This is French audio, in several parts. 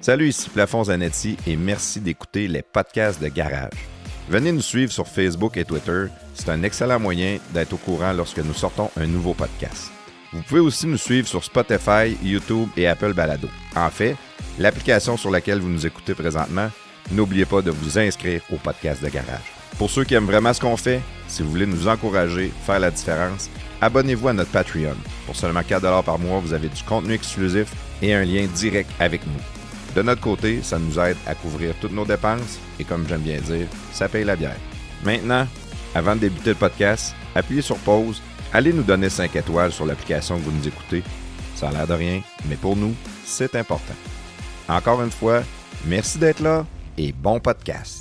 Salut, ici Plafond Zanetti et merci d'écouter les podcasts de garage. Venez nous suivre sur Facebook et Twitter. C'est un excellent moyen d'être au courant lorsque nous sortons un nouveau podcast. Vous pouvez aussi nous suivre sur Spotify, YouTube et Apple Balado. En fait, l'application sur laquelle vous nous écoutez présentement, n'oubliez pas de vous inscrire au podcast de garage. Pour ceux qui aiment vraiment ce qu'on fait, si vous voulez nous encourager, faire la différence, abonnez-vous à notre Patreon. Pour seulement 4$ par mois, vous avez du contenu exclusif et un lien direct avec nous. De notre côté, ça nous aide à couvrir toutes nos dépenses et comme j'aime bien dire, ça paye la bière. Maintenant, avant de débuter le podcast, appuyez sur pause, allez nous donner 5 étoiles sur l'application que vous nous écoutez. Ça a l'air de rien, mais pour nous, c'est important. Encore une fois, merci d'être là et bon podcast.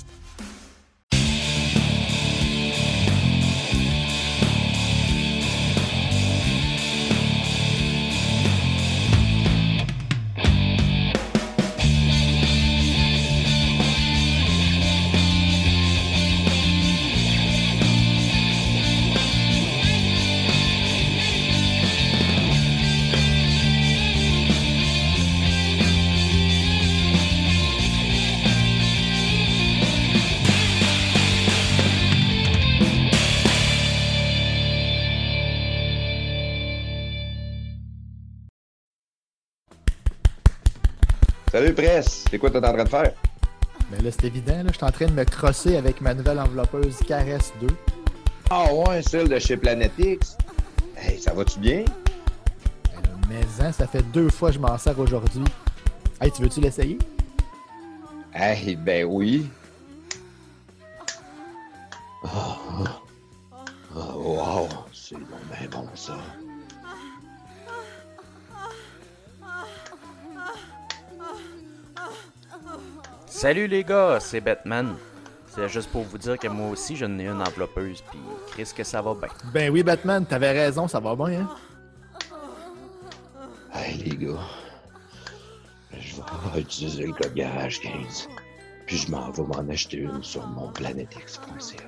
Salut Presse, c'est quoi que t'es en train de faire? Ben là, c'est évident, là, je suis en train de me crosser avec ma nouvelle enveloppeuse Caresse 2. Ah ouais, celle de chez Planet X. Hey, ça va-tu bien? Mais ça fait 2 fois que je m'en sers aujourd'hui. Hey, tu veux-tu l'essayer? Hey, ben oui. Wow, c'est ben bon ça. Salut les gars, c'est Batman. C'est juste pour vous dire que moi aussi j'en ai une enveloppeuse, pis Chris que ça va bien. Ben oui, Batman, t'avais raison, ça va bien, hein? Hey les gars, je vais utiliser le code Garage 15, puis je m'en vais m'en acheter une sur mon planetx.ca.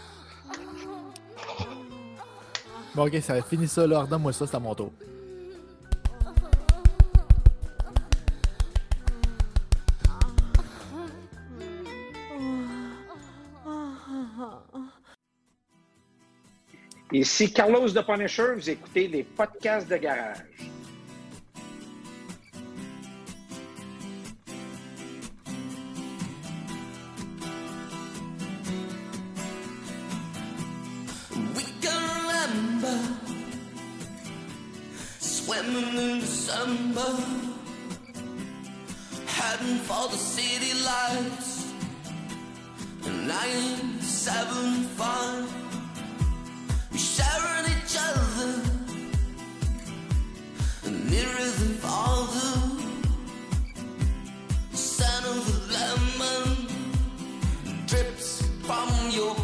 Bon, ok, ça va finir ça là, redonne-moi ça, c'est à mon tour. Ici Carlos de Punisher, vous écoutez les podcasts de garage. We can remember swimming in December, heading for the city lights, 975. We sharing each other, nearer than father. The scent of the lemon drips from your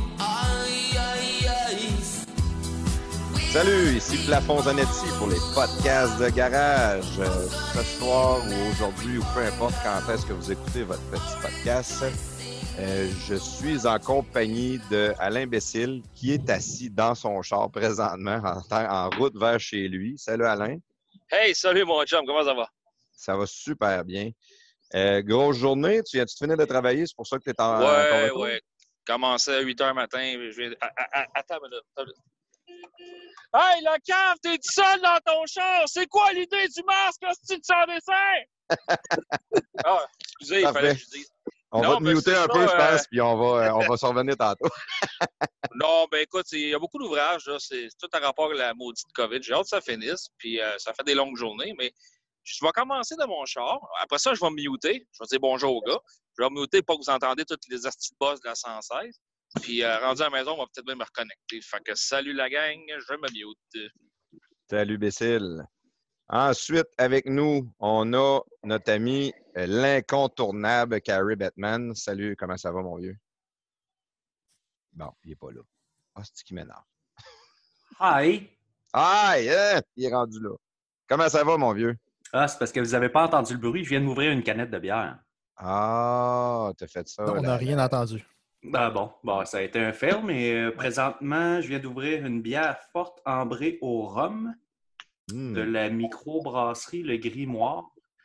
eyes. Salut, ici Plafond Zanetti pour les podcasts de garage. Ce soir ou aujourd'hui ou peu importe quand est-ce que vous écoutez votre petit podcast, je suis en compagnie de Alain Bessil qui est assis dans son char présentement en route vers chez lui. Salut Alain. Hey, salut mon chum, comment ça va? Ça va super bien. Grosse journée, tu viens-tu de finir de travailler? C'est pour ça que tu es en retour? Ouais. Commençais à 8h matin. Attends une minute. Hey, le cave, t'es tout seul dans ton char! C'est quoi l'idée du masque, c'est-tu sans dessin? Ah, excusez, il fallait que je dise. On va te muter un peu, je pense, puis on va s'en revenir tantôt. Non, ben écoute, il y a beaucoup d'ouvrages, là. C'est tout en rapport avec la maudite COVID. J'ai hâte que ça finisse, puis ça fait des longues journées, mais je vais commencer de mon char. Après ça, je vais me muter. Je vais dire bonjour aux gars. Je vais me muter pour que vous entendez toutes les astuces boss de la 116. Puis rendu à la maison, on va peut-être même me reconnecter. Fait que salut la gang, je me mute. Salut Bessil. Ensuite, avec nous, on a notre ami l'incontournable Carrie Batman. Salut, comment ça va, mon vieux? Bon, il n'est pas là. Ah, c'est qui m'énerve. Hi! Aïe, il est rendu là. Comment ça va, mon vieux? Ah, c'est parce que vous n'avez pas entendu le bruit. Je viens de m'ouvrir une canette de bière. Ah, t'as fait ça. Non, on n'a rien entendu. Ben bon, ça a été un fail, mais présentement, je viens d'ouvrir une bière forte ambrée au rhum de la microbrasserie Le Grimoire.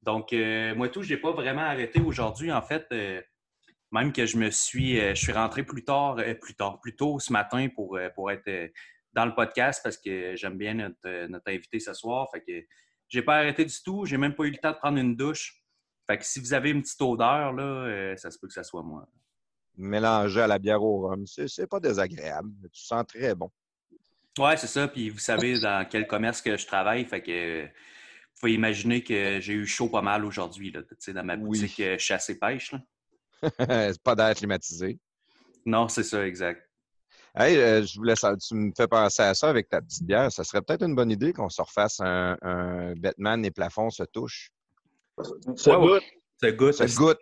Donc, moi, tout, je n'ai pas vraiment arrêté aujourd'hui. En fait, même que je suis rentré plus tôt ce matin pour être dans le podcast parce que j'aime bien notre invité ce soir. Fait que j'ai pas arrêté du tout. J'ai même pas eu le temps de prendre une douche. Fait que si vous avez une petite odeur, là, ça se peut que ça soit moi. Mélangé à la bière au rhum, c'est pas désagréable. Tu sens très bon. Ouais, c'est ça. Puis vous savez dans quel commerce que je travaille. Fait que vous pouvez imaginer que j'ai eu chaud pas mal aujourd'hui, là, tu sais, dans ma boutique chasse et pêche. Là. C'est pas d'air climatisé. Non, c'est ça, exact. Hey, je voulais tu me fais penser à ça avec ta petite bière. Ça serait peut-être une bonne idée qu'on se refasse un Batman et plafond se touchent. Ça goûte. Ça goûte.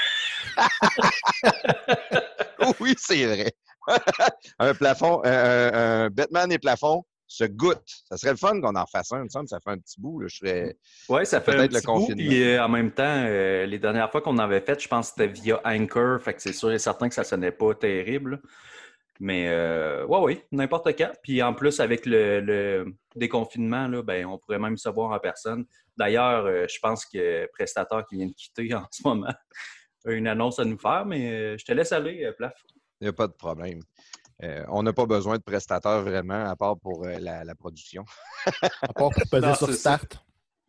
Oui, c'est vrai. Un plafond, un Batman et plafond se goûte. Ça serait le fun qu'on en fasse un. Il me semble que ça fait un petit bout. Là. Oui, ça fait peut-être un petit le confinement. bout. Puis en même temps, les dernières fois qu'on en avait fait, je pense que c'était via Anchor. Fait que c'est sûr et certain que ça sonnait pas terrible. Mais oui, n'importe quand. Puis en plus, avec le déconfinement, là, ben, on pourrait même se voir en personne. D'ailleurs, je pense que le prestataire qui vient de quitter en ce moment a une annonce à nous faire, mais je te laisse aller, Plaf. Il n'y a pas de problème. On n'a pas besoin de prestataire vraiment, à part pour la production. À part pour peser sur Start.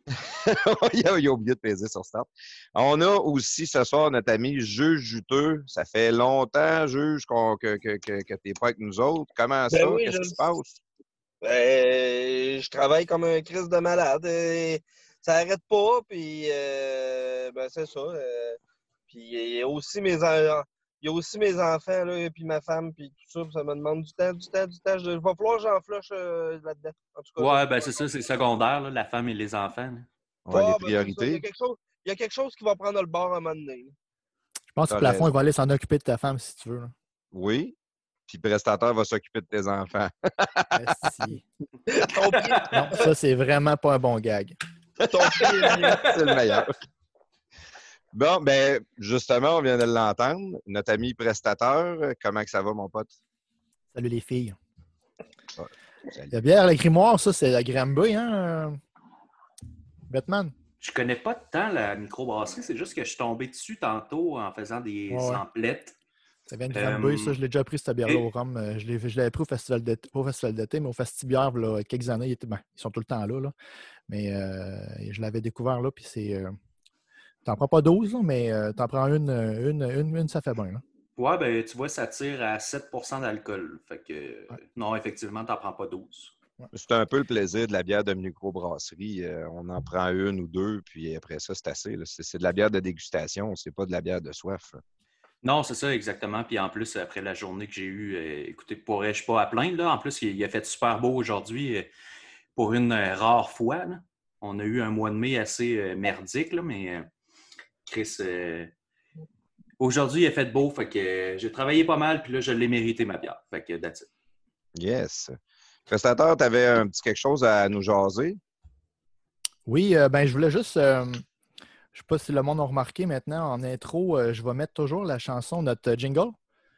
Il a oublié de peser sur Start. On a aussi ce soir notre ami Juge Juteux. Ça fait longtemps, Juge, que tu n'es pas avec nous autres. Comment ça? Oui, qu'est-ce qui se passe? Je travaille comme un Christ de malade. Ça n'arrête pas, puis c'est ça. Puis il y a aussi mes enfants, là, puis ma femme, puis tout ça. Ça me demande du temps. Il va falloir que j'en flush là-dedans. En tout cas, ben c'est ça, c'est secondaire, là, la femme et les enfants. Les priorités. Il y a quelque chose qui va prendre le bord à un moment donné. Je pense que le plafond, il va aller s'en occuper de ta femme, si tu veux. Là. Oui. Puis le prestataire va s'occuper de tes enfants. Merci. Non, ça, c'est vraiment pas un bon gag. C'est le meilleur. Bon, ben justement, on vient de l'entendre. Notre ami prestataire, comment que ça va, mon pote? Salut les filles. Ouais, salut. La bière, la grimoire, ça, c'est la Granby, hein, Batman? Je connais pas tant la microbrasserie, c'est juste que je suis tombé dessus tantôt en faisant des emplettes. Ça vient de Granby, ça, je l'ai déjà pris cette bière-là au rhum. Je l'avais pris au festival d'été, mais au Festibière, il y a quelques années, ils sont tout le temps là. Mais je l'avais découvert là, puis c'est... T'en prends pas 12, là, mais t'en prends une, ça fait bien. Là. Ouais, ben tu vois, ça tire à 7 % d'alcool. Fait que non, effectivement, t'en prends pas 12. Ouais. C'est un peu le plaisir de la bière de microbrasserie. On en prend une ou deux, puis après ça, c'est assez. Là. C'est de la bière de dégustation, c'est pas de la bière de soif. Là. Non, c'est ça, exactement. Puis en plus, après la journée que j'ai eue, écoutez, pourrais-je pas à plaindre, là. En plus, il a fait super beau aujourd'hui pour une rare fois. Là. On a eu un mois de mai assez merdique, là, mais Chris, aujourd'hui, il a fait beau. Fait que j'ai travaillé pas mal, puis là, je l'ai mérité, ma bière. Fait que that's it. Yes. Prestataire, tu avais un petit quelque chose à nous jaser? Oui, je voulais juste... je ne sais pas si le monde a remarqué maintenant, en intro, je vais mettre toujours la chanson, notre jingle,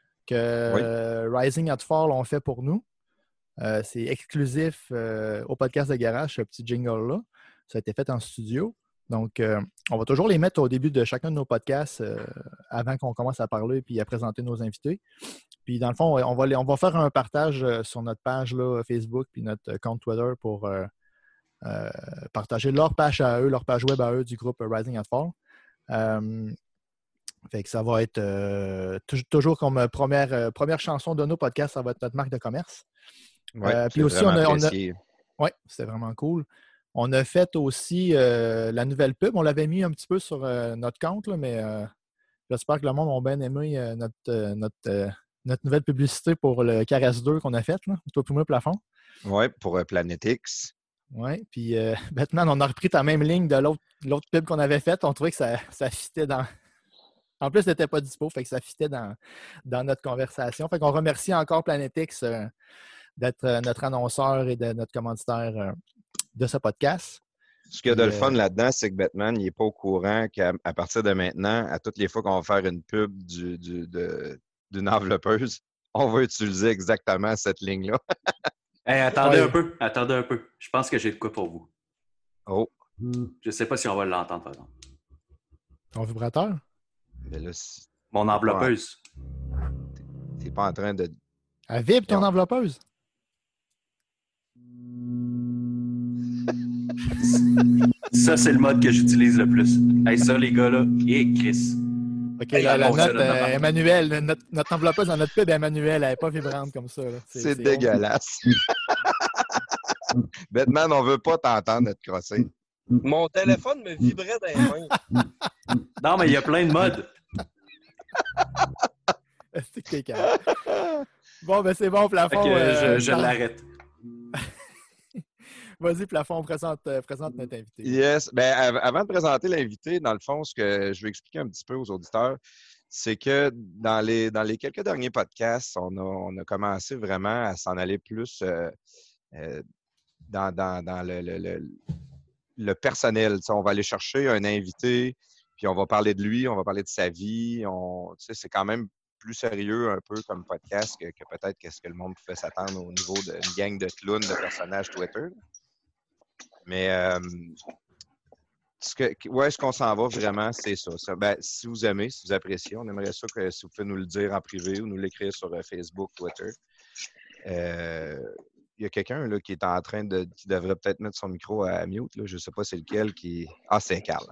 que Rising at Fall ont fait pour nous. C'est exclusif au podcast de Garage, ce petit jingle-là. Ça a été fait en studio. Donc, on va toujours les mettre au début de chacun de nos podcasts avant qu'on commence à parler et à présenter nos invités. Puis, dans le fond, on va faire un partage sur notre page là, Facebook puis notre compte Twitter pour... partager leur page à eux, leur page web à eux du groupe Rising at Fall. Fait que ça va être toujours comme première chanson de nos podcasts, ça va être notre marque de commerce. Puis aussi, oui, c'était vraiment cool. On a fait aussi la nouvelle pub. On l'avait mis un petit peu sur notre compte, là, mais j'espère que le monde a bien aimé notre nouvelle publicité pour le Caresse 2 qu'on a faite, toi puis moi, plafond. Oui, pour Planetix. Oui, puis Batman, on a repris ta même ligne de l'autre pub qu'on avait faite. On trouvait que ça fitait dans... En plus, c'était pas dispo, fait que ça fitait dans notre conversation. Fait qu'on remercie encore Planetix d'être notre annonceur et de notre commanditaire de ce podcast. Ce qu'il y a de le fun là-dedans, c'est que Batman, il n'est pas au courant qu'à partir de maintenant, à toutes les fois qu'on va faire une pub d'une enveloppeuse, on va utiliser exactement cette ligne-là. Hey, attendez un peu. Je pense que j'ai de quoi pour vous. Oh. Je ne sais pas si on va l'entendre, par exemple. Ton vibrateur? Mais là, Mon enveloppeuse. t'es pas en train de... Elle vibre ton Non. enveloppeuse? Ça, c'est le mode que j'utilise le plus. Hey, ça, les gars, là, et Chris. OK, Hey, la elle note fonctionne automatiquement. est manuelle. Notre enveloppeuse dans notre pub est manuelle. Elle n'est pas vibrante comme ça. Là. C'est dégueulasse. Batman, on veut pas t'entendre te crosser. Mon téléphone me vibrait dans les mains. Non, mais il y a plein de modes. C'est que t'es calme. Bon, ben c'est bon, Fait Plafond. que je l'arrête. Vas-y, Plafond, présente notre invité. Yes. Ben, avant de présenter l'invité, dans le fond, ce que je vais expliquer un petit peu aux auditeurs, c'est que dans les quelques derniers podcasts, on a commencé vraiment à s'en aller plus dans le personnel. T'sais, on va aller chercher un invité, puis on va parler de lui, on va parler de sa vie. C'est quand même plus sérieux un peu comme podcast que peut-être qu'est-ce que le monde pouvait s'attendre au niveau d'une gang de clowns, de personnages Twitter. Mais où est-ce qu'on s'en va vraiment, c'est ça. Ben, si vous aimez, si vous appréciez, on aimerait ça que si vous pouvez nous le dire en privé ou nous l'écrire sur Facebook, Twitter. Il y a quelqu'un là, qui est en train qui devrait peut-être mettre son micro à mute. Là. Je ne sais pas c'est lequel qui. Ah, c'est Carl.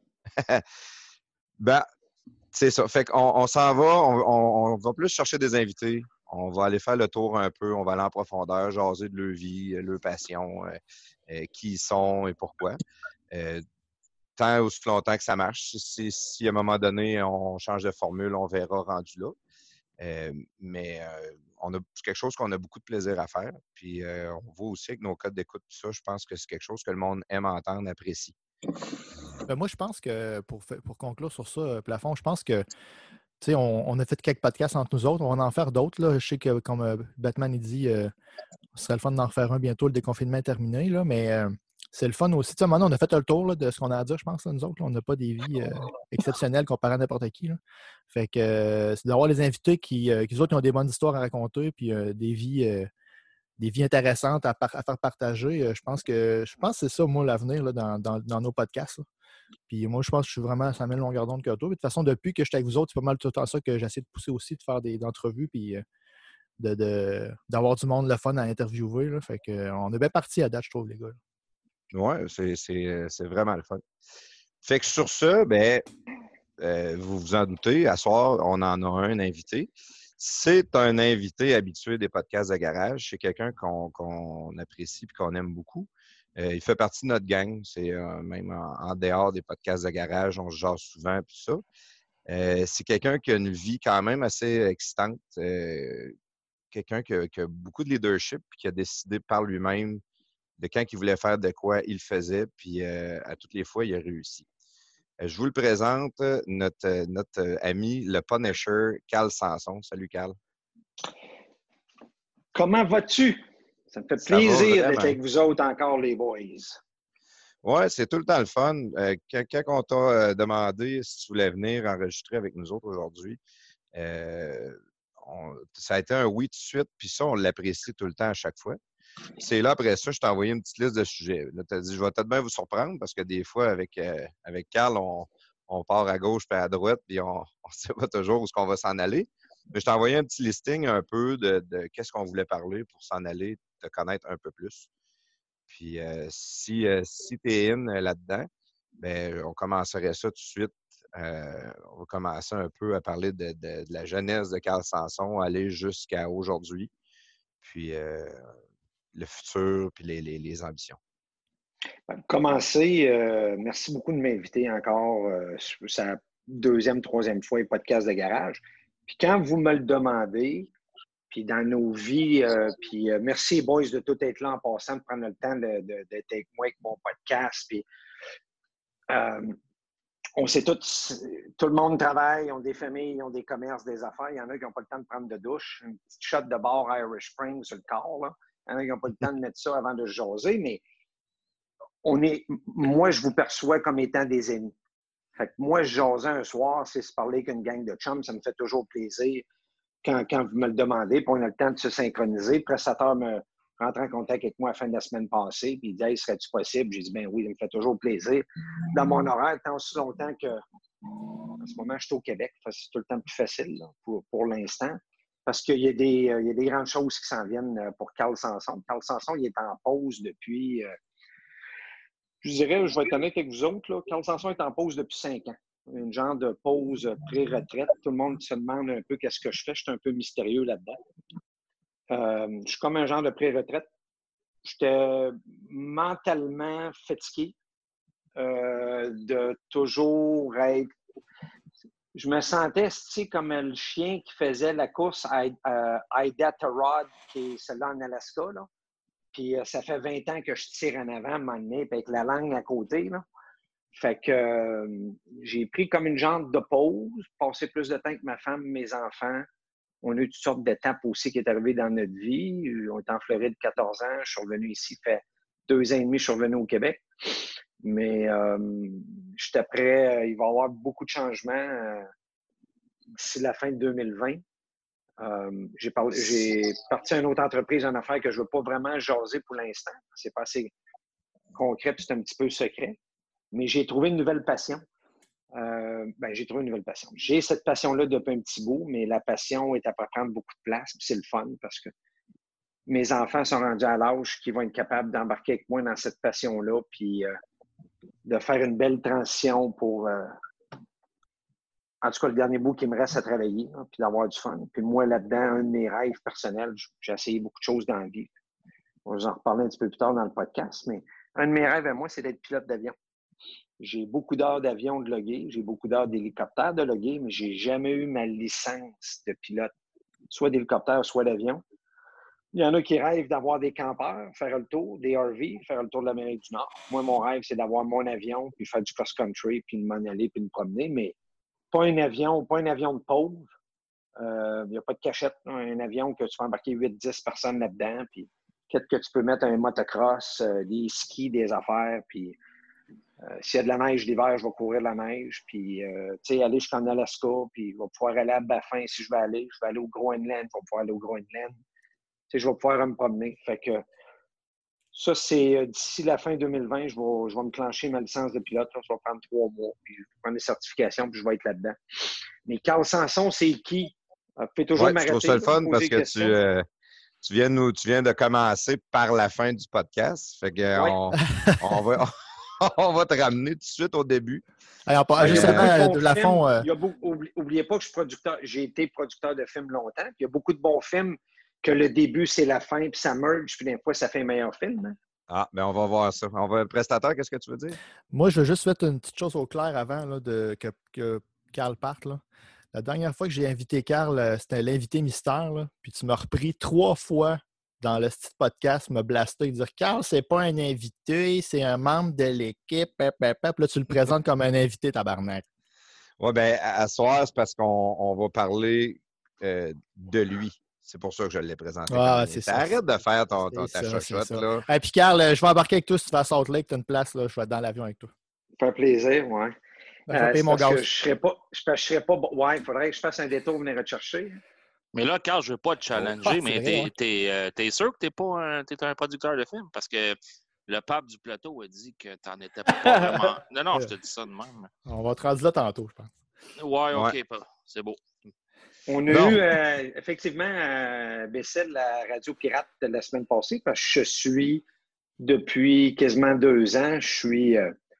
Ben, c'est ça. Fait qu'on s'en va, on va plus chercher des invités. On va aller faire le tour un peu, on va aller en profondeur, jaser de leur vie, leur passion, qui ils sont et pourquoi. Tant aussi longtemps que ça marche. Si à un moment donné, on change de formule, on verra rendu là. C'est quelque chose qu'on a beaucoup de plaisir à faire. Puis on voit aussi avec nos codes d'écoute, tout ça, je pense que c'est quelque chose que le monde aime entendre, apprécie. Moi, je pense que, pour conclure sur ça, Plafond, je pense que, tu sais, on a fait quelques podcasts entre nous autres. On va en faire d'autres. Là. Je sais que, comme Batman il dit, ce serait le fun d'en refaire un bientôt, le déconfinement est terminé. Là, mais c'est le fun aussi. Tu sais, maintenant, on a fait le tour là, de ce qu'on a à dire, je pense, là, nous autres. Là. On n'a pas des vies exceptionnelles comparé à n'importe qui. Là. Fait que c'est d'avoir les invités qui autres, ont des bonnes histoires à raconter, puis des vies intéressantes à faire partager. Je pense que c'est ça, moi, l'avenir là, dans nos podcasts. Là. Puis moi, je pense que je suis vraiment à 100 000 longueurs d'onde que toi. De toute façon, depuis que je suis avec vous autres, c'est pas mal tout le temps ça que j'essaie de pousser aussi, de faire des entrevues, puis d'avoir du monde le fun à interviewer. Là. Fait que, on est bien parti à date, je trouve, les gars. Oui, c'est vraiment le fun. Fait que sur ça, ben, vous vous en doutez, à soir, on en a un invité. C'est un invité habitué des podcasts de garage. C'est quelqu'un qu'on apprécie et qu'on aime beaucoup. Il fait partie de notre gang. C'est même en dehors des podcasts de garage, on se jase souvent et tout ça. C'est quelqu'un qui a une vie quand même assez excitante. Quelqu'un qui a beaucoup de leadership et qui a décidé par lui-même de quand il voulait faire de quoi il faisait. Puis à toutes les fois, il a réussi. Je vous le présente, notre ami, le Punisher, Carl Sanson. Salut, Carl. Comment vas-tu? Ça me fait plaisir d'être avec vous autres encore, les boys. Oui, c'est tout le temps le fun. Quand on t'a demandé si tu voulais venir enregistrer avec nous autres aujourd'hui, ça a été un oui tout de suite, puis ça, on l'apprécie tout le temps à chaque fois. C'est là, après ça, je t'ai envoyé une petite liste de sujets. Là, tu as dit, je vais peut-être bien vous surprendre parce que des fois, avec Carl, on part à gauche puis à droite, puis on ne sait pas toujours où est-ce qu'on va s'en aller. Mais je t'ai envoyé un petit listing un peu de qu'est-ce qu'on voulait parler pour s'en aller, te connaître un peu plus. Puis si tu es in là-dedans, ben, on commencerait ça tout de suite. On va commencer un peu à parler de la jeunesse de Carl Sanson, aller jusqu'à aujourd'hui. Puis le futur, puis les ambitions. Pour commencer, merci beaucoup de m'inviter encore. C'est la deuxième, troisième fois les podcasts de garage. Puis quand vous me le demandez, puis dans nos vies, puis merci boys de tout être là en passant, de prendre le temps d'être avec moi avec mon podcast. Puis on sait tout le monde travaille, ils ont des familles, ils ont des commerces, des affaires. Il y en a qui n'ont pas le temps de prendre de douche, une petite shot de bar Irish Spring sur le corps. Là. Il y en a qui n'ont pas le temps de mettre ça avant de se jaser, mais moi, je vous perçois comme étant des amis. Fait que moi, je jasais un soir, c'est se parler avec une gang de chums, ça me fait toujours plaisir quand vous me le demandez, puis on a le temps de se synchroniser. Le prestataire me rentre en contact avec moi à la fin de la semaine passée, puis il dit « Hey, serait-tu possible? » J'ai dit « Ben oui, ça me fait toujours plaisir. » Dans mon horaire, tant aussi longtemps que En ce moment, je suis au Québec. C'est tout le temps plus facile là, pour l'instant. Parce qu'il y a des grandes choses qui s'en viennent pour Carl Sanson. Carl Sanson, il est en pause depuis, je dirais, je vais être honnête avec vous autres, là, Carl Sanson est en pause depuis 5 ans. Une genre de pause pré-retraite. Tout le monde se demande un peu qu'est-ce que je fais. Je suis un peu mystérieux là-dedans. Je suis comme un genre de pré-retraite. J'étais mentalement fatigué de toujours être. Je me sentais comme le chien qui faisait la course à Iditarod, qui est celle-là en Alaska. Là. Puis ça fait 20 ans que je tire en avant à un moment donné, puis avec la langue à côté. Là. Fait que j'ai pris comme une genre de pause, passé plus de temps avec ma femme, mes enfants. On a eu toutes sortes d'étapes aussi qui est arrivées dans notre vie. On est en Floride 14 ans. Je suis revenu ici, fait 2 ans et demi, je suis revenu au Québec. Mais j'étais prêt. Il va y avoir beaucoup de changements d'ici la fin de 2020. J'ai parti à une autre entreprise en affaires que je ne veux pas vraiment jaser pour l'instant. C'est pas assez concret, puis c'est un petit peu secret. Mais j'ai trouvé une nouvelle passion. J'ai trouvé une nouvelle passion. J'ai cette passion-là depuis un petit bout, mais la passion est à prendre beaucoup de place, puis c'est le fun parce que mes enfants sont rendus à l'âge qu'ils vont être capables d'embarquer avec moi dans cette passion-là, puis de faire une belle transition pour, en tout cas, le dernier bout qui me reste à travailler, hein, puis d'avoir du fun. Puis moi, là-dedans, un de mes rêves personnels, j'ai essayé beaucoup de choses dans la vie. On va vous en reparler un petit peu plus tard dans le podcast, mais un de mes rêves à moi, c'est d'être pilote d'avion. J'ai beaucoup d'heures d'avion de loguer, j'ai beaucoup d'heures d'hélicoptère de loguer, mais j'ai jamais eu ma licence de pilote, soit d'hélicoptère, soit d'avion. Il y en a qui rêvent d'avoir des campeurs, faire le tour, des RV, faire le tour de l'Amérique du Nord. Moi, mon rêve, c'est d'avoir mon avion, puis faire du cross-country, puis de m'en aller, puis de me promener, mais pas un avion de pauvre. Il n'y a pas de cachette. Un avion que tu peux embarquer 8-10 personnes là-dedans, puis peut-être que tu peux mettre un motocross, des skis, des affaires, puis s'il y a de la neige l'hiver, je vais courir de la neige, puis aller jusqu'en Alaska, puis je vais pouvoir aller à Baffin si je vais aller au Groenland, je vais pouvoir aller au Groenland. Je vais pouvoir me promener. Fait que ça, c'est d'ici la fin 2020, je vais me clencher ma licence de pilote. Là, ça va prendre 3 mois, puis je vais prendre des certifications, puis je vais être là-dedans. Mais Carl Sanson, c'est qui? Vous pouvez toujours m'arrêter. Je trouve ça le fun parce que tu viens de commencer par la fin du podcast. Fait que on va te ramener tout de suite au début. Alors, Oubliez pas que je suis producteur. J'ai été producteur de films longtemps. Puis il y a beaucoup de bons films que le début, c'est la fin, puis ça merge, puis des fois, ça fait un meilleur film. Hein? Ah, bien, on va voir ça. Le prestataire, qu'est-ce que tu veux dire? Moi, je veux juste mettre une petite chose au clair avant là, que Carl parte. Là. La dernière fois que j'ai invité Carl, c'était l'invité mystère. Là, puis tu m'as repris 3 fois dans le petit podcast, me blaster et dire « Carl, c'est pas un invité, c'est un membre de l'équipe. » Puis là, tu le présentes comme un invité, tabarnak. Oui, bien, à soir, c'est parce qu'on va parler de lui. C'est pour ça que je l'ai présenté. Ah, c'est ça. Arrête de faire ta chochotte, là. Et puis, Carl, je vais embarquer avec toi si tu vas à Salt Lake. Tu as une place, là. Je vais être dans l'avion avec toi. Ça fait plaisir, oui. Je vais payer mon gaz. Je serais pas. Ouais, il faudrait que je fasse un détour venir te chercher. Mais là, Carl, je ne veux pas te challenger, mais t'es sûr que t'es un producteur de film? Parce que le pape du plateau a dit que tu n'en étais pas vraiment. Non, je te dis ça de même. On va te rendre là tantôt, je pense. Ouais, OK, c'est beau. On a eu effectivement à Bessel la Radio Pirate de la semaine passée, parce que je suis, depuis quasiment 2 ans, je suis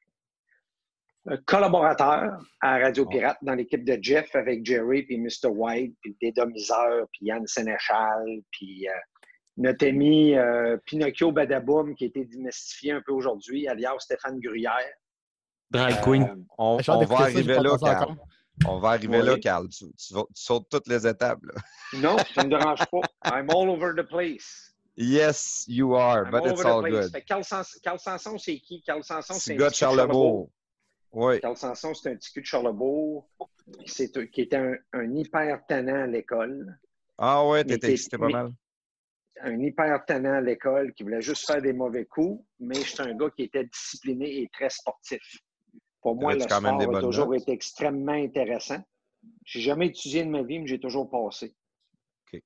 collaborateur à Radio Pirate dans l'équipe de Jeff avec Jerry, puis Mr. White, puis Déda Miseur, puis Yann Sénéchal, puis notre ami Pinocchio Badaboum qui a été démystifié un peu aujourd'hui, alias Stéphane Gruyère. Drag Queen. On va arriver là, Carl. On va arriver là, Carl. Tu sautes toutes les étapes. Là. Non, ça ne me dérange pas. I'm all over the place. Yes, you are, but it's all good. Carl Sanson, c'est qui? Carl Sanson, c'est un gars de Charlebourg. Oui. Carl Sanson, c'est un petit cul de Charlebourg qui était un hyper tannant à l'école. Ah ouais, t'étais excité pas mal. Un hyper tannant à l'école qui voulait juste faire des mauvais coups, mais j'étais un gars qui était discipliné et très sportif. Pour moi, le sport a toujours été extrêmement intéressant. Je n'ai jamais étudié de ma vie, mais j'ai toujours passé. OK.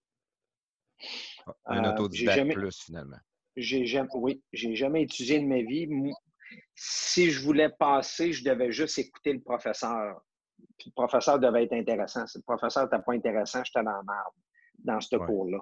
Un autodidacte plus, finalement. Oui, j'ai jamais étudié de ma vie. Si je voulais passer, je devais juste écouter le professeur. Puis le professeur devait être intéressant. Si le professeur n'était pas intéressant, j'étais dans la merde dans ce cours-là.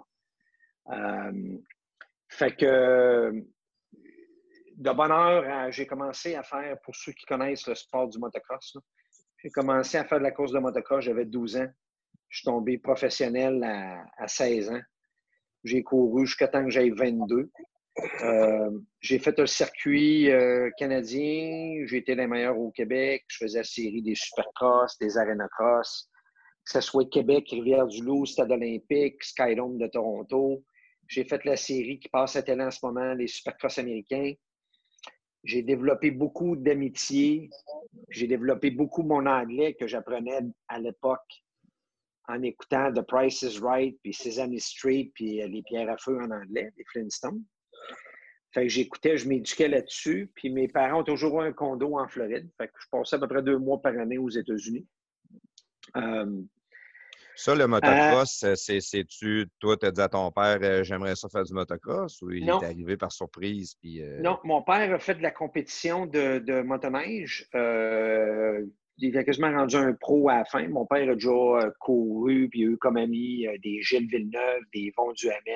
Fait que de bonne heure, j'ai commencé à faire, pour ceux qui connaissent le sport du motocross, là, j'ai commencé à faire de la course de motocross, j'avais 12 ans. Je suis tombé professionnel à 16 ans. J'ai couru jusqu'à temps que j'aille 22. J'ai fait un circuit canadien. J'ai été les meilleurs au Québec. Je faisais la série des Supercross, des Arena Cross, que ce soit Québec, Rivière-du-Loup, Stade olympique, Skydome de Toronto. J'ai fait la série qui passe à télé en ce moment, les Supercross américains. J'ai développé beaucoup d'amitié. J'ai développé beaucoup mon anglais que j'apprenais à l'époque en écoutant The Price is Right, puis Sesame Street, puis les Pierres à feu en anglais, les Flintstones. Fait que j'écoutais, je m'éduquais là-dessus. Puis mes parents ont toujours eu un condo en Floride. Fait que je passais à peu près 2 mois par année aux États-Unis. Ça, le motocross, c'est-tu, toi, tu as dit à ton père, j'aimerais ça faire du motocross, ou il est arrivé par surprise? Puis, Non, mon père a fait de la compétition de motoneige. Il est quasiment rendu un pro à la fin. Mon père a déjà couru, puis il a eu comme ami des Gilles Villeneuve, des Yvon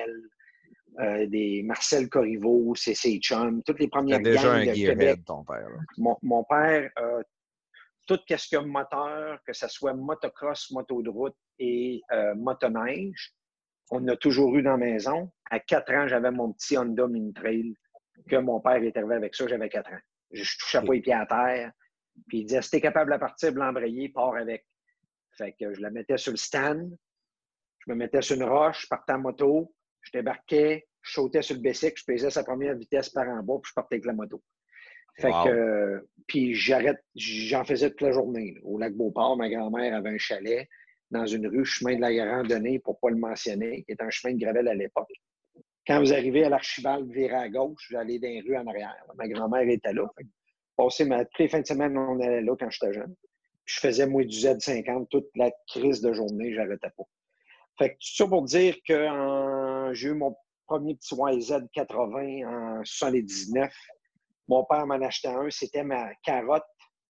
Duhamel, des Marcel Corriveau, C.C. Chum, toutes les premières gangs déjà un de gearhead, Québec. ton père. Mon père, tout ce qu'il y a moteur, que ce soit motocross, moto de route et motoneige, on a toujours eu dans la maison. À 4 ans, j'avais mon petit Honda Mini Trail que mon père est arrivé avec ça, j'avais 4 ans. Je touchais pas les pieds à terre. Puis il disait, si t'es capable de partir, de l'embrayer, pars avec. Fait que je la mettais sur le stand, je me mettais sur une roche, je partais en moto, je débarquais, je sautais sur le bicycle, je pesais sa première vitesse par en bas, puis je partais avec la moto. Fait que, puis j'en faisais toute la journée. Là. Au lac Beauport, ma grand-mère avait un chalet dans une rue, chemin de la randonnée, pour ne pas le mentionner, qui est un chemin de gravel à l'époque. Quand vous arrivez à l'Archibald, virez à gauche, j'allais dans les rues en arrière. Ma grand-mère était là. Toutes les fins de semaine, on allait là quand j'étais jeune. Puis je faisais, moi, du Z50 toute la crise de journée, j'arrêtais pas. Fait que tout ça pour dire que j'ai eu mon premier petit YZ80 en 79. Mon père m'en achetait un, c'était ma carotte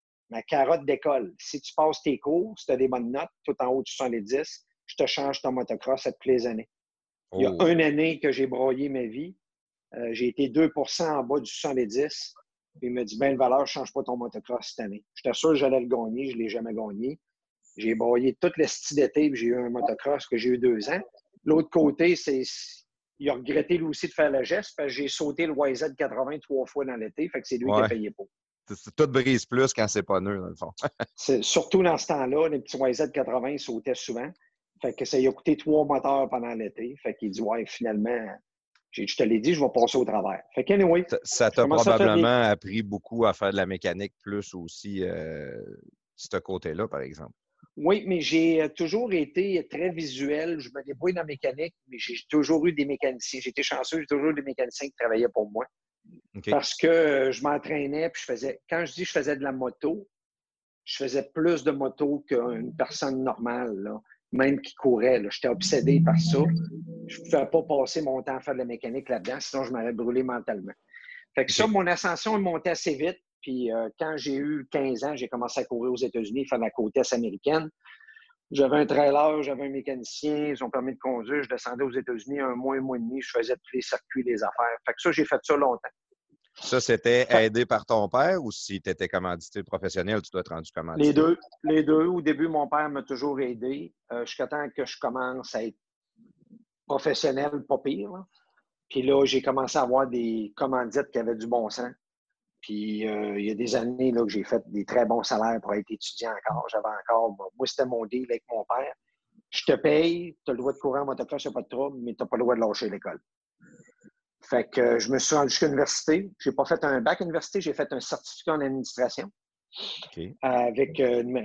d'école. Si tu passes tes cours, si tu as des bonnes notes, tout en haut de 70, je te change ton motocross à toutes les années. Il y a une année que j'ai broyé ma vie. J'ai été 2% en bas du 70. Puis il m'a dit, ben le valeur, ne change pas ton motocross cette année. J'étais sûr que j'allais le gagner, je ne l'ai jamais gagné. J'ai broyé tout le style d'été, puis j'ai eu un motocross que j'ai eu 2 ans. L'autre côté, il a regretté lui aussi de faire le geste, parce que j'ai sauté le YZ80 3 fois dans l'été, fait que c'est lui qui a payé pour. Tout brise plus quand c'est pas neuf, dans le fond. Surtout dans ce temps-là, les petits YZ80 ils sautaient souvent. Fait que ça lui a coûté 3 moteurs pendant l'été. Fait qu'il dit, ouais, finalement, je te l'ai dit, je vais passer au travers. Fait que, anyway, ça t'a probablement appris beaucoup à faire de la mécanique plus aussi, ce côté-là, par exemple. Oui, mais j'ai toujours été très visuel. Je me débrouille dans la mécanique, mais j'ai toujours eu des mécaniciens. J'étais chanceux, j'ai toujours eu des mécaniciens qui travaillaient pour moi. Okay. Parce que je m'entraînais, puis quand je dis que je faisais de la moto, je faisais plus de moto qu'une personne normale, là, même qui courait. J'étais obsédé par ça. Je ne pouvais pas passer mon temps à faire de la mécanique là-dedans, sinon je m'aurais brûlé mentalement. Fait que ça, mon ascension est montée assez vite. Puis quand j'ai eu 15 ans, j'ai commencé à courir aux États-Unis, faire la côte est américaine. J'avais un trailer, j'avais un mécanicien, ils ont permis de conduire. Je descendais aux États-Unis 1 mois et demi, je faisais tous les circuits, les affaires. Fait que ça, j'ai fait ça longtemps. Ça, c'était aidé par ton père ou si tu étais commandité professionnel, tu dois être rendu commandité? Les deux. Au début, mon père m'a toujours aidé. Jusqu'à temps que je commence à être professionnel, pas pire. Là. Puis là, j'ai commencé à avoir des commandites qui avaient du bon sens. Puis il y a des années là, que j'ai fait des très bons salaires pour être étudiant encore. J'avais encore, moi, c'était mon deal avec mon père. Je te paye, tu as le droit de courir en motocross, il n'y a pas de trouble, mais tu n'as pas le droit de lâcher l'école. Fait que je me suis rendu jusqu'à l'université. Je n'ai pas fait un bac à l'université, j'ai fait un certificat en administration. Okay. Avec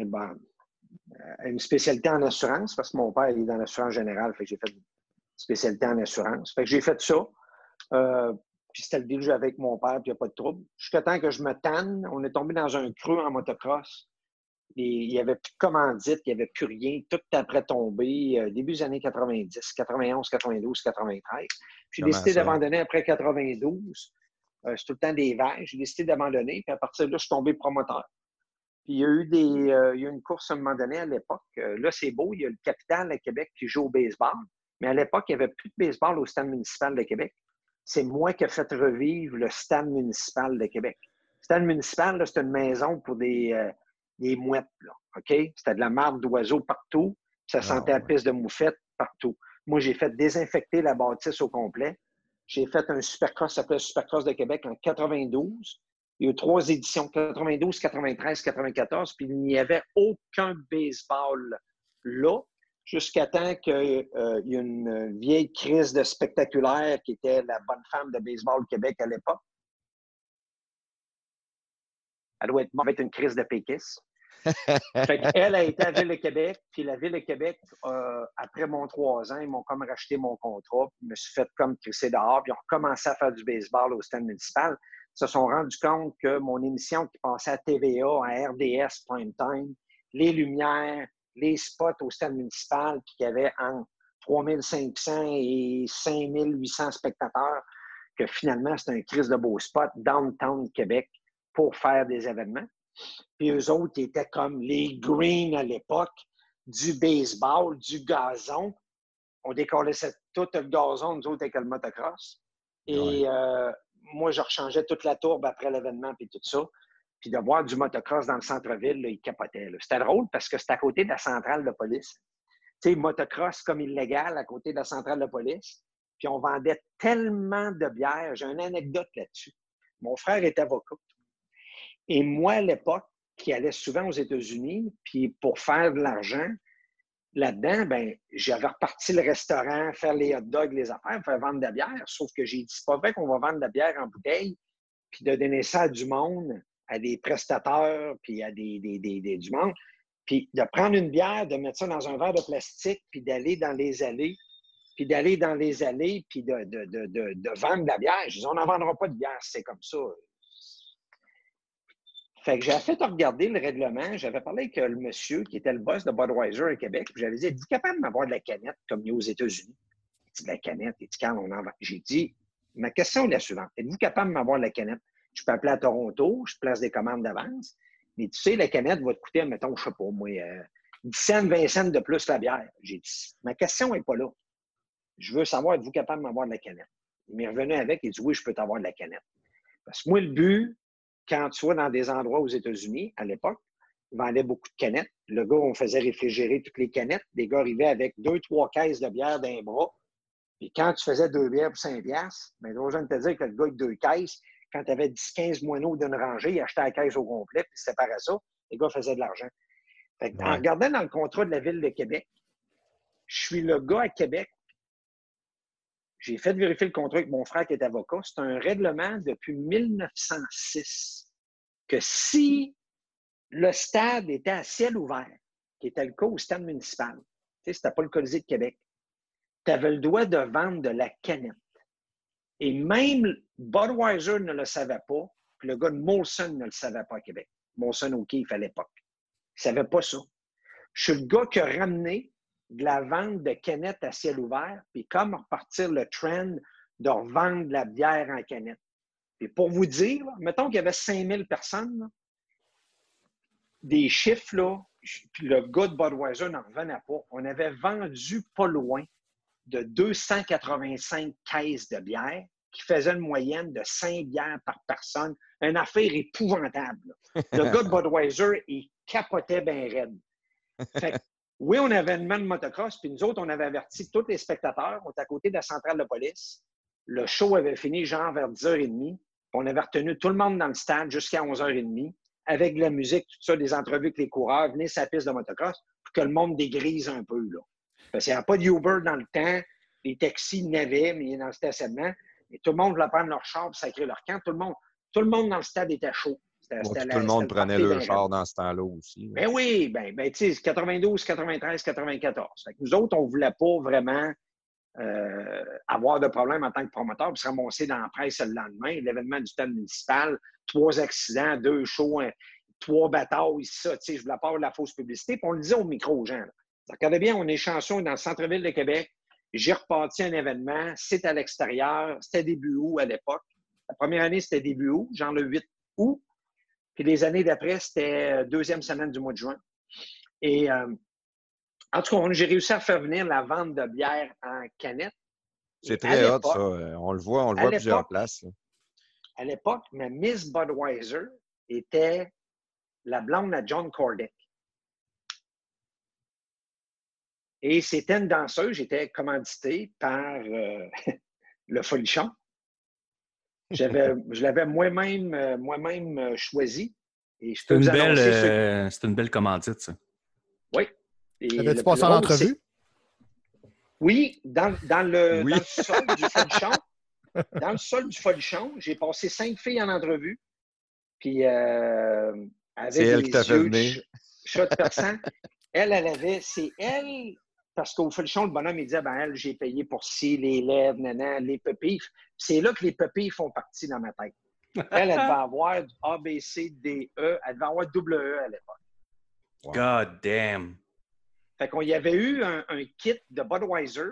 une spécialité en assurance, parce que mon père est dans l'assurance générale, fait que j'ai fait une spécialité en assurance. Fait que j'ai fait ça. Puis c'était le deal que j'avais avec mon père, puis il n'y a pas de trouble. Jusqu'à temps que je me tanne, on est tombé dans un creux en motocross. Et il n'y avait plus de commandite, il n'y avait plus rien. Tout après tombé, début des années 90, 91, 92, 93. J'ai décidé d'abandonner après 92. C'est tout le temps des vagues. J'ai décidé d'abandonner, puis à partir de là, je suis tombé promoteur. Puis il y a eu il y a une course à un moment donné à l'époque. Là, c'est beau, il y a le Capital à Québec qui joue au baseball. Mais à l'époque, il n'y avait plus de baseball au stade municipal de Québec. C'est moi qui ai fait revivre le stade municipal de Québec. Le stade municipal, là, c'était une maison pour des mouettes. Là, OK? C'était de la marde d'oiseaux partout. Ça sentait la piste de moufette partout. Moi, j'ai fait désinfecter la bâtisse au complet. J'ai fait un supercross, ça s'appelait Supercross de Québec en 92. Il y a eu 3 éditions, 92, 93, 94, puis il n'y avait aucun baseball là, jusqu'à temps qu'il y ait une vieille crise de spectaculaire qui était la bonne femme de baseball Québec à l'époque. Elle doit être une crise de péquiste. Elle a été à la Ville de Québec, puis la Ville de Québec, après mon 3 ans, ils m'ont comme racheté mon contrat, puis je me suis fait comme crisser dehors, puis ils ont recommencé à faire du baseball au stade municipal. Ils se sont rendus compte que mon émission qui passait à TVA, à RDS Prime Time, les lumières, les spots au stade municipal, puis qu'il y avait entre 3500 et 5800 spectateurs, que finalement, c'était un crise de beau spot downtown Québec pour faire des événements. Puis eux autres étaient comme les greens à l'époque, du baseball, du gazon. On décollait tout le gazon, nous autres, avec le motocross. Et moi, je rechangeais toute la tourbe après l'événement puis tout ça. Puis de voir du motocross dans le centre-ville, là, ils capotaient. Là. C'était drôle parce que c'était à côté de la centrale de police. Tu sais, motocross comme illégal à côté de la centrale de police. Puis on vendait tellement de bière. J'ai une anecdote là-dessus. Mon frère est avocat. Et moi, à l'époque, qui allais souvent aux États-Unis, puis pour faire de l'argent, là-dedans, ben, j'avais reparti le restaurant, faire les hot dogs, les affaires, faire vendre de la bière. Sauf que j'ai dit, c'est pas vrai qu'on va vendre de la bière en bouteille, puis de donner ça à du monde, à des prestateurs, puis à du monde. Puis de prendre une bière, de mettre ça dans un verre de plastique, puis d'aller dans les allées, puis de vendre de la bière. Je dis, on n'en vendra pas de bière, c'est comme ça. Fait que j'ai fait regarder le règlement. J'avais parlé avec le monsieur qui était le boss de Budweiser à Québec. Puis j'avais dit, êtes-vous capable de m'avoir de la canette comme il y a aux États-Unis? Il dit, de la canette. Il dit, quand on en vend. J'ai dit, ma question est la suivante. Êtes-vous capable de m'avoir de la canette? Je peux appeler à Toronto, je place des commandes d'avance. Mais tu sais, la canette va te coûter, mettons, je sais pas, moi, 10 cents, 20 cents de plus la bière. J'ai dit, ma question n'est pas là. Je veux savoir, êtes-vous capable de m'avoir de la canette? Il m'est revenu avec, il dit, oui, je peux t'avoir de la canette. Parce que moi, le but, quand tu vas dans des endroits aux États-Unis, à l'époque, ils vendaient beaucoup de canettes. Le gars, on faisait réfrigérer toutes les canettes. Les gars arrivaient avec 2-3 caisses de bière d'un bras. Puis quand tu faisais 2 bières pour 5$, bien, j'ai besoin de te dire que le gars avec 2 caisses, quand tu avais 10-15 moineaux d'une rangée, il achetait la caisse au complet, puis séparait ça. Les gars faisaient de l'argent. Fait que, en regardant dans le contrat de la Ville de Québec, je suis le gars à Québec. J'ai fait vérifier le contrat avec mon frère qui est avocat. C'est un règlement depuis 1906 que si le stade était à ciel ouvert, qui était le cas au stade municipal, tu sais, c'était pas le Colisée de Québec, tu avais le droit de vendre de la canette. Et même Budweiser ne le savait pas, puis le gars de Molson ne le savait pas à Québec. Molson O'Keeffe à l'époque. Il ne savait pas ça. Je suis le gars qui a ramené de la vente de canettes à ciel ouvert, puis comme repartir le trend de revendre de la bière en canette. Et pour vous dire, là, mettons qu'il y avait 5000 personnes, là, des chiffres, là, puis le gars de Budweiser n'en revenait pas. On avait vendu pas loin de 285 caisses de bière qui faisaient une moyenne de 5 bières par personne. Une affaire épouvantable. Là. Le gars de Budweiser, il capotait bien raide. Fait que, oui, on avait une main de motocross, puis nous autres, on avait averti tous les spectateurs. On était à côté de la centrale de police. Le show avait fini genre vers 10h30. On avait retenu tout le monde dans le stade jusqu'à 11h30 avec de la musique, tout ça, des entrevues avec les coureurs, venir sur la piste de motocross pour que le monde dégrise un peu. Là. Parce qu'il n'y avait pas de Uber dans le temps. Les taxis n'avaient, mais dans le stationnement. Et tout le monde voulait prendre leur char pour sacrer leur camp. Tout le monde dans le stade était chaud. Tout le monde prenait leur char dans ce temps-là aussi. Ben oui, tu sais, 92, 93, 94. Fait que nous autres, on ne voulait pas vraiment avoir de problème en tant que promoteur, puis se ramasser dans la presse le lendemain. L'événement du stade municipal, 3 accidents, 2 shows, 3 batailles, ça, tu sais, je voulais pas avoir de la fausse publicité. Puis on le disait au micro aux gens. Là. Regardez bien, on est chanceux dans le centre-ville de Québec. J'ai reparti un événement, c'est à l'extérieur, c'était début août à l'époque. La première année, c'était début août, genre le 8 août. Puis les années d'après, c'était deuxième semaine du mois de juin. Et en tout cas, j'ai réussi à faire venir la vente de bière en canette. C'est très hot, ça. On le voit à plusieurs places. Là. À l'époque, ma Miss Budweiser était la blonde à John Cordick. Et c'était une danseuse, j'étais commandité par le Folichon. Je l'avais moi-même choisi. C'est une belle commandite, ça. Oui. T'avais-tu passé en entrevue? Oui, dans le sol du Folichon. Dans le sol du Folichon, j'ai passé 5 filles en entrevue. Puis, avec c'est elle qui t'a fait venir. Chat de persan. C'est elle, parce qu'au Folichon, le bonhomme, il disait, elle, j'ai payé pour ci, les lèvres, les pupilles. C'est là que les pupilles font partie dans ma tête. Elle devait avoir du A, B, C, D, E. Elle devait avoir double E à l'époque. Wow. God damn. Fait qu'on y avait eu un kit de Budweiser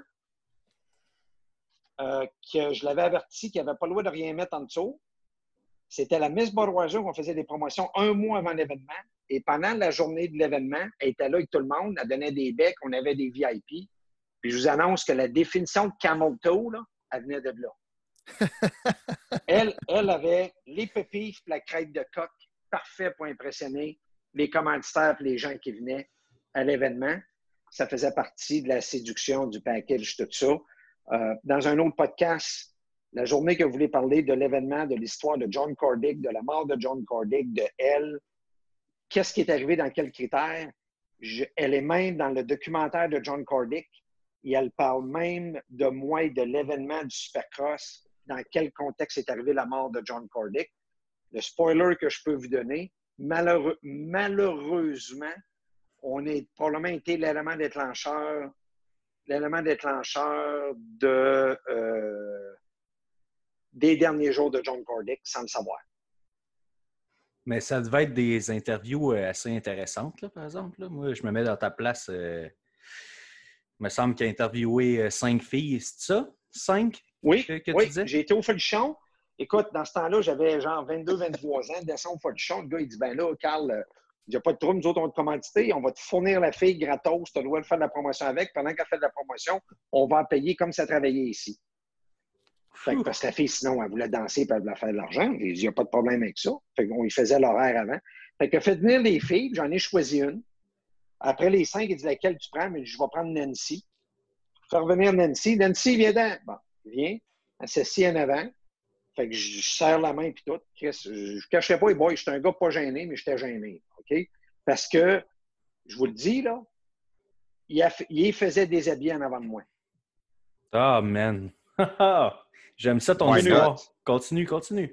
que je l'avais averti qu'il n'avait pas le droit de rien mettre en dessous. C'était la Miss Budweiser qu'on faisait des promotions 1 mois avant l'événement. Et pendant la journée de l'événement, elle était là avec tout le monde. Elle donnait des becs. On avait des VIP. Puis je vous annonce que la définition de Camel Toe, là, elle venait de là. elle avait les pupilles et la crête de coq parfait pour impressionner les commanditaires et les gens qui venaient à l'événement. Ça faisait partie de la séduction, du package, tout ça. Dans un autre podcast, la journée que vous voulez parler de l'événement, de l'histoire de John Cordick, de la mort de John Cordick, de elle, qu'est-ce qui est arrivé, dans quels critères, elle est même dans le documentaire de John Cordick et elle parle même de moi et de l'événement du Supercross, dans quel contexte est arrivé la mort de John Cordick. Le spoiler que je peux vous donner, malheureusement, on est probablement été l'élément déclencheur des derniers jours de John Cordick, sans le savoir. Mais ça devait être des interviews assez intéressantes, là, par exemple. Là. Moi, je me mets dans ta place. Il me semble qu'il a interviewé 5 filles. C'est ça? 5? Oui, que tu disais? J'ai été au Folichon. Écoute, dans ce temps-là, j'avais genre 22-23 ans. Descends au Folichon. Le gars, il dit, là, Carl, il n'y a pas de trouble, nous autres, on va te commanditer. On va te fournir la fille gratos. Tu as le droit de faire de la promotion avec. Pendant qu'elle fait de la promotion, on va payer comme ça travaillait ici. Fait que, parce que la fille, sinon, elle voulait danser et elle voulait faire de l'argent. J'ai dit, il n'y a pas de problème avec ça. Fait qu'on y faisait l'horaire avant. Fait que fait venir les filles, j'en ai choisi une. Après les 5, il dit, laquelle tu prends? Mais je vais prendre Nancy. Faire venir Nancy. Nancy, viens dans. Bon, viens. Elle s'assied en avant. Fait que je serre la main et tout. Chris, je ne cacherai pas, boy, j'étais un gars pas gêné, mais j'étais gêné. OK? Parce que, je vous le dis, là, il faisait des habits en avant de moi. Ah, man. J'aime ça ton histoire. Continue. Continue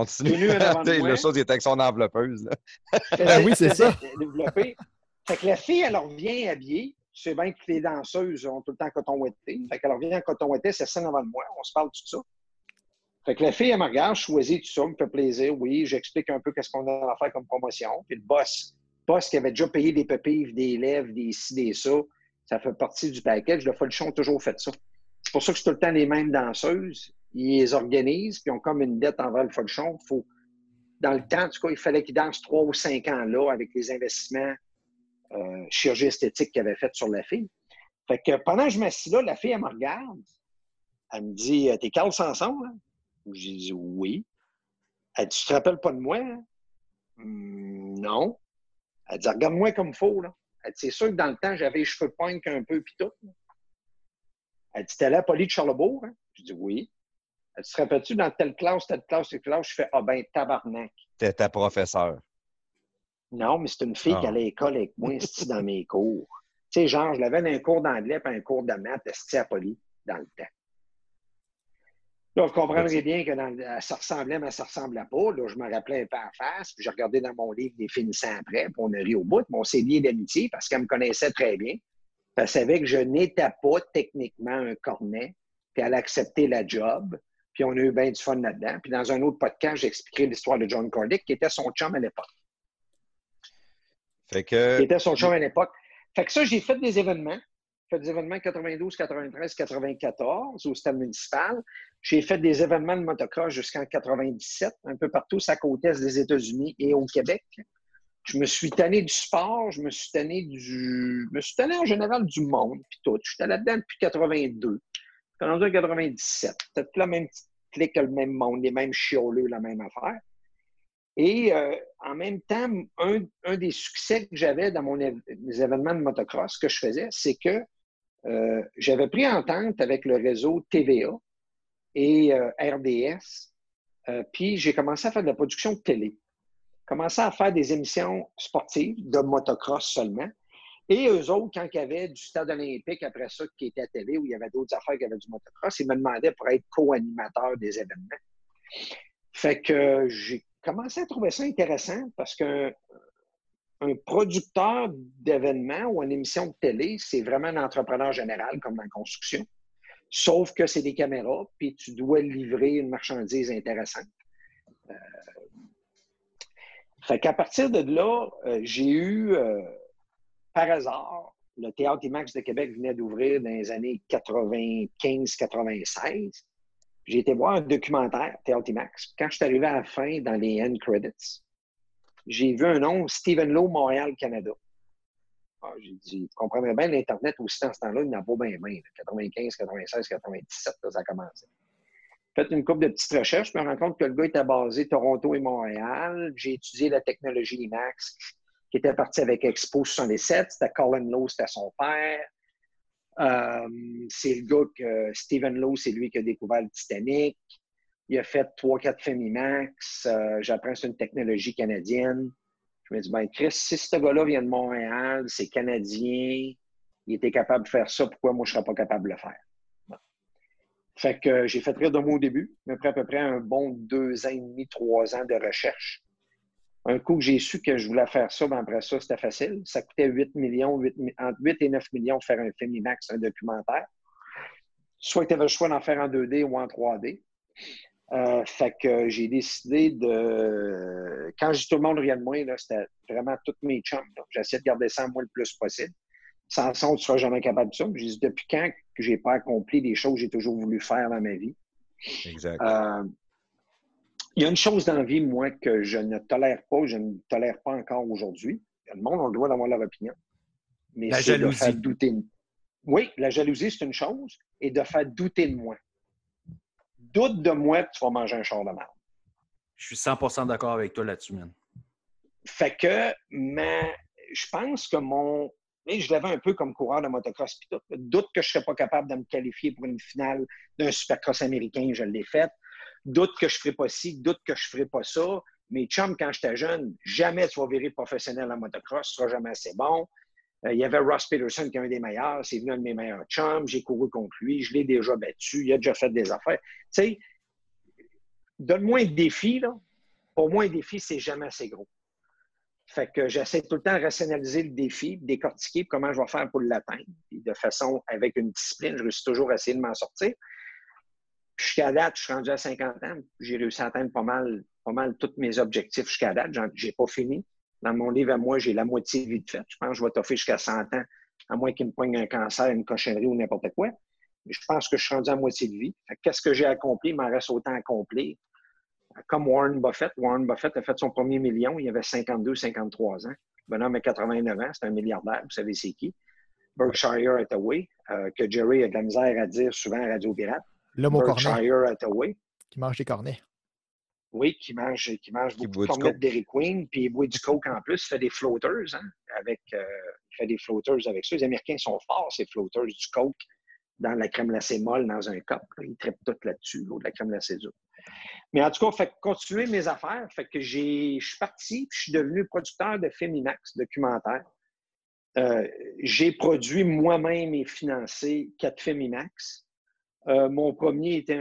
la chose, il était avec son enveloppeuse. Oui, c'est ça. Développé. Fait que la fille, elle revient habillée. Tu sais bien que les danseuses ont tout le temps coton ouetté. Fait qu'elle revient en coton ouetté, c'est ça avant de moi. On se parle de tout ça. Fait que la fille, elle me regarde, je choisis tout ça, me fait plaisir. Oui, j'explique un peu qu'est-ce qu'on a à faire comme promotion. Puis le boss qui avait déjà payé des pupilles, des lèvres, des ci, des ça, ça fait partie du package. Le Folichon a toujours fait ça. C'est pour ça que c'est tout le temps les mêmes danseuses. Ils les organisent, puis ils ont comme une dette envers le Folichon. Dans le temps, en tout cas, il fallait qu'ils dansent 3 ou 5 ans là avec les investissements chirurgie esthétique qu'ils avaient fait sur la fille. Fait que pendant que je m'assis là, la fille, elle me regarde. Elle me dit, t'es Carl Sanson, hein? J'ai dit oui. Elle dit, tu te rappelles pas de moi? Hein? Non. Elle dit, regarde-moi comme il faut. Là. Elle dit, c'est sûr que dans le temps, j'avais les cheveux punk un peu pis tout. Là. Elle dit, t'es là à Poly de Charlebourg? Hein? Je dis oui. Elle dit, te rappelles-tu dans telle classe? Je fais, ah ben, tabarnak. T'es ta professeure. Non, mais c'est une fille qui allait à l'école avec moi, dans mes cours. Tu sais, genre, je l'avais dans un cours d'anglais et un cours de maths, à Poly, dans le temps. Là, vous comprendrez bien que ça ressemblait, mais ça ne ressemblait pas. Là, je me rappelais un peu en face, puis j'ai regardé dans mon livre des finissants après, puis on a ri au bout. Mais on s'est liés d'amitié parce qu'elle me connaissait très bien. Puis elle savait que je n'étais pas techniquement un cornet, puis elle a accepté la job, puis on a eu bien du fun là-dedans. Puis dans un autre podcast, j'ai expliqué l'histoire de John Cordick, qui était son chum à l'époque. Qui était son chum à l'époque. Fait que ça, j'ai fait des événements. fait des événements 92, 93, 94 au stade municipal. J'ai fait des événements de motocross jusqu'en 97, un peu partout sur la côte est des États-Unis et au Québec. Je me suis tanné du sport, je me suis tanné en général du monde, puis tout. J'étais là-dedans depuis 82. J'étais rendu en 97. C'était toute la même petite clique que le même monde, les mêmes chioleux, la même affaire. Et en même temps, un des succès que j'avais dans mes événements de motocross que je faisais, c'est que j'avais pris entente avec le réseau TVA et RDS, puis j'ai commencé à faire de la production de télé. Commencé à faire des émissions sportives de motocross seulement. Et eux autres, quand il y avait du stade olympique après ça qui était à télé, où il y avait d'autres affaires qui avaient du motocross, ils me demandaient pour être co-animateur des événements. Fait que j'ai commencé à trouver ça intéressant parce qu'un producteur d'événements ou une émission de télé, c'est vraiment un entrepreneur général comme dans la construction. Sauf que c'est des caméras, puis tu dois livrer une marchandise intéressante. Fait qu'à partir de là, j'ai eu, par hasard, le Théâtre IMAX de Québec venait d'ouvrir dans les années 95-96. J'ai été voir un documentaire, Théâtre IMAX. Quand je suis arrivé à la fin, dans les end credits, j'ai vu un nom, Stephen Lowe, Montréal, Canada. Ah, j'ai dit, vous comprendrez bien, l'Internet aussi dans ce temps-là, il n'a pas bien. 95, 96, 97, là, ça a commencé. J'ai fait une couple de petites recherches, je me rends compte que le gars était basé Toronto et Montréal. J'ai étudié la technologie IMAX, qui était parti avec Expo 67. C'était Colin Lowe, c'était son père. C'est le gars que Stephen Lowe, c'est lui qui a découvert le Titanic. Il a fait 3-4 films IMAX. J'apprends c'est une technologie canadienne. Je me dis, ben Chris, si ce gars-là vient de Montréal, c'est canadien, il était capable de faire ça, pourquoi moi je ne serais pas capable de le faire? Bon. Fait que j'ai fait rire de moi au début, mais après à peu près un bon 2 ans et demi, 3 ans de recherche. Un coup que j'ai su que je voulais faire ça, ben après ça, c'était facile. Ça coûtait 8 millions, entre 8 et 9 millions de faire un film IMAX, un documentaire. Soit tu avais le choix d'en faire en 2D ou en 3D. Fait que j'ai décidé de... Quand je dis tout le monde riait de moi, là, c'était vraiment tous mes chums. J'essayais de garder ça en moi le plus possible. Sans son, tu ne seras jamais capable de ça. J'ai dit, depuis quand que je n'ai pas accompli des choses que j'ai toujours voulu faire dans ma vie? Exact. Il y a une chose dans la vie, moi, que je ne tolère pas, je ne tolère pas encore aujourd'hui. Le monde a le droit d'avoir leur opinion. Mais la c'est jalousie. de faire douter. Oui, la jalousie, c'est une chose, et de faire douter de moi. Doute de moi, tu vas manger un char de merde. Je suis 100% d'accord avec toi là-dessus, man. Fait que, je pense que je l'avais un peu comme coureur de motocross pis tout. Doute que je ne serais pas capable de me qualifier pour une finale d'un supercross américain, je l'ai fait. Doute que je ne ferai pas ci, doute que je ne ferai pas ça. Mes chums, quand j'étais jeune, jamais tu vas virer professionnel en motocross, tu ne seras jamais assez bon. Il y avait Ross Peterson qui est un des meilleurs, c'est venu un de mes meilleurs chums, j'ai couru contre lui, je l'ai déjà battu, il a déjà fait des affaires. Tu sais, donne-moi un défi, là. Pour moi, un défi, c'est jamais assez gros. Fait que j'essaie tout le temps de rationaliser le défi, de décortiquer comment je vais faire pour l'atteindre. Puis de façon, avec une discipline, je réussis toujours à essayer de m'en sortir. Jusqu'à date, je suis rendu à 50 ans, j'ai réussi à atteindre pas mal tous mes objectifs jusqu'à date. J'ai pas fini. Dans mon livre à moi, j'ai la moitié de vie de fait. Je pense que je vais toffer jusqu'à 100 ans, à moins qu'il me poigne un cancer, une cochonnerie ou n'importe quoi. Mais je pense que je suis rendu à moitié de vie. Qu'est-ce que j'ai accompli? Il m'en reste autant à accomplir. Comme Warren Buffett. Warren Buffett a fait son premier million, il avait 52, 53 ans. Bonhomme a 89 ans, c'est un milliardaire, vous savez c'est qui? Berkshire Hathaway, que Jerry a de la misère à dire souvent à Radio Pirate. L'homme au cornet. Berkshire Hathaway. Qui mange des cornets. Oui, qui mange beaucoup de cornets de Dairy Queen, puis il boit du coke en plus. Il fait des floaters, hein, il fait des floaters avec ça. Les Américains sont forts, ces floaters, du coke dans la crème glacée molle dans un cup. Là. Ils trippent tout là-dessus, l'eau de la crème glacée dure. Mais en tout cas, fait continuer mes affaires. Fait que je suis parti, puis je suis devenu producteur de films IMAX, documentaires. J'ai produit moi-même et financé 4 films IMAX. Mon premier était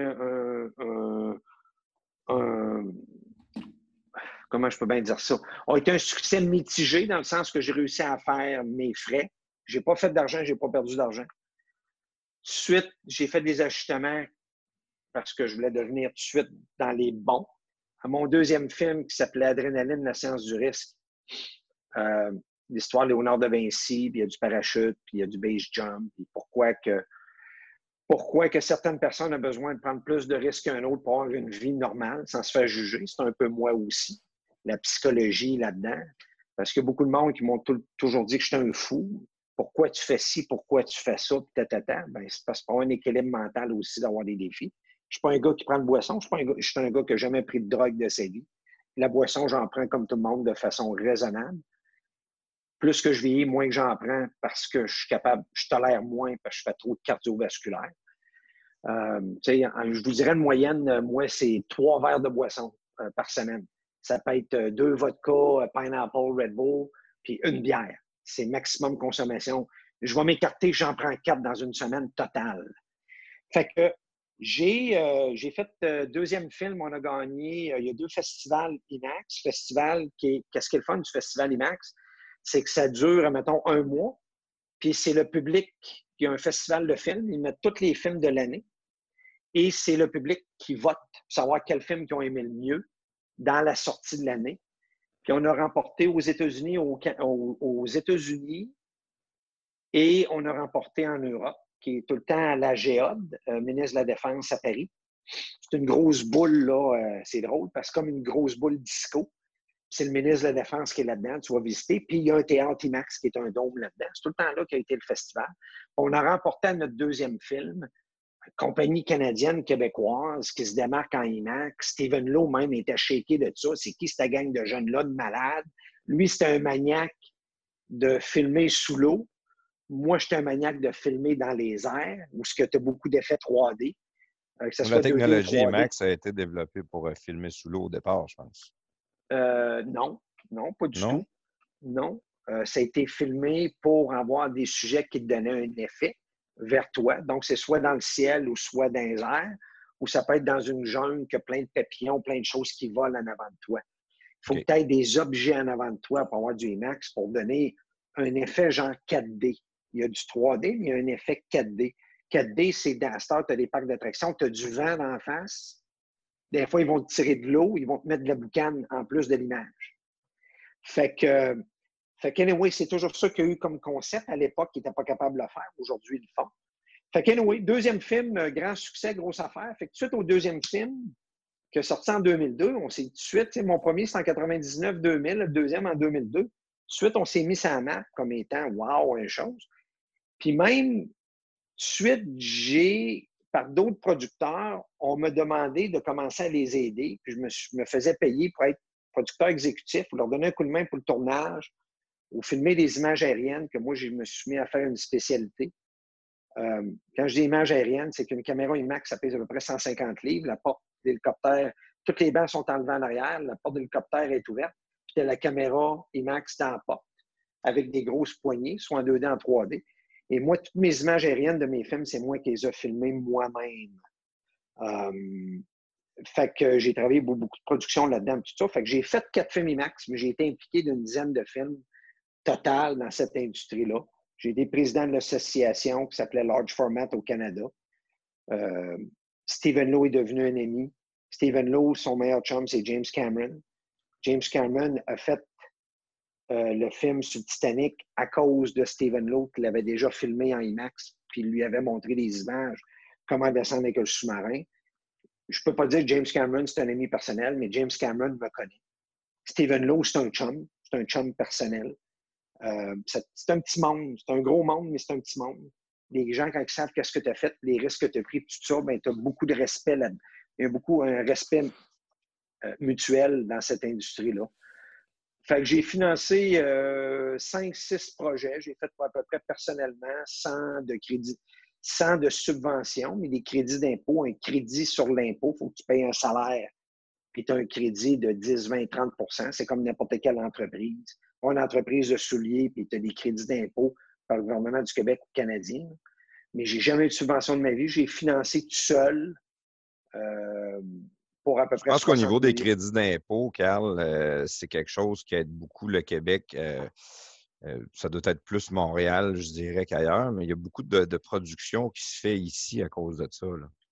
comment je peux bien dire ça? A été un succès mitigé dans le sens que j'ai réussi à faire mes frais. J'ai pas fait d'argent, j'ai pas perdu d'argent. Suite, j'ai fait des ajustements parce que je voulais devenir tout de suite dans les bons. À mon deuxième film qui s'appelait Adrénaline, la science du risque, l'histoire de Léonard de Vinci, puis il y a du parachute, puis il y a du base jump, puis pourquoi que certaines personnes ont besoin de prendre plus de risques qu'un autre pour avoir une vie normale sans se faire juger. C'est un peu moi aussi, la psychologie là-dedans. Parce qu'il y a beaucoup de monde qui m'ont toujours dit que j'étais un fou. Pourquoi tu fais ci, pourquoi tu fais ça, puis tatata. Ben, c'est parce qu'il faut avoir un équilibre mental aussi d'avoir des défis. Je ne suis pas un gars qui prend de boisson, je suis un gars qui n'a jamais pris de drogue de sa vie. La boisson, j'en prends comme tout le monde de façon raisonnable. Plus que je vieillis, moins que j'en prends parce que je tolère moins parce que je fais trop de cardiovasculaire. Je vous dirais une moyenne, moi, c'est 3 verres de boisson par semaine. Ça peut être 2 vodka, pineapple, Red Bull, puis une bière. C'est maximum consommation. Je vais m'écarter, j'en prends 4 dans une semaine totale. Fait que j'ai fait deuxième film, on a gagné, il y a 2 festivals IMAX. Qu'est-ce qui est le fun du festival IMAX? C'est que ça dure, mettons, 1 mois, puis c'est le public qui a un festival de films, ils mettent tous les films de l'année, et c'est le public qui vote pour savoir quels films ils ont aimé le mieux dans la sortie de l'année. Puis on a remporté aux États-Unis, aux États-Unis, et on a remporté en Europe, qui est tout le temps à la GEOD, ministre de la Défense à Paris. C'est une grosse boule, là, c'est drôle, parce que comme une grosse boule disco, c'est le ministre de la Défense qui est là-dedans, tu vas visiter, puis il y a un théâtre IMAX qui est un dôme là-dedans. C'est tout le temps là qu'a été le festival. On a remporté notre deuxième film, compagnie canadienne québécoise qui se démarque en IMAX. Steven Lowe même était shaké de ça. C'est qui cette gang de jeunes-là, de malades? Lui, c'était un maniaque de filmer sous l'eau. Moi, j'étais un maniaque de filmer dans les airs, où tu as beaucoup d'effets 3D. La technologie IMAX a été développée pour filmer sous l'eau au départ, je pense. Non, pas du tout. Non. Ça a été filmé pour avoir des sujets qui te donnaient un effet vers toi. Donc, c'est soit dans le ciel ou soit dans les airs, ou ça peut être dans une jungle qui a plein de papillons, plein de choses qui volent en avant de toi. Il faut que tu aies des objets en avant de toi pour avoir du IMAX pour donner un effet genre 4D. Il y a du 3D, mais il y a un effet 4D. 4D, c'est dans Star, tu as des parcs d'attractions, tu as du vent d'en face. Des fois, ils vont te tirer de l'eau, ils vont te mettre de la boucane en plus de l'image. Fait que anyway, c'est toujours ça qu'il y a eu comme concept à l'époque qui n'était pas capable de le faire. Aujourd'hui, ils le font. Fait que anyway, deuxième film, grand succès, grosse affaire. Fait que tout de suite au deuxième film, qui est sorti en 2002, on s'est tout de suite, mon premier c'est en 99-2000, le deuxième en 2002. Tout de suite, on s'est mis sur la map comme étant wow, une chose. Puis même, tout de suite, par d'autres producteurs, on m'a demandé de commencer à les aider. Puis je me faisais payer pour être producteur exécutif, pour leur donner un coup de main pour le tournage, ou filmer des images aériennes, que moi, je me suis mis à faire une spécialité. Quand je dis images aériennes, c'est qu'une caméra IMAX, ça pèse à peu près 150 livres. La porte d'hélicoptère, toutes les bancs sont enlevés en arrière, la porte d'hélicoptère est ouverte, puis tu as la caméra IMAX dans la porte, avec des grosses poignées, soit en 2D, en 3D. Et moi, toutes mes images aériennes de mes films, c'est moi qui les ai filmées moi-même. Fait que j'ai travaillé beaucoup de production là-dedans, tout ça. Fait que j'ai fait 4 films IMAX, mais j'ai été impliqué d'une dizaine de films total dans cette industrie-là. J'ai été président de l'association qui s'appelait Large Format au Canada. Steven Lowe est devenu un ami. Steven Lowe, son meilleur chum, c'est James Cameron. James Cameron a fait le film sur Titanic à cause de Steven Lowe, qui l'avait déjà filmé en IMAX, puis il lui avait montré des images, comment descendre avec le sous-marin. Je ne peux pas dire que James Cameron, c'est un ami personnel, mais James Cameron me connaît. Steven Lowe, c'est un chum personnel. C'est un petit monde, c'est un gros monde, mais c'est un petit monde. Les gens, quand ils savent qu'est-ce que tu as fait, les risques que tu as pris, tout ça, ben, tu as beaucoup de respect là-dedans. Il y a beaucoup un respect mutuel dans cette industrie-là. Fait que j'ai financé 5-6 projets. J'ai fait à peu près personnellement, sans de crédit, sans de subvention, mais des crédits d'impôt. Un crédit sur l'impôt, il faut que tu payes un salaire, puis tu as un crédit de 10, 20, 30 %. C'est comme n'importe quelle entreprise. Une entreprise de souliers, puis tu as des crédits d'impôt par le gouvernement du Québec ou canadien. Mais je n'ai jamais eu de subvention de ma vie. J'ai financé tout seul pour à peu près. Je pense qu'au niveau des crédits d'impôt, Carl, c'est quelque chose qui aide beaucoup le Québec. Ça doit être plus Montréal, je dirais, qu'ailleurs, mais il y a beaucoup de production qui se fait ici à cause de ça. Là.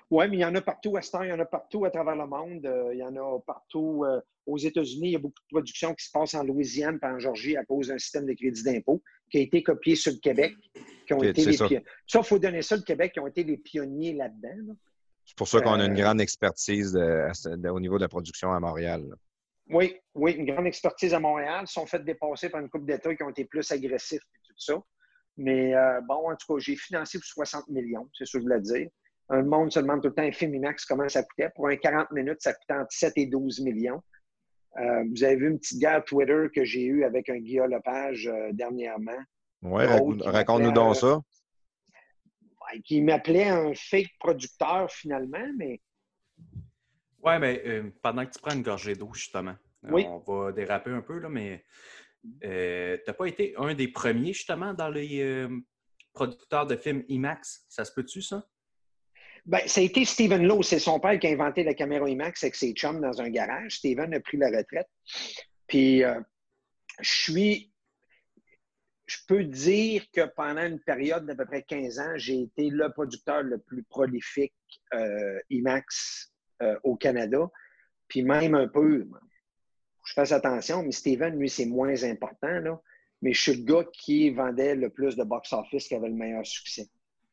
Oui, mais il y en a partout à cette heure, il y en a partout à travers le monde. Il y en a partout aux États-Unis. Il y a beaucoup de productions qui se passent en Louisiane et en Georgie à cause d'un système de crédit d'impôt qui a été copié sur le Québec, qui ont été les pionniers. Ça, il faut donner ça le Québec, qui ont été les pionniers là-dedans. Là. C'est pour ça qu'on a une grande expertise au niveau de la production à Montréal. Là. Oui, une grande expertise à Montréal. Ils sont fait dépasser par une couple d'États qui ont été plus agressifs et tout ça. Mais en tout cas, j'ai financé pour 60 millions, c'est ce que je voulais dire. Le monde se demande tout le temps, un film IMAX, comment ça coûtait. Pour un 40 minutes, ça coûtait entre 7 et 12 millions. Vous avez vu une petite guerre Twitter que j'ai eue avec un Guillaume Lepage dernièrement. Oui, raconte-nous donc ça. Qui m'appelait un fake producteur, finalement, mais... Oui, mais pendant que tu prends une gorgée d'eau, justement, oui. On va déraper un peu, là, mais tu n'as pas été un des premiers, justement, dans les producteurs de films IMAX. Ça se peut-tu, ça? Bien, ça a été Steven Lowe. C'est son père qui a inventé la caméra IMAX avec ses chums dans un garage. Steven a pris la retraite. Puis, je peux dire que pendant une période d'à peu près 15 ans, j'ai été le producteur le plus prolifique IMAX au Canada. Puis même un peu, je fais attention, mais Steven, lui, c'est moins important, là. Mais je suis le gars qui vendait le plus de box-office, qui avait le meilleur succès.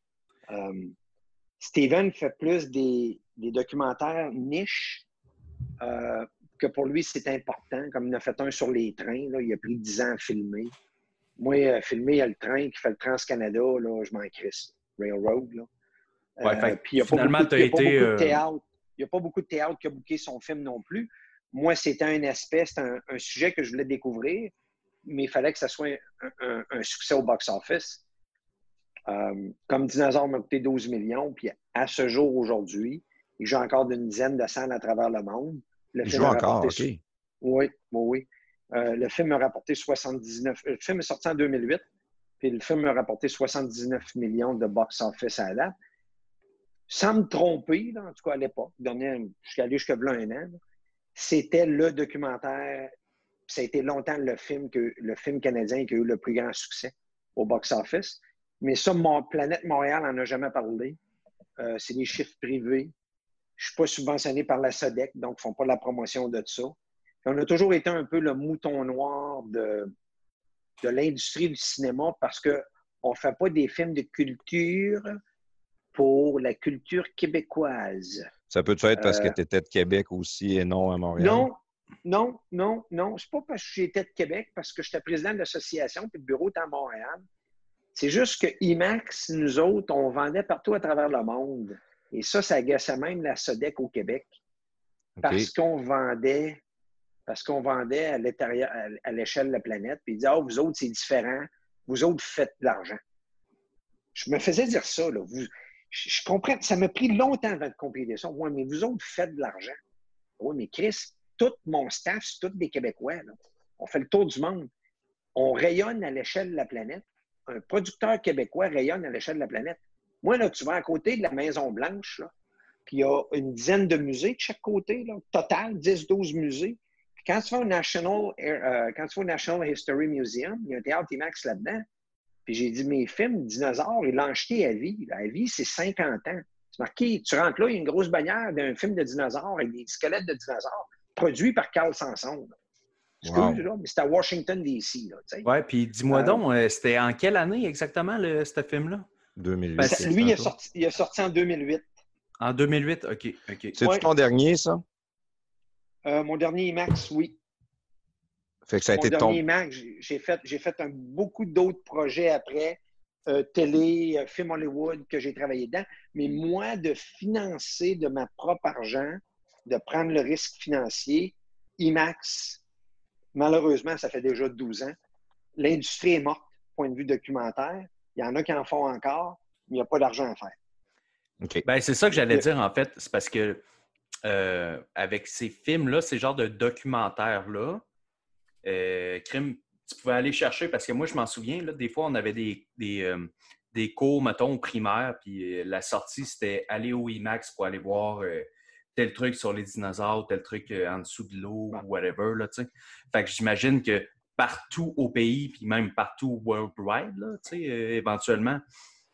Steven fait plus des documentaires niches que pour lui, c'est important. Comme il en a fait un sur les trains, là, il a pris 10 ans à filmer. Moi, filmer, il y a le train qui fait le Trans-Canada, là, je m'en crisse. Railroad, là. Puis il n'y a pas beaucoup de théâtre. Il n'y a pas beaucoup de théâtre qui a booké son film non plus. Moi, c'était un aspect, c'était un sujet que je voulais découvrir, mais il fallait que ça soit un succès au box-office. Comme Dinosaure m'a coûté 12 millions, puis à ce jour, aujourd'hui, il joue encore d'une dizaine de salles à travers le monde. Il joue encore, OK. Oui. Le film a rapporté 79... Le film est sorti en 2008, puis le film a rapporté 79 millions de box-office à la date. Sans me tromper, là, en tout cas à l'époque, je suis allé jusqu'à là un an, là, c'était le documentaire, ça a été longtemps le film canadien qui a eu le plus grand succès au box-office. Mais ça, Planète Montréal n'en a jamais parlé. C'est des chiffres privés. Je ne suis pas subventionné par la SODEC, donc ils ne font pas la promotion de ça. Puis on a toujours été un peu le mouton noir de l'industrie du cinéma parce qu'on ne fait pas des films de culture pour la culture québécoise. Ça peut être parce que tu étais de Québec aussi et non à Montréal? Non. C'est pas parce que j'étais de Québec, parce que j'étais président de l'association puis le bureau était à Montréal. C'est juste que IMAX, nous autres, on vendait partout à travers le monde. Et ça agaçait même la SODEC au Québec. Okay. Parce qu'on vendait à l'échelle de la planète. Puis ils disaient, vous autres, c'est différent. Vous autres, faites de l'argent. Je me faisais dire ça, là. Je comprends. Ça m'a pris longtemps avant de comprendre ça. Oui, mais vous autres, faites de l'argent. Oui, mais Chris, tout mon staff, c'est tous des Québécois, là. On fait le tour du monde. On rayonne à l'échelle de la planète. Un producteur québécois rayonne à l'échelle de la planète. Moi, là, tu vas à côté de la Maison-Blanche, là, puis il y a une dizaine de musées de chaque côté, là, total, 10-12 musées. Puis quand tu vas au National History Museum, il y a un théâtre IMAX là-dedans. Puis j'ai dit, mes films, Dinosaures, ils l'ont acheté à vie. À vie, c'est 50 ans. C'est marqué, tu rentres là, il y a une grosse bannière d'un film de dinosaures avec des squelettes de dinosaures, produit par Carl Sanson. Excuse, là, mais c'était à Washington, D.C. Oui, puis dis-moi donc, c'était en quelle année exactement, ce film-là? 2008. Lui, il est sorti en 2008. En 2008, OK. C'est-tu ton dernier, ça? Mon dernier IMAX, oui. Fait que ça a été dernier IMAX, j'ai fait beaucoup d'autres projets après, télé, film Hollywood, que j'ai travaillé dedans. Mais moi, de financer de ma propre argent, de prendre le risque financier, IMAX, malheureusement, ça fait déjà 12 ans. L'industrie est morte, point de vue documentaire. Il y en a qui en font encore, mais il n'y a pas d'argent à faire. Okay. Ben, c'est ça que j'allais dire, en fait. C'est parce que avec ces films-là, ces genres de documentaires-là, Crime, tu pouvais aller chercher, parce que moi, je m'en souviens, là, des fois, on avait des cours, mettons, au primaire, puis la sortie, c'était aller au IMAX pour aller voir tel truc sur les dinosaures, tel truc en dessous de l'eau, ou whatever, là, tu sais. Fait que j'imagine que partout au pays, puis même partout worldwide, là, tu sais, éventuellement,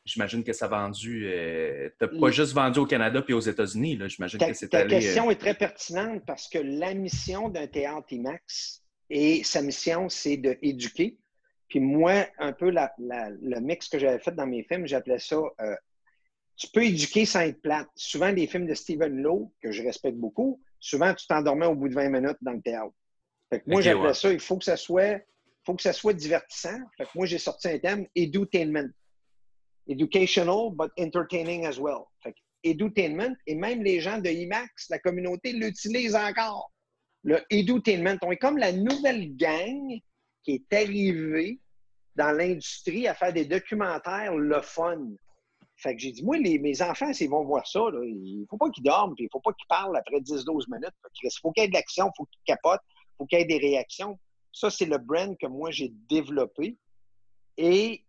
j'imagine que ça a vendu... t'as pas juste vendu au Canada puis aux États-Unis, là. J'imagine que c'est Ta allé... question est très pertinente parce que la mission d'un théâtre IMAX et sa mission, c'est d'éduquer. Puis moi, un peu le mix que j'avais fait dans mes films, j'appelais ça tu peux éduquer sans être plate. Souvent, les films de Stephen Lowe, que je respecte beaucoup, souvent, tu t'endormais au bout de 20 minutes dans le théâtre. Fait que moi, j'appelais ça, il faut que ça soit divertissant. Fait que moi, j'ai sorti un thème, edutainment. Educational, but entertaining as well. Fait que edutainment, et même les gens de IMAX, la communauté, l'utilisent encore. Le edutainment, on est comme la nouvelle gang qui est arrivée dans l'industrie à faire des documentaires le fun. Fait que j'ai dit, moi, mes enfants, s'ils vont voir ça, là, il ne faut pas qu'ils dorment, puis il ne faut pas qu'ils parlent après 10-12 minutes. Il faut qu'il y ait de l'action, il faut qu'ils capotent, il faut qu'il y ait des réactions. Ça, c'est le brand que moi, j'ai développé. Et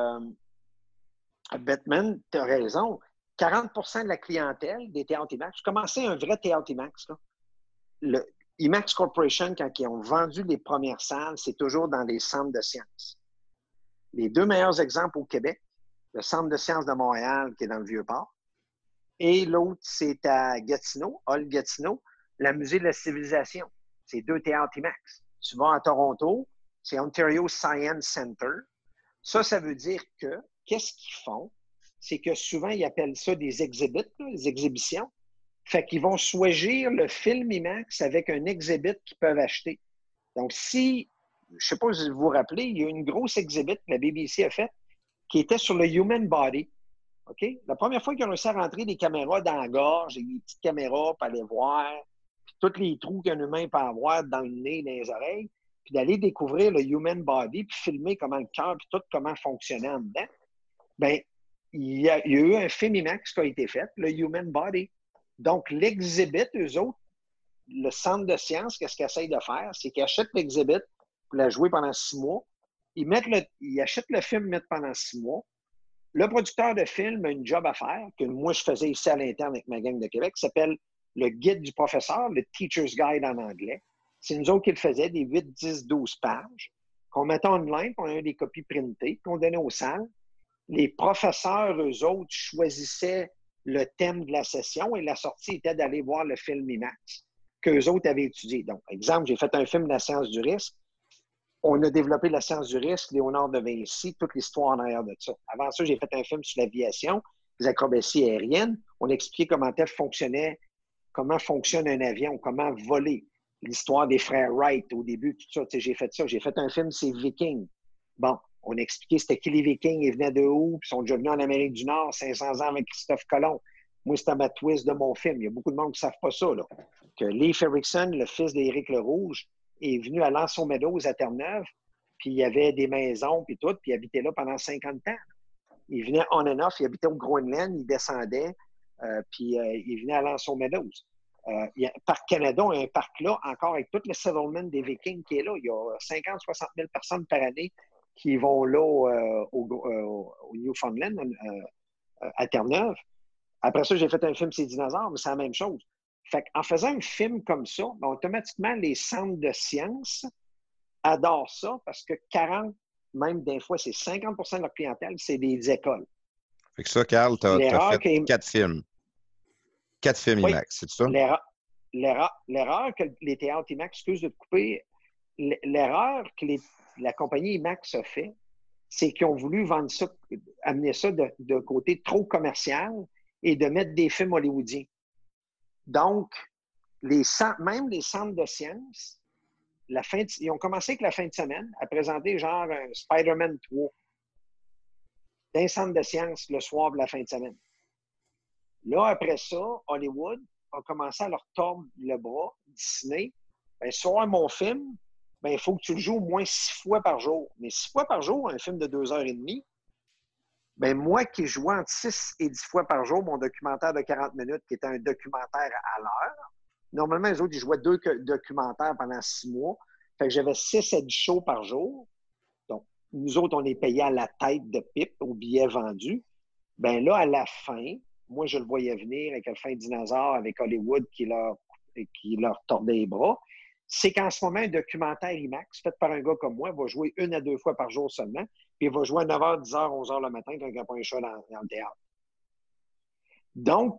Batman, tu as raison, 40 de la clientèle des théâtres IMAX, commençait un vrai théâtre IMAX. Là. Le IMAX Corporation, quand ils ont vendu les premières salles, c'est toujours dans les centres de sciences. Les deux meilleurs exemples au Québec, le Centre de sciences de Montréal, qui est dans le Vieux-Port, et l'autre, c'est à Gatineau, Hall Gatineau, le Musée de la civilisation. C'est deux théâtres IMAX. Tu vas à Toronto, c'est Ontario Science Center. Ça veut dire que, qu'est-ce qu'ils font? C'est que souvent, ils appellent ça des exhibits, des exhibitions. Fait qu'ils vont choisir le film IMAX avec un exhibit qu'ils peuvent acheter. Donc, si, je ne sais pas si vous vous rappelez, il y a une grosse exhibit que la BBC a faite qui était sur le human body. OK? La première fois qu'ils ont réussi à rentrer des caméras dans la gorge et des petites caméras pour aller voir puis tous les trous qu'un humain peut avoir dans le nez, dans les oreilles, puis d'aller découvrir le human body puis filmer comment le cœur puis tout comment fonctionnait en dedans, bien, il y a eu un film IMAX qui a été fait, le human body. Donc, l'exhibit, eux autres, le centre de sciences, qu'est-ce qu'ils essayent de faire? C'est qu'ils achètent l'exhibit pour la jouer pendant 6 mois. Ils achètent le film, mettent pendant 6 mois. Le producteur de film a une job à faire, que moi, je faisais ici à l'interne avec ma gang de Québec, qui s'appelle le guide du professeur, le Teacher's Guide en anglais. C'est nous autres qui le faisaient, des 8, 10, 12 pages, qu'on mettait online, qu'on avait des copies printées, qu'on donnait aux salles. Les professeurs, eux autres, choisissaient le thème de la session et la sortie était d'aller voir le film IMAX qu'eux autres avaient étudié. Donc, exemple, j'ai fait un film de la science du risque. On a développé la science du risque, Léonard de Vinci, toute l'histoire en arrière de ça. Avant ça, j'ai fait un film sur l'aviation, les acrobaties aériennes. On expliquait comment fonctionne un avion, comment voler. L'histoire des frères Wright au début, tout ça. J'ai fait ça. J'ai fait un film, c'est Vikings. Bon, on a expliqué c'était qui les Vikings, ils venaient de où, puis ils sont déjà venus en Amérique du Nord, 500 ans avec Christophe Colomb. Moi, c'était ma twist de mon film. Il y a beaucoup de monde qui ne savent pas ça, là. Que Leif Erikson, le fils d'Éric le Rouge, est venu à Lançon Meadows à Terre-Neuve, puis il y avait des maisons, puis tout, puis il habitait là pendant 50 ans. Il venait on and off, il habitait au Groenland, il descendait, puis il venait à Lançon Meadows. Parc Canada, il y a un parc là, encore avec tout le settlement des Vikings qui est là. Il y a 50-60 000 personnes par année qui vont là au Newfoundland, à Terre-Neuve. Après ça, j'ai fait un film sur les dinosaures, mais c'est la même chose. Fait qu'en faisant un film comme ça, ben, automatiquement, les centres de sciences adorent ça parce que 40, même des fois, c'est 50 de leur clientèle, c'est des écoles. Fait que ça, Carl, t'as fait 4 films. 4 films oui, IMAX, c'est ça? L'erreur que les théâtres IMAX, excuse de te couper, l'erreur que la compagnie IMAX a fait, c'est qu'ils ont voulu vendre ça, amener ça de côté trop commercial et de mettre des films hollywoodiens. Donc, même les centres de sciences, ils ont commencé avec la fin de semaine à présenter genre un Spider-Man 3 d'un centre de sciences le soir de la fin de semaine. Là, après ça, Hollywood a commencé à leur tordre le bras, Disney. Bien, sur mon film, ben, il faut que tu le joues au moins 6 fois par jour. Mais 6 fois par jour, un film de 2h30, ben, moi qui jouais entre 6 et 10 fois par jour mon documentaire de 40 minutes, qui était un documentaire à l'heure, normalement, les autres, ils jouaient 2 documentaires pendant 6 mois. Fait que j'avais 6 à 10 shows par jour. Donc, nous autres, on est payés à la tête de pipe, au billet vendu. Ben là, à la fin, moi, je le voyais venir avec le fin dinosaure, avec Hollywood qui leur tordait les bras. C'est qu'en ce moment, un documentaire IMAX fait par un gars comme moi va jouer 1 à 2 fois par jour seulement. puis il va jouer à 9h, 10h, 11h le matin quand il n'y a pas un chat dans le théâtre. Donc,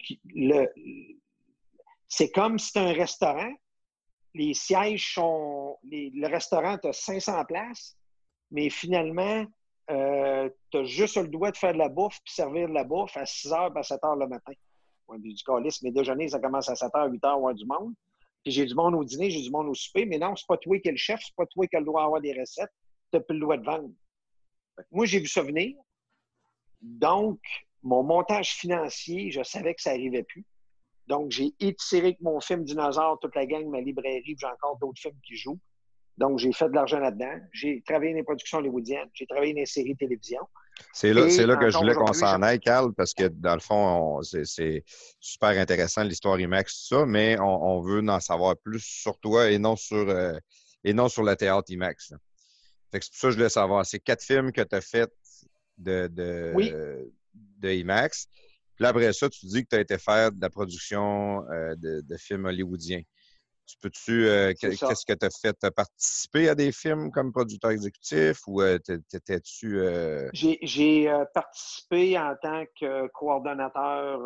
c'est comme si c'était un restaurant. Les sièges sont... le restaurant, tu as 500 places, mais finalement, tu as juste le droit de faire de la bouffe puis servir de la bouffe à 6h et à 7h le matin. Ouais, du calice, mes déjeuners, ça commence à 7h, 8h, avoir du monde. Puis j'ai du monde au dîner, j'ai du monde au souper, mais non, c'est pas toi qui es le chef, c'est pas toi qui as le droit d'avoir des recettes, tu n'as plus le droit de vendre. Moi, j'ai vu ça venir. Donc, mon montage financier, je savais que ça n'arrivait plus. Donc, j'ai étiré avec mon film Dinosaure, toute la gang, ma librairie, puis j'ai encore d'autres films qui jouent. Donc, j'ai fait de l'argent là-dedans. J'ai travaillé dans les productions hollywoodiennes, j'ai travaillé dans les séries de télévision. C'est là que je voulais qu'on s'en aille, Carl, parce que dans le fond, c'est super intéressant l'histoire IMAX, tout ça, mais on veut en savoir plus sur toi et non sur le théâtre IMAX. Fait que c'est pour ça que je voulais savoir. C'est 4 films que tu as fait de IMAX. Puis là, après ça, tu dis que tu as été faire de la production de films hollywoodiens. Qu'est-ce que tu as fait? Tu as participé à des films comme producteur exécutif ou t'étais-tu... J'ai participé en tant que coordonnateur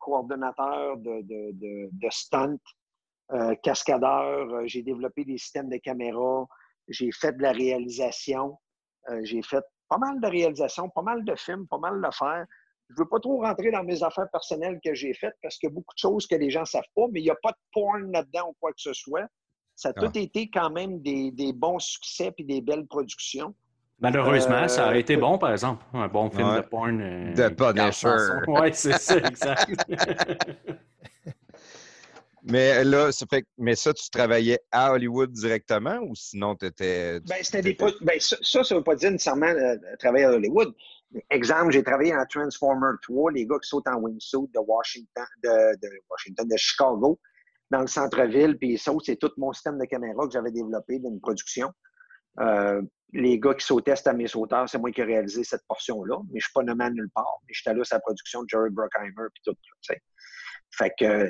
de stunt, cascadeur. J'ai développé des systèmes de caméra. J'ai fait de la réalisation. J'ai fait pas mal de réalisation, pas mal de films, pas mal d'affaires. Je ne veux pas trop rentrer dans mes affaires personnelles que j'ai faites parce qu'il y a beaucoup de choses que les gens ne savent pas, mais il n'y a pas de porn là-dedans ou quoi que ce soit. Ça a tout été quand même des bons succès et des belles productions. Malheureusement, ça a été bon, par exemple. Un bon film de porn. The Punisher. Oui, c'est ça, exact. Mais là, ça, tu travaillais à Hollywood directement ou sinon tu étais. Ça ne veut pas dire nécessairement travailler à Hollywood. Exemple, j'ai travaillé en Transformer 3, les gars qui sautent en wingsuit de Chicago, dans le centre-ville, puis ils sautent, c'est tout mon système de caméra que j'avais développé d'une production. Les gars qui sautaient, c'était mes sauteurs, c'est moi qui ai réalisé cette portion-là, mais je ne suis pas nommé à nulle part, mais j'étais là sur la production de Jerry Bruckheimer, puis tout, tu sais. Fait que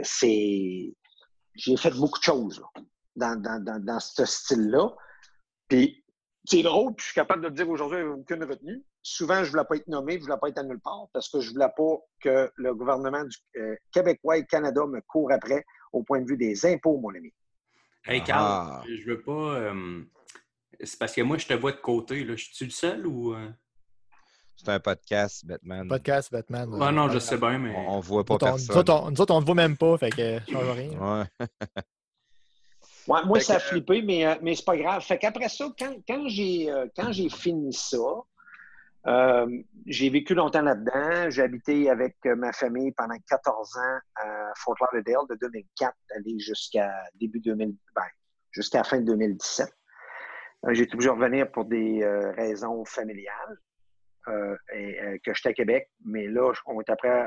j'ai fait beaucoup de choses là, dans ce style-là. Puis c'est drôle, puis je suis capable de le dire aujourd'hui avec aucune retenue. Souvent, je ne voulais pas être nommé, je ne voulais pas être à nulle part parce que je ne voulais pas que le gouvernement du québécois et Canada me court après au point de vue des impôts, mon ami. Hey, Carl, je veux pas... C'est parce que moi, je te vois de côté. Là. Je suis-tu le seul ou... C'est un podcast, Batman. Ah non, je sais bien, mais... On voit pas personne. Nous autres, on ne te voit même pas, fait que ça change rien. Ouais. Ouais, moi, ça a flippé, mais c'est pas grave. Fait qu'après ça, quand j'ai fini ça, j'ai vécu longtemps là-dedans. J'ai habité avec ma famille pendant 14 ans à Fort Lauderdale de 2004 aller jusqu'à jusqu'à la fin de 2017. J'ai été obligé de revenir pour des raisons familiales que j'étais à Québec. Mais là, on est après,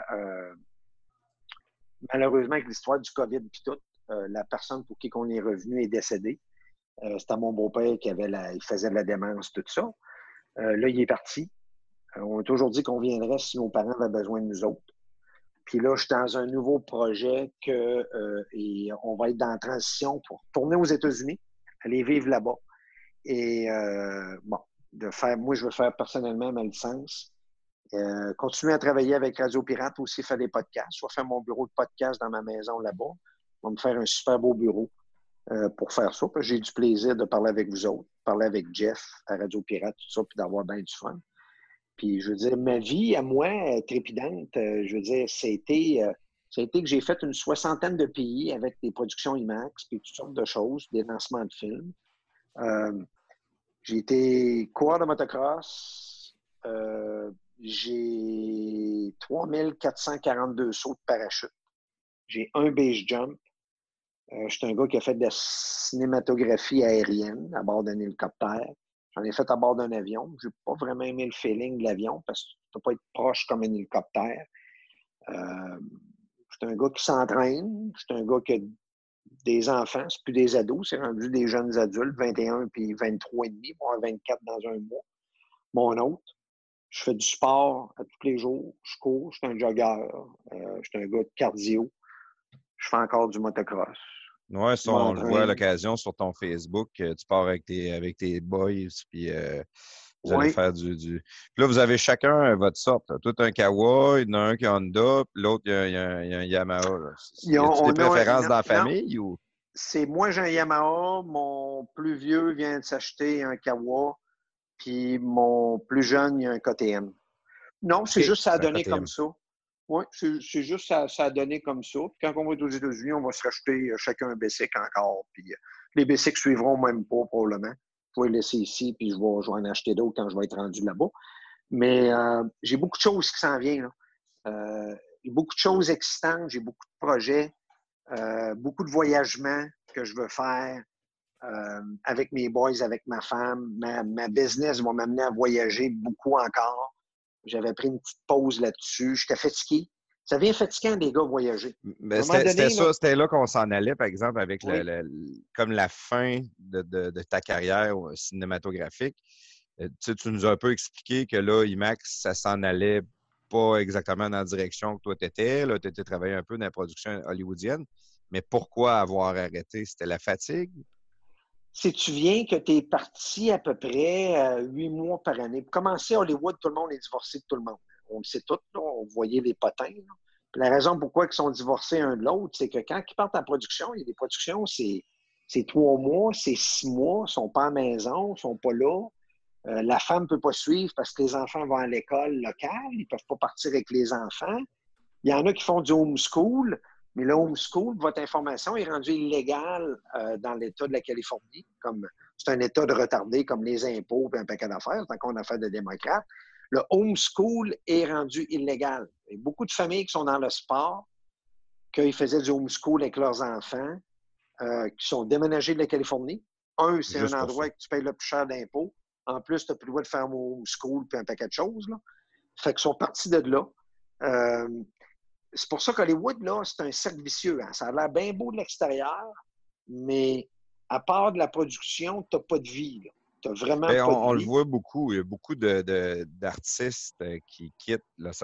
malheureusement, avec l'histoire du COVID et tout, la personne pour qui on est revenu est décédée. C'était mon beau-père il faisait de la démence, tout ça. Là, il est parti. On a toujours dit qu'on viendrait si nos parents avaient besoin de nous autres. Puis là, je suis dans un nouveau projet et on va être dans la transition pour tourner aux États-Unis, aller vivre là-bas. Et moi, je veux faire personnellement ma licence. Continuer à travailler avec Radio Pirate, aussi faire des podcasts. Je vais faire mon bureau de podcast dans ma maison là-bas. On va me faire un super beau bureau pour faire ça. Parce que j'ai du plaisir de parler avec vous autres, parler avec Jeff à Radio Pirate, tout ça, puis d'avoir bien du fun. Puis, je veux dire, ma vie à moi, trépidante, je veux dire, ça a été que j'ai fait une 60aine de pays avec des productions IMAX, puis toutes sortes de choses, des lancements de films. J'ai été coureur de motocross. J'ai 3442 sauts de parachute. J'ai un base jump. Je suis un gars qui a fait de la cinématographie aérienne à bord d'un hélicoptère. J'en ai fait à bord d'un avion. Je n'ai pas vraiment aimé le feeling de l'avion parce que tu ne peux pas être proche comme un hélicoptère. Je suis un gars qui s'entraîne. Je suis un gars qui a des enfants. C'est plus des ados. C'est rendu des jeunes adultes, 21 puis 23 et demi, voire 24 dans un mois. Mon autre. Je fais du sport à tous les jours. Je cours. Je suis un jogger. Je suis un gars de cardio. Je fais encore du motocross. Oui, ça, on le voit à l'occasion sur ton Facebook. Tu pars avec tes boys, puis Vous allez faire du... Puis là, vous avez chacun votre sorte. Là. Tout un Kawa, il y en a un qui a Honda, puis l'autre, il y a un Yamaha. Là. Y a-t-il des préférences dans la famille? Ou... Moi, j'ai un Yamaha. Mon plus vieux vient de s'acheter un Kawa. Puis mon plus jeune, il y a un KTM. Non, c'est juste ça a donné comme ça. Oui, c'est juste ça a donné comme ça. Puis quand on va être aux États-Unis, on va se racheter chacun un Bessic encore. Puis les Bessic suivront même pas, probablement. Je vais les laisser ici, puis je vais en acheter d'autres quand je vais être rendu là-bas. Mais j'ai beaucoup de choses qui s'en viennent. J'ai beaucoup de choses excitantes, j'ai beaucoup de projets, beaucoup de voyagements que je veux faire avec mes boys, avec ma femme. Ma business va m'amener à voyager beaucoup encore. J'avais pris une petite pause là-dessus. J'étais fatigué. Ça devient fatigant, des gars, voyager. C'était là qu'on s'en allait, par exemple, avec comme la fin de ta carrière cinématographique. Tu nous as un peu expliqué que là, IMAX, ça s'en allait pas exactement dans la direction que toi, tu étais. Tu étais travaillé un peu dans la production hollywoodienne. Mais pourquoi avoir arrêté? C'était la fatigue? Si tu viens que tu es parti à peu près 8 mois par année. Pour commencer, à Hollywood, tout le monde est divorcé de tout le monde. On le sait tout, là. On voyait les potins. Puis la raison pourquoi ils sont divorcés un de l'autre, c'est que quand ils partent en production, il y a des productions, c'est 3 mois, c'est 6 mois, ils ne sont pas à la maison, ils ne sont pas là. La femme ne peut pas suivre parce que les enfants vont à l'école locale, ils ne peuvent pas partir avec les enfants. Il y en a qui font du homeschool. Mais le homeschool, votre information est rendue illégale dans l'État de la Californie. Comme c'est un État de retardé comme les impôts et un paquet d'affaires, tant qu'on a affaire de démocrates. Le homeschool est rendu illégal. Il y a beaucoup de familles qui sont dans le sport, qu'ils faisaient du homeschool avec leurs enfants, qui sont déménagés de la Californie. C'est un endroit que tu payes le plus cher d'impôts. En plus, tu n'as plus le droit de faire mon homeschool et un paquet de choses. Là. Fait qu'ils sont partis de là. C'est pour ça qu'Hollywood, là, c'est un cercle vicieux. Hein. Ça a l'air bien beau de l'extérieur, mais à part de la production, tu n'as pas de vie. Tu n'as vraiment pas de vie. On le voit beaucoup. Il y a beaucoup d'artistes qui quittent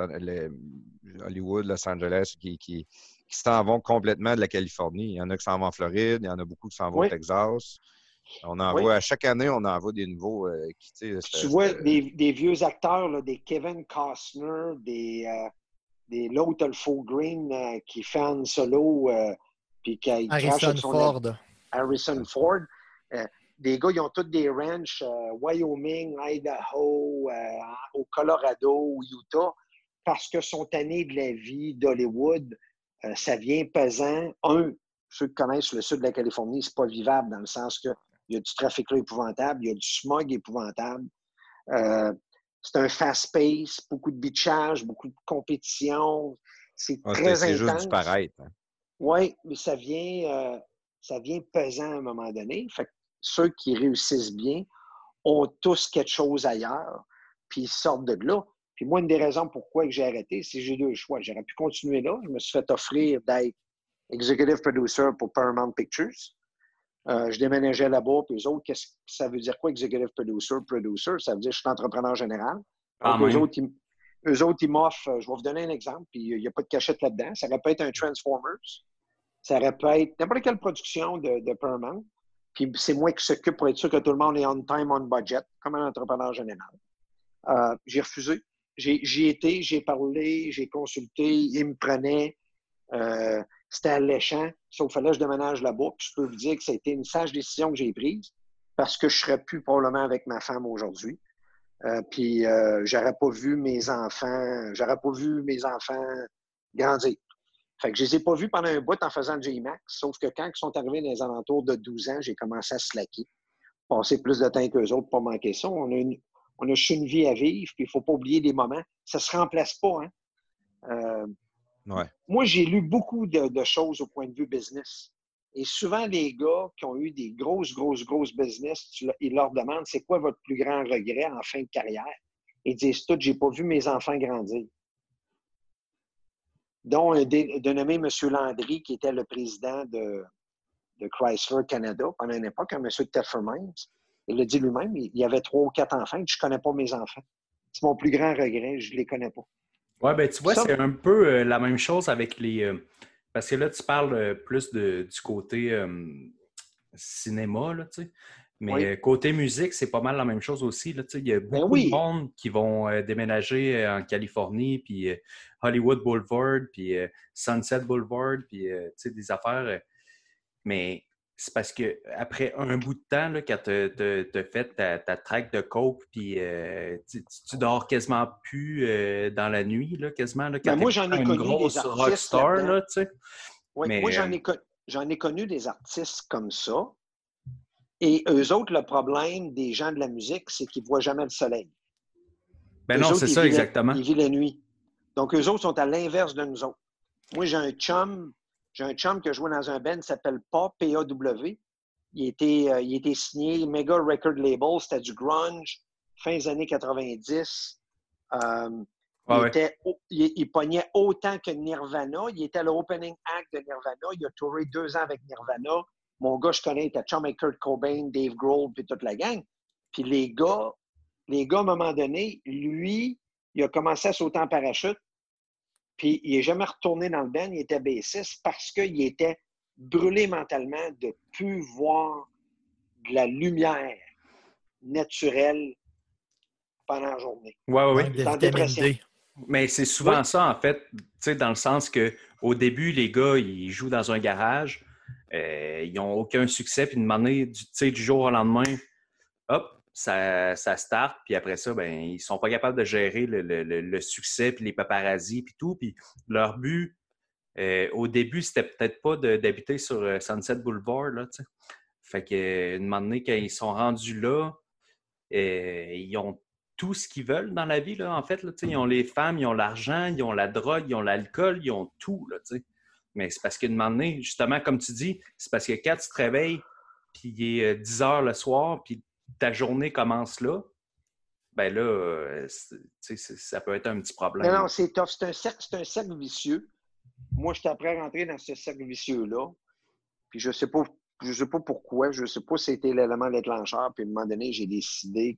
Hollywood, Los Angeles, qui s'en vont complètement de la Californie. Il y en a qui s'en vont en Floride, il y en a beaucoup qui s'en vont au Texas. On en voit, à chaque année, on en voit des nouveaux qui... Tu vois des vieux acteurs, là, des Kevin Costner, l'autre, t'as le Faux Green qui fait un solo puis qui Harrison Ford. Harrison Ford. Des gars, ils ont tous des ranchs Wyoming, Idaho, au Colorado, au Utah, parce que sont tannés de la vie d'Hollywood. Ça vient pesant. Ceux qui connaissent le sud de la Californie, c'est pas vivable dans le sens que il y a du trafic là épouvantable, il y a du smog épouvantable. C'est un fast-pace, beaucoup de bitchage, beaucoup de compétition. C'est très intense. C'est juste du paraître. Hein. Oui, mais ça vient pesant à un moment donné. Fait que ceux qui réussissent bien ont tous quelque chose ailleurs, puis ils sortent de là. Puis moi, une des raisons pourquoi j'ai arrêté, c'est que j'ai 2 choix. J'aurais pu continuer là. Je me suis fait offrir d'être executive producer pour Paramount Pictures. Je déménageais là-bas, puis eux autres, ça veut dire quoi, executive producer? Ça veut dire que je suis entrepreneur général. Eux autres, ils m'offrent, je vais vous donner un exemple, puis il n'y a pas de cachette là-dedans. Ça aurait pu être un Transformers. Ça aurait pu être n'importe quelle production de Paramount. Puis c'est moi qui s'occupe pour être sûr que tout le monde est on time, on budget, comme un entrepreneur général. J'ai refusé. J'y étais, j'ai parlé, j'ai consulté, ils me prenaient. C'était alléchant, sauf qu'il fallait que je déménage là-bas. Puis je peux vous dire que ça a été une sage décision que j'ai prise parce que je ne serais plus probablement avec ma femme aujourd'hui. Puis j'aurais pas vu mes enfants grandir. Fait que je les ai pas vus pendant un bout en faisant du IMAX, sauf que quand ils sont arrivés dans les alentours de 12 ans, j'ai commencé à slacker. Passer plus de temps qu'eux autres, pas manquer ça. On a juste une vie à vivre, puis il ne faut pas oublier des moments. Ça ne se remplace pas, hein? Ouais. Moi, j'ai lu beaucoup de choses au point de vue business. Et souvent, les gars qui ont eu des grosses business, ils leur demandent c'est quoi votre plus grand regret en fin de carrière? Ils disent tout, j'ai pas vu mes enfants grandir. Dont un dénommé M. Landry, qui était le président de Chrysler Canada pendant une époque, un M. Teffermines. Il l'a dit lui-même, il y avait 3 ou 4 enfants, je ne connais pas mes enfants. C'est mon plus grand regret, je ne les connais pas. Oui, bien, tu vois, c'est un peu la même chose avec les... parce que là, tu parles plus du côté cinéma, là, tu sais. Mais côté musique, c'est pas mal la même chose aussi. Là, il y a beaucoup de monde qui vont déménager en Californie, puis Hollywood Boulevard, puis Sunset Boulevard, puis des affaires. Mais c'est parce que après un bout de temps, là, quand tu as fait ta track de coke, puis tu dors quasiment plus dans la nuit, là, quasiment. Là, quand moi, j'en ai connu grosse des artistes rockstar, là, tu sais. Oui, mais, moi, j'en ai connu des artistes comme ça. Et eux autres, le problème des gens de la musique, c'est qu'ils ne voient jamais le soleil. Ben non, c'est ça, exactement. Ils vivent la nuit. Donc, eux autres sont à l'inverse de nous autres. Moi, j'ai un chum qui a joué dans un band qui s'appelle PAW, P-A-W. Il était signé Mega Record Label, c'était du grunge, fin des années 90. Il pognait autant que Nirvana. Il était à l'opening act de Nirvana. Il a tourné 2 ans avec Nirvana. Mon gars, je connais, il était chum avec Kurt Cobain, Dave Grohl, puis toute la gang. Puis les gars, à un moment donné, lui, il a commencé à sauter en parachute. Puis il n'est jamais retourné dans le band. Il était bassiste parce qu'il était brûlé mentalement de ne plus voir de la lumière naturelle pendant la journée. Oui. En dépression. Mais c'est souvent ça, en fait, dans le sens qu'au début, les gars, ils jouent dans un garage, ils n'ont aucun succès, puis de manière, du jour au lendemain, hop, ça start, puis après ça, ben, ils ne sont pas capables de gérer le succès, puis les paparazzis, puis tout, puis leur but, au début, c'était peut-être pas d'habiter sur Sunset Boulevard, là, tu sais. Fait que, une manière, quand ils sont rendus là, ils ont tout ce qu'ils veulent dans la vie, là, en fait. Là, ils ont les femmes, ils ont l'argent, ils ont la drogue, ils ont l'alcool, ils ont tout. Là, mais c'est parce qu'une donné, justement, comme tu dis, c'est parce que quand tu te réveilles, puis il est 10 heures le soir, puis ta journée commence là, ben là, ça peut être un petit problème. Non, c'est tough. C'est un cercle vicieux. Moi, j'étais prêt à rentrer dans ce cercle vicieux-là. Puis je sais pas pourquoi. Je sais pas si c'était l'élément déclencheur. Puis à un moment donné, j'ai décidé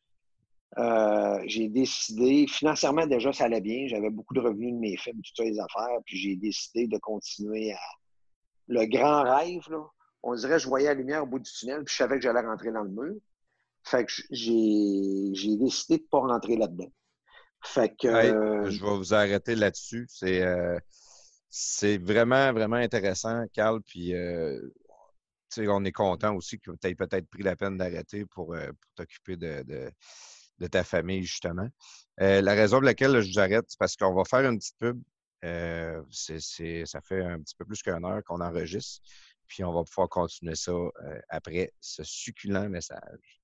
financièrement déjà, ça allait bien. J'avais beaucoup de revenus de mes films, toutes les affaires. Puis j'ai décidé de continuer à le grand rêve, là. On dirait que je voyais la lumière au bout du tunnel, puis je savais que j'allais rentrer dans le mur. Fait que j'ai décidé de ne pas rentrer là-dedans. Fait que... je vais vous arrêter là-dessus. C'est vraiment, vraiment intéressant, Carl. Puis, on est content aussi que tu aies peut-être pris la peine d'arrêter pour t'occuper de ta famille, justement. La raison pour laquelle je vous arrête, c'est parce qu'on va faire une petite pub. Ça fait un petit peu plus qu'1 heure qu'on enregistre. Puis, on va pouvoir continuer ça après ce succulent message.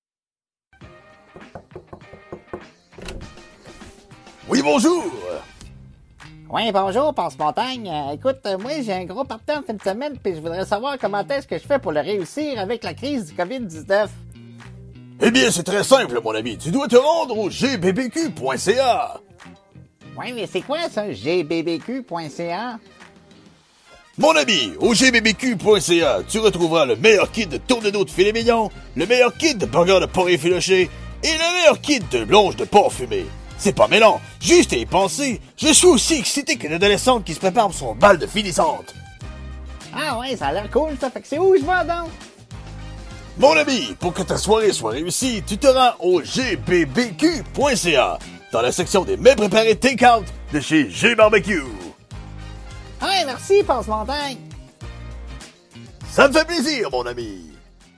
Oui, bonjour! Oui, bonjour, Passe-Montagne. Écoute, moi, j'ai un gros party en fin de semaine, puis je voudrais savoir comment est-ce que je fais pour le réussir avec la crise du COVID-19. Eh bien, c'est très simple, mon ami. Tu dois te rendre au gbbq.ca. Oui, mais c'est quoi ça, gbbq.ca? Mon ami, au gbbq.ca, tu retrouveras le meilleur kit de tourne d'eau de filet mignon, le meilleur kit de burger de porc effiloché et le meilleur kit de longe de porc fumé. C'est pas mêlant, juste à y penser, je suis aussi excité qu'une adolescente qui se prépare pour son bal de finissante. Ah ouais, ça a l'air cool ça, fait que c'est où je vais donc? Mon ami, pour que ta soirée soit réussie, tu te rends au gbbq.ca, dans la section des mets préparés take-out de chez G-Barbecue. Ouais, merci, Passe-Montagne. Ça me fait plaisir, mon ami.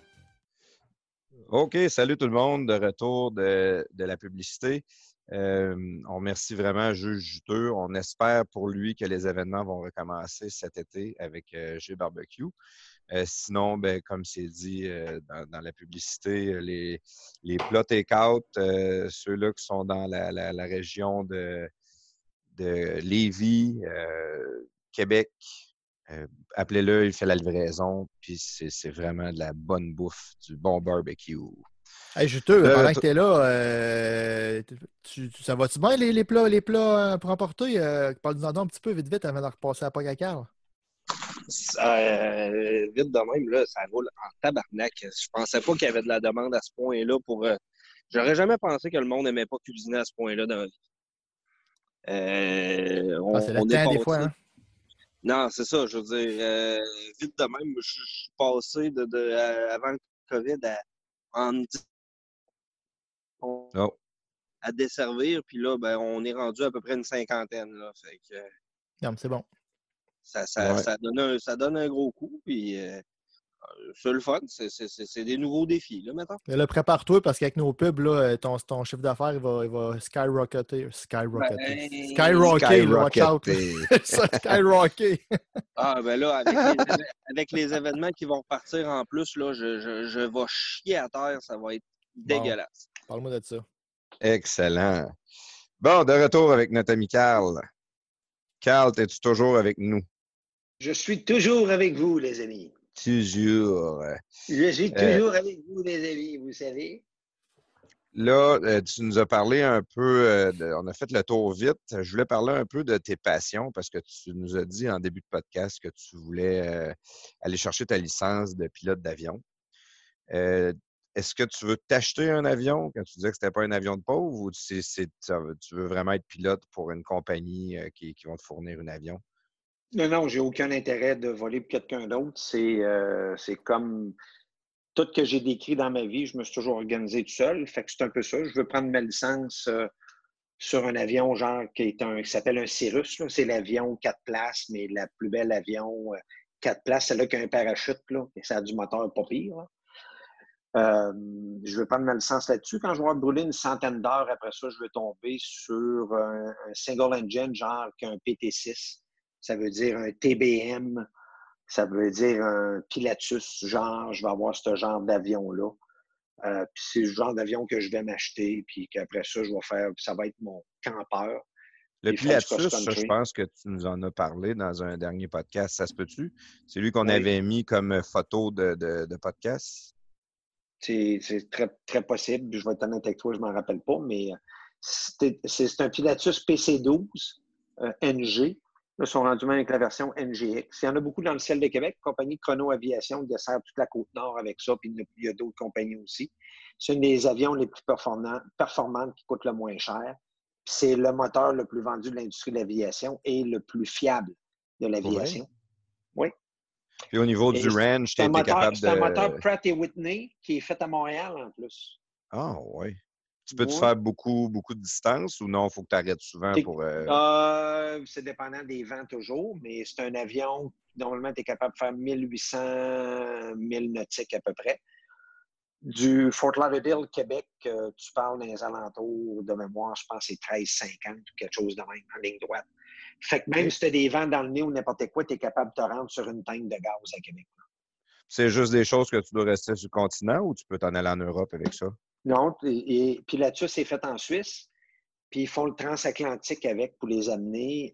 OK, salut tout le monde, de retour de la publicité. On remercie vraiment Jules Juteux. On espère pour lui que les événements vont recommencer cet été avec G-Barbecue. Sinon, ben, comme c'est dit dans la publicité, les plats take-out, ceux-là qui sont dans la région de Lévis, Québec, appelez-le, il fait la livraison, puis c'est vraiment de la bonne bouffe, du bon barbecue. Hey, Juteux, pendant que t'es là, ça va-tu bien les plats pour emporter? Parle-nous-en donc un petit peu vite avant de repasser à Pagacal. Vite de même, là, ça roule en tabarnak. Je pensais pas qu'il y avait de la demande à ce point-là pour... J'aurais jamais pensé que le monde n'aimait pas cuisiner à ce point-là dans la vie. C'est le temps des fois, hein? Non, c'est ça, je veux dire, vite de même, je suis passé avant le COVID en Oh. à desservir. Puis là, ben, on est rendu à peu près une cinquantaine. Là. Fait que, Non, mais c'est bon. ça donne un gros coup. Puis c'est le fun. C'est des nouveaux défis, là, maintenant. Et là, prépare-toi parce qu'avec nos pubs, là, ton chiffre d'affaires, il va skyrocketer. Skyrocket, watch out. Ça, skyrocket. Ah, ben là, avec les événements qui vont repartir en plus, là, je vais chier à terre. Ça va être dégueulasse. Parle-moi de ça. Excellent. Bon, de retour avec notre ami Carl. Carl, es-tu toujours avec nous? Je suis toujours avec vous, les amis. Toujours. Je suis toujours avec vous, les amis, vous savez. Là, tu nous as parlé un peu, on a fait le tour vite. Je voulais parler un peu de tes passions parce que tu nous as dit en début de podcast que tu voulais aller chercher ta licence de pilote d'avion. Est-ce que tu veux t'acheter un avion quand tu disais que c'était pas un avion de pauvre ou tu veux vraiment être pilote pour une compagnie qui vont te fournir un avion? Non, j'ai aucun intérêt de voler pour quelqu'un d'autre. C'est comme tout ce que j'ai décrit dans ma vie, je me suis toujours organisé tout seul. Fait que c'est un peu ça. Je veux prendre ma licence sur un avion genre qui s'appelle un Cirrus. Là. C'est l'avion 4 places, mais la plus belle avion 4 places, celle-là qui a un parachute, là, et ça a du moteur pas pire. Je veux prendre ma licence là-dessus. Quand je vais brûler une centaine d'heures, après ça, je veux tomber sur un single engine, genre qu'un PT6. Ça veut dire un TBM. Ça veut dire un Pilatus, genre, je vais avoir ce genre d'avion-là. Puis c'est le genre d'avion que je vais m'acheter, puis qu'après ça, ça va être mon campeur. Le Pilatus, je pense que tu nous en as parlé dans un dernier podcast. Ça se peut-tu? C'est lui qu'on avait mis comme photo de podcast? C'est très, très possible. Je vais être honnête avec toi, je ne m'en rappelle pas, mais c'est un Pilatus PC12 NG. Là, ils sont rendus même avec la version NGX. Il y en a beaucoup dans le ciel de Québec. La compagnie Chrono Aviation dessert toute la Côte-Nord avec ça, puis il y a d'autres compagnies aussi. C'est une des avions les plus performantes qui coûtent le moins cher. C'est le moteur le plus vendu de l'industrie de l'aviation et le plus fiable de l'aviation. Oui. Puis au niveau du range, tu étais capable de... C'est un moteur Pratt & Whitney qui est fait à Montréal en plus. Ah, oui. Tu peux te faire beaucoup de distance ou non? Il faut que tu arrêtes souvent pour... C'est dépendant des vents toujours, mais c'est un avion, normalement, tu es capable de faire 1800 milles nautiques à peu près. Du Fort Lauderdale, Québec, tu parles dans les alentours de mémoire, je pense que c'est 13,50 ou quelque chose de même, en ligne droite. Fait que même si tu as des vents dans le nez ou n'importe quoi, tu es capable de te rendre sur une tank de gaz à Québec. C'est juste des choses que tu dois rester sur le continent ou tu peux t'en aller en Europe avec ça? Non, puis là-dessus, c'est fait en Suisse. Puis ils font le transatlantique avec pour les amener.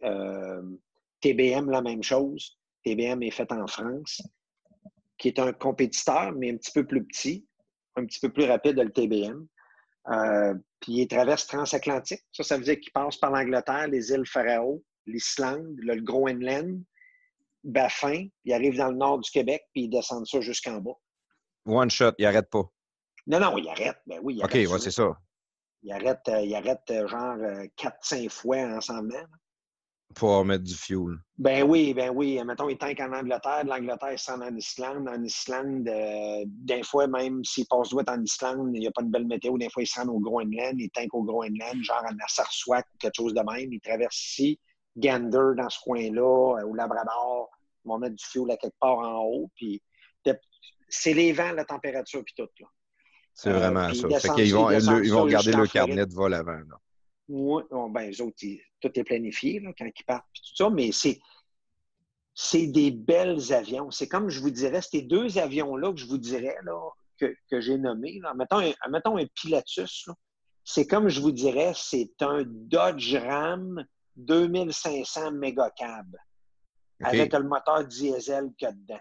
TBM, la même chose. TBM est fait en France, qui est un compétiteur, mais un petit peu plus petit, un petit peu plus rapide, le TBM. Puis il traverse transatlantique. Ça veut dire qu'il passe par l'Angleterre, les îles Faroe, l'Islande, le Groenland, Baffin. Il arrive dans le nord du Québec, puis il descend ça jusqu'en bas. One shot, il n'arrête pas. Non, il arrête. Ben oui, il arrête. OK, ouais, c'est ça. Il arrête genre 4-5 fois en s'en venant. Pour mettre du fuel. Ben oui. Mettons, il tank en Angleterre. De l'Angleterre, il s'en en Islande. En Islande, des fois, même s'il passe droit en Islande, il n'y a pas de belle météo. Des fois, il s'en au Groenland. Il tank au Groenland, genre à Narsarsuaq ou quelque chose de même. Il traverse ici, Gander, dans ce coin-là, au Labrador. Ils vont mettre du fuel à quelque part en haut. Puis c'est les vents, la température, puis tout, là. C'est vraiment ça. Fait qu'ils vont regarder le carnet de vol avant. Là. Oui, ben, eux autres, tout est planifié là, quand ils partent, puis tout ça, mais c'est des bels avions. C'est comme je vous dirais, ces deux avions-là que je vous dirais, là, que j'ai nommés, là, mettons un Pilatus, là, c'est comme je vous dirais, c'est un Dodge Ram 2500 mégacab avec le moteur diesel qu'il y a dedans.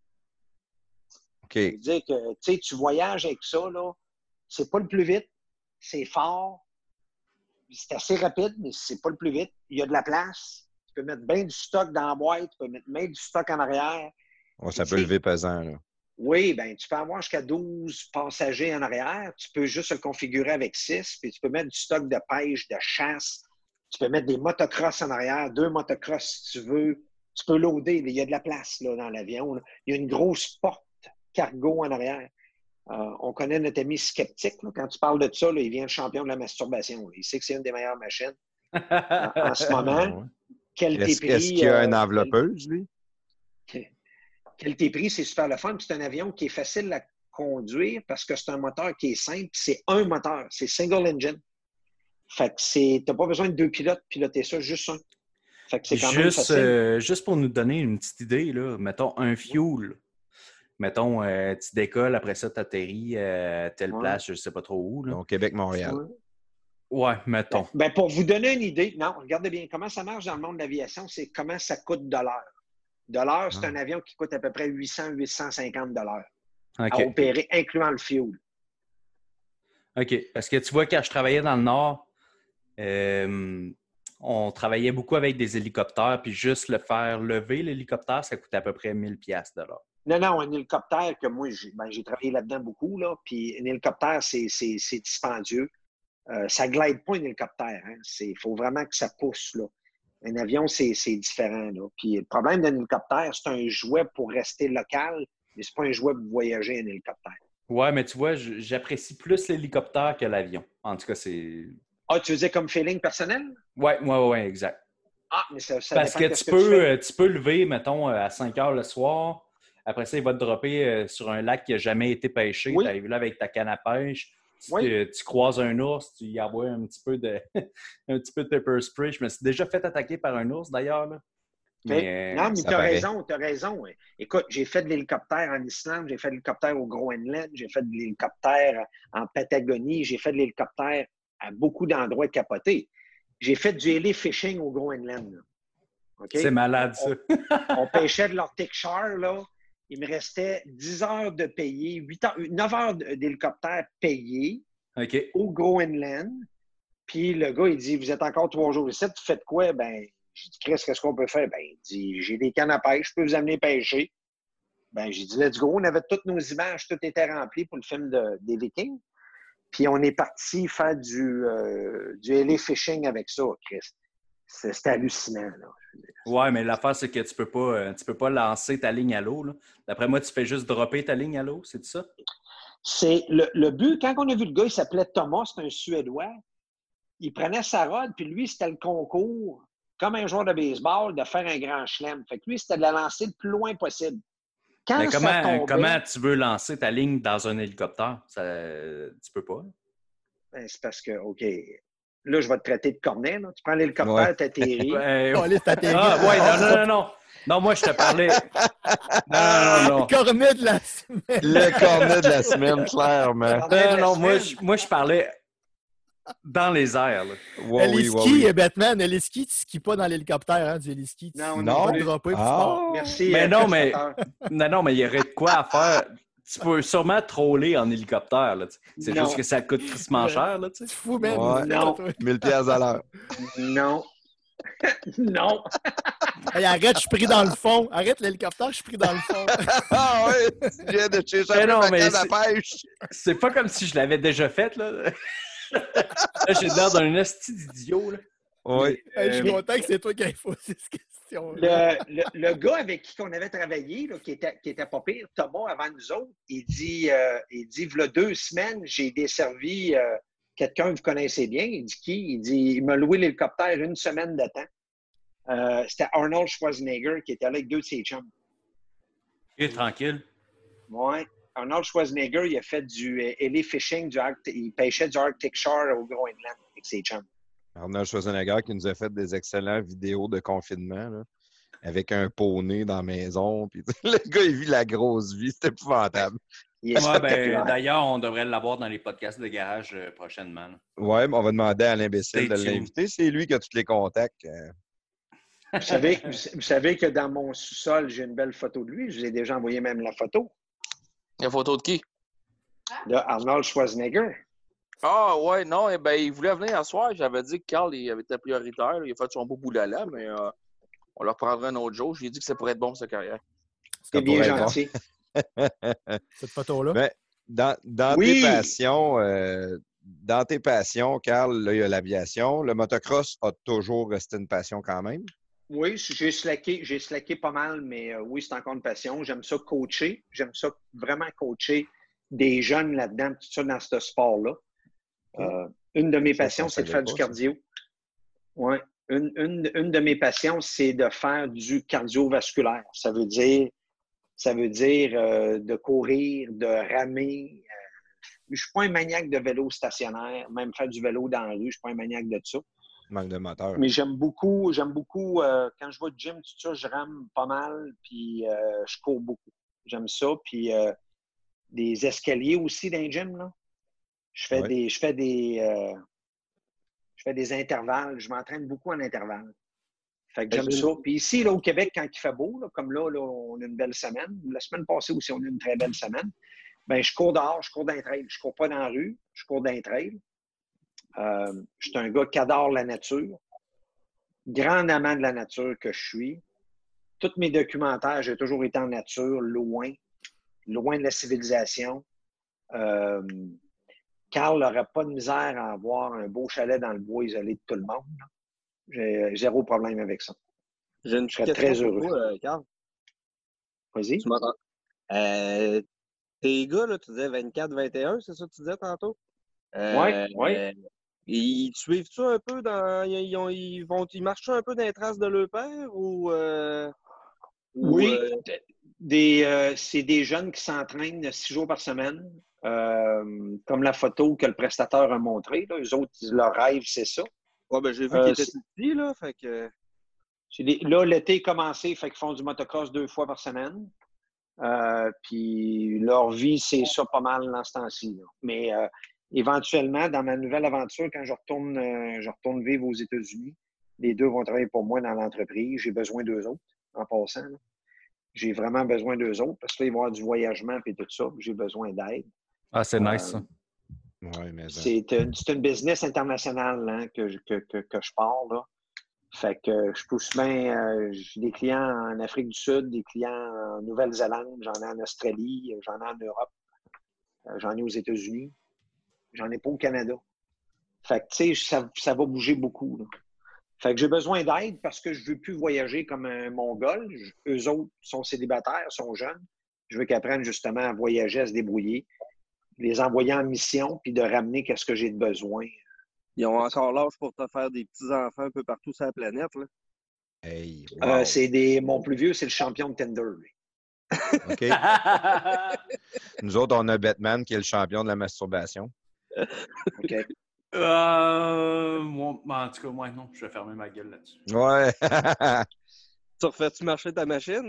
Okay. Ça veut dire que tu voyages avec ça, là, c'est pas le plus vite, c'est fort, c'est assez rapide, mais c'est pas le plus vite. Il y a de la place, tu peux mettre bien du stock dans la boîte, tu peux mettre même du stock en arrière. Ouais, ça peut lever pesant, là. Oui, bien, tu peux avoir jusqu'à 12 passagers en arrière. Tu peux juste le configurer avec 6, puis tu peux mettre du stock de pêche, de chasse. Tu peux mettre des motocross en arrière, 2 motocross si tu veux. Tu peux loader, il y a de la place là, dans l'avion. Là. Il y a une grosse porte cargo en arrière. On connaît notre ami sceptique. Là. Quand tu parles de ça, là, il vient le champion de la masturbation. Là. Il sait que c'est une des meilleures machines en ce moment. Est-ce qu'il y a une enveloppeuse, lui? Qualité-prix, c'est super le fun. C'est un avion qui est facile à conduire parce que c'est un moteur qui est simple. C'est un moteur. C'est single engine. Fait que tu n'as pas besoin de 2 pilotes piloter ça, juste un. Fait que c'est quand même facile. Juste pour nous donner une petite idée, là, mettons un fuel. Mettons, tu décolles, après ça, tu atterris à telle place, je ne sais pas trop où. Là. Donc, Québec-Montréal. Ouais, mettons. Ben, pour vous donner une idée, non, regardez bien comment ça marche dans le monde de l'aviation, c'est comment ça coûte de l'heure. De l'heure, c'est un avion qui coûte à peu près 800-850 à opérer, incluant le fuel. OK. Parce que tu vois, quand je travaillais dans le Nord, on travaillait beaucoup avec des hélicoptères, puis juste le faire lever, l'hélicoptère, ça coûtait à peu près 1000$ de l'heure. Non, un hélicoptère que moi, j'ai travaillé là-dedans beaucoup, là, puis un hélicoptère, c'est dispendieux. Ça ne glide pas un hélicoptère. Il faut vraiment que ça pousse, là. Un avion, c'est différent. Là. Puis le problème d'un hélicoptère, c'est un jouet pour rester local, mais c'est pas un jouet pour voyager en hélicoptère. Ouais, mais tu vois, j'apprécie plus l'hélicoptère que l'avion. En tout cas, c'est... Ah, tu veux dire comme feeling personnel? Ouais, exact. Ah, mais ça parce dépend que tu peux lever, mettons, à 5 heures le soir. Après ça, il va te dropper sur un lac qui n'a jamais été pêché. Tu arrives là avec ta canne à pêche. Tu croises un ours, tu y envoies un petit peu de pepper spray. Je me suis déjà fait attaquer par un ours, d'ailleurs. Là. Non, mais tu as raison. Écoute, j'ai fait de l'hélicoptère en Islande, j'ai fait de l'hélicoptère au Groenland, j'ai fait de l'hélicoptère en Patagonie, j'ai fait de l'hélicoptère à beaucoup d'endroits capotés. J'ai fait du heli fishing au Groenland. Okay? C'est malade, ça. On pêchait de l'Arctic Char, là. Il me restait 10 heures de payer, 9 heures d'hélicoptère payé au Groenland. Puis le gars, il dit, vous êtes encore 3 jours ici, tu faites quoi? Ben, j'ai dit, Chris, qu'est-ce qu'on peut faire? Ben, il dit, j'ai des cannes à pêche, je peux vous amener pêcher. Ben, j'ai dit, let's go. On avait toutes nos images, tout était rempli pour le film des Vikings. Puis on est parti faire du heli fishing avec ça, Chris. C'était hallucinant, là. Ouais, mais l'affaire, c'est que tu peux pas lancer ta ligne à l'eau. Là. D'après moi, tu fais juste dropper ta ligne à l'eau, c'est ça? C'est le but. Quand on a vu le gars, il s'appelait Thomas, c'est un Suédois. Il prenait sa rod, puis lui, c'était le concours, comme un joueur de baseball, de faire un grand chelem. Fait que lui, c'était de la lancer le plus loin possible. Mais comment tu veux lancer ta ligne dans un hélicoptère? Tu peux pas. Ben, c'est parce que, OK, là, je vais te traiter de cornet. Là. Tu prends l'hélicoptère, t'atterris. Non. Non, moi, je te parlais. Non. Le cornet de la semaine. Le cornet de la semaine, clairement. Non, moi, je parlais dans les airs. Là. Heli-ski, Batman, heli-ski, tu skis pas dans l'hélicoptère, hein, du heli-ski. Non. Dropper, merci. Mais non, mais il y aurait de quoi à faire. Tu peux sûrement troller en hélicoptère. Là, c'est juste que ça coûte tristement cher. Là, tu fous, même. Non. 1000$ à l'heure. Non. Non. Hey, arrête, je suis pris dans le fond. Arrête l'hélicoptère, je suis pris dans le fond. Ah oui, tu viens de chez la pêche. C'est pas comme si je l'avais déjà fait. Là, là j'ai l'air d'un esti d'idiot. Là. Oui. Je suis content que c'est toi qui aies posé cette question. Le gars avec qui on avait travaillé, là, qui était pas pire, Thomas, avant nous autres, il dit, v'là 2 semaines, j'ai desservi quelqu'un que vous connaissez bien. Il dit qui? Il dit, il m'a loué l'hélicoptère 1 semaine de temps. C'était Arnold Schwarzenegger qui était là avec 2 de ses chums. Et tranquille. Oui. Arnold Schwarzenegger, il a fait du heli fishing, il pêchait du Arctic Char au Groenland avec ses chums. Arnold Schwarzenegger qui nous a fait des excellentes vidéos de confinement, là, avec un poney dans la maison. Puis, le gars, il vit la grosse vie. C'était épouvantable. D'ailleurs, on devrait l'avoir dans les podcasts de garage prochainement. Oui, on va demander à l'imbécile de l'inviter. C'est lui qui a tous les contacts. Vous savez que dans mon sous-sol, j'ai une belle photo de lui. Je vous ai déjà envoyé même la photo. La photo de qui? De Arnold Schwarzenegger. Ah, ouais, non, il voulait venir à soir. J'avais dit que Carl il avait été prioritaire. Il a fait son beau boulala, mais on leur prendrait un autre jour. J'ai dit que ça pourrait être bon pour sa carrière. C'est bien gentil. Cette photo-là? Ben, dans tes passions, Carl, là, il y a l'aviation. Le motocross a toujours resté une passion quand même. Oui, j'ai slacké pas mal, mais oui, c'est encore une passion. J'aime ça coacher. J'aime ça vraiment coacher des jeunes là-dedans, tout ça dans ce sport-là. Une de mes passions, c'est de faire du cardio. Ouais. Une de mes passions, c'est de faire du cardiovasculaire. Ça veut dire de courir, de ramer. Je ne suis pas un maniaque de vélo stationnaire, même faire du vélo dans la rue, je ne suis pas un maniaque de ça. Manque de moteur. Mais j'aime beaucoup quand je vais au gym, tout ça, je rame pas mal, puis je cours beaucoup. J'aime ça. Puis des escaliers aussi dans le gym, là. Je fais des intervalles. Je m'entraîne beaucoup en intervalles. Fait que j'aime ça. Puis ici, là, au Québec, quand il fait beau, là, comme là, on a une belle semaine. La semaine passée aussi, on a une très belle semaine. Bien, je cours dehors, je cours dans les trails. Je ne cours pas dans la rue, je cours dans les trails. Je suis un gars qui adore la nature. Grand amant de la nature que je suis. Tous mes documentaires, j'ai toujours été en nature, loin de la civilisation. Carl n'aurait pas de misère à avoir un beau chalet dans le bois isolé de tout le monde. J'ai zéro problème avec ça. Je serais très heureux. Pour toi, Carl. Vas-y. Tu m'entends? Tes gars, là, tu disais 24-21, c'est ça que tu disais tantôt? Oui. Ils te suivent-tu un peu dans. Ils marchent un peu dans les traces de leur père ou. Oui. C'est des jeunes qui s'entraînent 6 jours par semaine. Comme la photo que le prestateur a montrée. Eux autres, leur rêve, c'est ça. Ouais, ben, j'ai vu qu'ils étaient petits, là. Fait que... Là, l'été est commencé, fait qu'ils font du motocross 2 fois par semaine. Puis leur vie, c'est ça pas mal dans ce temps-ci. Là. Mais éventuellement, dans ma nouvelle aventure, quand je retourne vivre aux États-Unis, les deux vont travailler pour moi dans l'entreprise. J'ai besoin d'eux autres, en passant. Là. J'ai vraiment besoin d'eux autres parce que là, il va y avoir du voyagement et tout ça. J'ai besoin d'aide. Ah, c'est nice, ça. Ouais, mais c'est une business internationale hein, que je pars. Là. Fait que je pousse bien. J'ai des clients en Afrique du Sud, des clients en Nouvelle-Zélande, j'en ai en Australie, j'en ai en Europe, j'en ai aux États-Unis, j'en ai pas au Canada. Fait que, tu sais, ça va bouger beaucoup. Là. Fait que j'ai besoin d'aide parce que je ne veux plus voyager comme un Mongol. Eux autres sont célibataires, sont jeunes. Je veux qu'ils apprennent justement à voyager, à se débrouiller, les envoyer en mission puis de ramener qu'est-ce que j'ai de besoin. Ils ont encore l'âge pour te faire des petits-enfants un peu partout sur la planète. Là. Hey, wow. Mon plus vieux, c'est le champion de Tinder. Lui. OK. Nous autres, on a Batman qui est le champion de la masturbation. OK. En tout cas, moi, non. Je vais fermer ma gueule là-dessus. Ouais. Tu refais-tu marcher ta machine?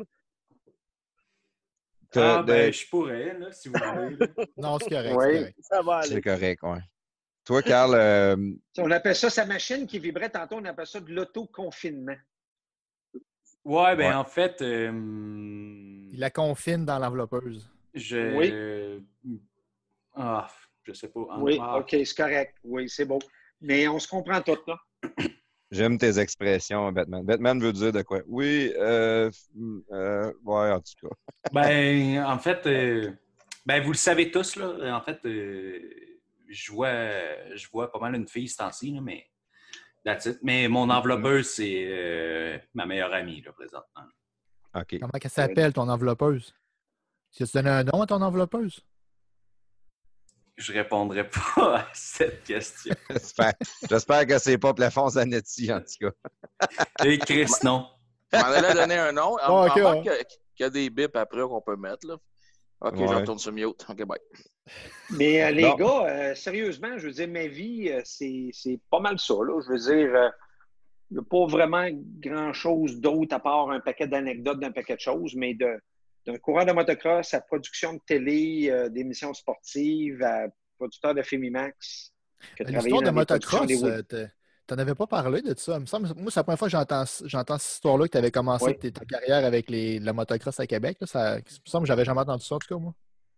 Je pourrais, là, si vous voulez. Là. Non, c'est correct. Oui. C'est correct. Ça va aller. C'est correct, oui. Toi, Carl... On appelle ça, sa machine qui vibrait tantôt, on appelle ça de l'auto-confinement. Ouais, ben Ouais. en fait... Il la confine dans l'enveloppeuse. Je sais pas. Oui, OK, c'est correct. Oui, c'est beau. Mais on se comprend tout, là. J'aime tes expressions, Batman. Batman veut dire de quoi? Oui, ouais, en tout cas. Ben, en fait, vous le savez tous, là. En fait, je vois pas mal une fille ce temps-ci, là, mais that's it. Mais mon enveloppeuse, c'est ma meilleure amie, là, présentement. OK. Comment elle s'appelle, ton enveloppeuse? Tu as donné un nom à ton enveloppeuse? Je répondrai pas à cette question. J'espère que c'est pas Plafond Zanetti, en tout cas. Et Chris, non. Je m'en allais donner un nom. Oh, okay, qu'il y a des bips après qu'on peut mettre. Là. OK, Ouais. je retourne sur mute. OK, bye. Mais les gars, sérieusement, je veux dire, ma vie, c'est pas mal ça. Là. Je veux dire, il n'y a pas vraiment grand-chose d'autre à part un paquet d'anecdotes d'un paquet de choses, mais d'un coureur de motocross à production de télé, d'émissions sportives, à producteur de Femimax. L'histoire de motocross, t'en avais pas parlé de ça. Moi, c'est la première fois que j'entends cette histoire-là, que tu avais commencé ta carrière avec la motocross à Québec. Là. Ça me semble que j'avais jamais entendu ça, en tout cas, moi.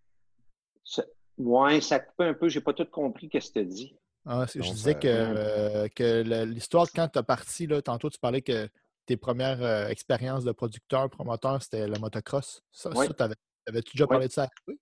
Oui, ça coupait un peu. J'ai pas tout compris ce que tu as dit. Je disais que l'histoire, quand tu as parti, là, tantôt, tu parlais que tes premières expériences de producteur, promoteur, c'était la motocross. Ça, t'avais-tu déjà parlé de ça? Oui.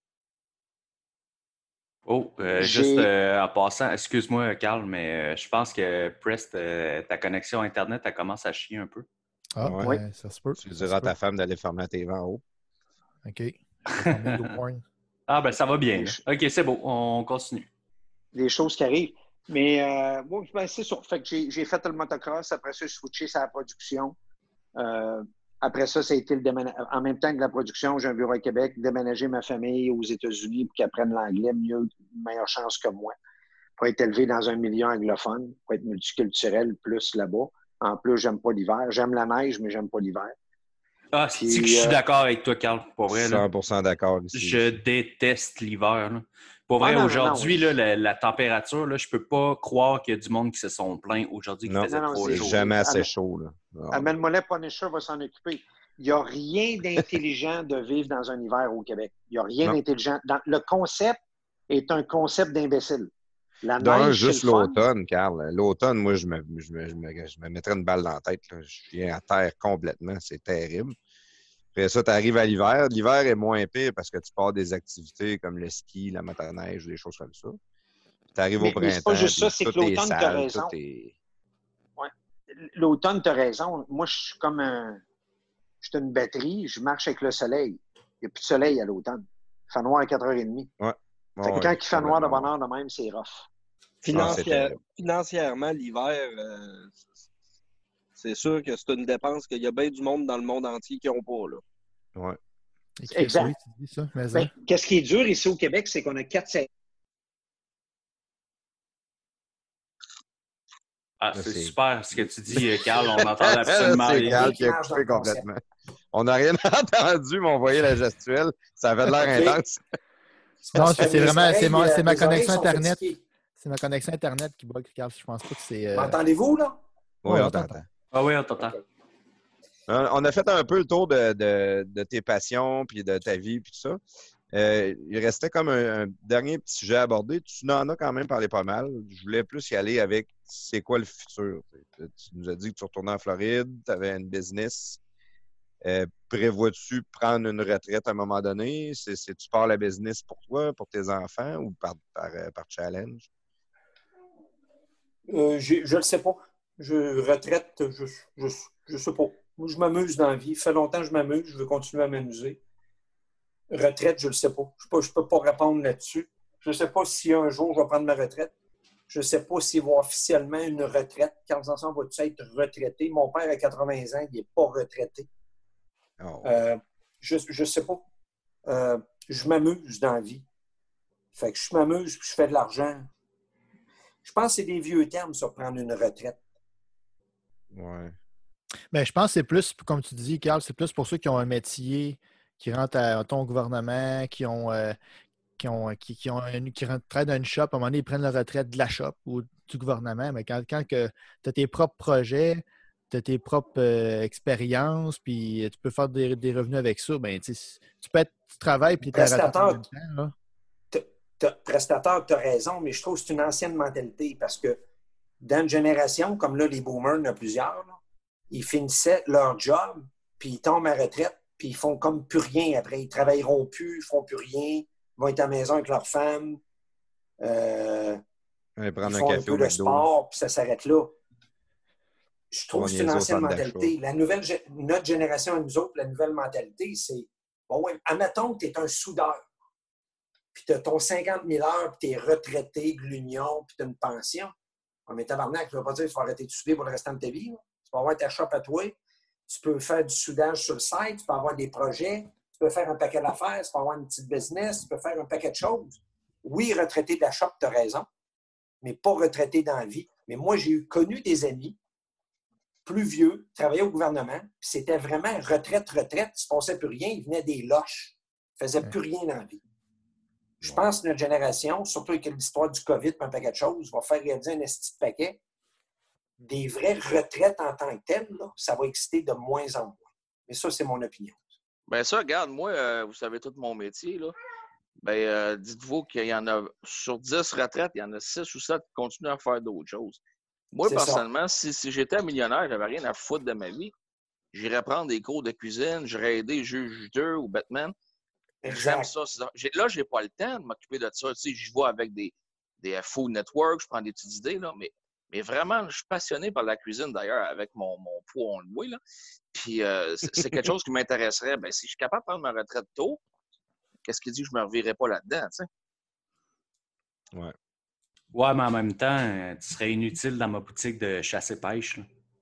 Juste en passant, excuse-moi, Carl, mais je pense que Prest, ta connexion Internet, elle commence à chier un peu. Ah, ouais, ça se peut. Tu diras à ta femme d'aller fermer la TV en haut. OK. Ah, ben ça va bien. OK, c'est beau. On continue. Des choses qui arrivent. Mais moi, c'est sûr. Fait que j'ai fait le motocross. Après ça, je suis switché sur la production. Après ça a été le déménagement. En même temps que la production, j'ai un bureau à Québec, déménager ma famille aux États-Unis pour qu'ils apprennent l'anglais meilleure chance que moi. Pour être élevé dans un milieu anglophone, pour être multiculturel plus là-bas. En plus, j'aime pas l'hiver. J'aime la neige, mais j'aime pas l'hiver. Ah, c'est que je suis d'accord avec toi, Carl, pour vrai. 100% d'accord ici. Je déteste l'hiver. Là. Pour vrai, aujourd'hui, là, la température, là, je peux pas croire qu'il y a du monde qui se sont plaints aujourd'hui qu'il faisait trop chaud. C'est jamais assez chaud. Amel Mollet Punisher va s'en occuper. Il n'y a rien d'intelligent de vivre dans un hiver au Québec. Il n'y a rien d'intelligent. Le concept est un concept d'imbécile. La neige, juste l'automne, Carl. L'automne, moi, je me mettrais une balle dans la tête. Là. Je viens à terre complètement. C'est terrible. Après ça, tu arrives à l'hiver. L'hiver est moins pire parce que tu pars des activités comme le ski, la motoneige ou des choses comme ça. Tu arrives au printemps. Mais c'est pas juste ça, c'est que l'automne, tu as raison. L'automne, tu as raison. Moi, je suis comme je suis une batterie, je marche avec le soleil. Il n'y a plus de soleil à l'automne. Il fait noir à 4h30. Ouais. Fait que quand il fait noir de bonne heure de même, c'est rough. Financièrement, l'hiver, c'est sûr que c'est une dépense qu'il y a bien du monde dans le monde entier qui n'ont pas. Là. Ouais. Exact. Qu'est-ce qui est dur ici au Québec, c'est qu'on a 4 saisons. Ah, c'est super ce que tu dis, Carl. On entend absolument rien. C'est Carl qui a coupé complètement. On n'a rien entendu, mais on voyait la gestuelle. Ça avait l'air intense. Non, c'est vraiment c'est ma connexion Internet. C'est ma connexion Internet qui bug, Carl. Je pense pas que c'est. M'entendez-vous, là? Oui, on t'entend. Ah oui, on t'entend. On a fait un peu le tour de tes passions, puis de ta vie, puis tout ça. Il restait comme un dernier petit sujet à aborder. Tu en as quand même parlé pas mal. Je voulais plus y aller avec c'est quoi le futur. Tu nous as dit que tu retournais en Floride, tu avais une business. Prévois-tu prendre une retraite à un moment donné? Tu pars la business pour toi, pour tes enfants ou par challenge? Je le sais pas. Retraite, je sais pas. Moi, je m'amuse dans la vie. Ça fait longtemps que je m'amuse. Je veux continuer à m'amuser. Retraite, je le sais pas. Je peux pas répondre là-dessus. Je ne sais pas si un jour je vais prendre ma retraite. Je ne sais pas s'il va y avoir officiellement une retraite. Carl Sanson va-tu être retraité? Mon père a 80 ans, il n'est pas retraité. Oh. Je sais pas. Je m'amuse dans la vie. Fait que je m'amuse puis je fais de l'argent. Je pense que c'est des vieux termes, ça, prendre une retraite. Ouais. Ben, je pense que c'est plus, comme tu dis, Carl, c'est plus pour ceux qui ont un métier, qui rentrent à ton gouvernement, qui travaillent dans une shop, à un moment donné, ils prennent la retraite de la shop ou du gouvernement. Mais quand tu as tes propres projets, tu as tes propres expériences, puis tu peux faire des revenus avec ça, ben, tu travailles, puis tu es à la retraite en même temps. Prestataire, tu as raison, mais je trouve que c'est une ancienne mentalité parce que dans une génération, comme là, les boomers, il y en a plusieurs, là, ils finissaient leur job, puis ils tombent à retraite, puis ils font comme plus rien après. Ils ne travailleront plus, ils ne font plus rien, ils vont être à la maison avec leur femme, prendre ils un font café un peu de sport, puis ça s'arrête là. Je trouve que c'est une ancienne mentalité. Notre génération à nous autres, la nouvelle mentalité, c'est bon, ouais, admettons que tu es un soudeur, puis tu as ton 50 000 heures, puis tu es retraité de l'Union, puis tu as une pension. Mais tabarnak, je ne veux pas dire qu'il faut arrêter de souder pour le restant de ta vie. Là. Tu peux avoir ta shop à toi, tu peux faire du soudage sur le site, tu peux avoir des projets, tu peux faire un paquet d'affaires, tu peux avoir une petite business, tu peux faire un paquet de choses. Oui, retraité de la shop, tu as raison, mais pas retraité dans la vie. Mais moi, j'ai connu des amis plus vieux, travaillaient au gouvernement, puis c'était vraiment retraite, il ne se passait plus rien, ils venaient des loches, ils ne faisaient plus rien dans la vie. Je pense que notre génération, surtout avec l'histoire du COVID et un paquet de choses, va faire réaliser un esti de paquet. Des vraies retraites en tant que telles, là, ça va exister de moins en moins. Mais ça, c'est mon opinion. Ben ça, regarde, moi, vous savez tout mon métier, là. Ben, dites-vous qu'il y en a, sur 10 retraites, il y en a 6 ou 7 qui continuent à faire d'autres choses. Moi, personnellement, si j'étais millionnaire, je n'avais rien à foutre de ma vie, j'irais prendre des cours de cuisine, j'irais aider Juge 2 ou Batman. J'aime ça. Là, j'ai pas le temps de m'occuper de ça. Tu sais, j'y vais avec des Food Network, je prends des petites idées, là, mais vraiment, je suis passionné par la cuisine, d'ailleurs, avec mon poids loué, là. Puis, c'est quelque chose qui m'intéresserait. Ben, si je suis capable de prendre ma retraite tôt, qu'est-ce qui dit que je me revirais pas là-dedans, tu sais? Ouais. Ouais, mais en même temps, tu serais inutile dans ma boutique de chasse et pêche.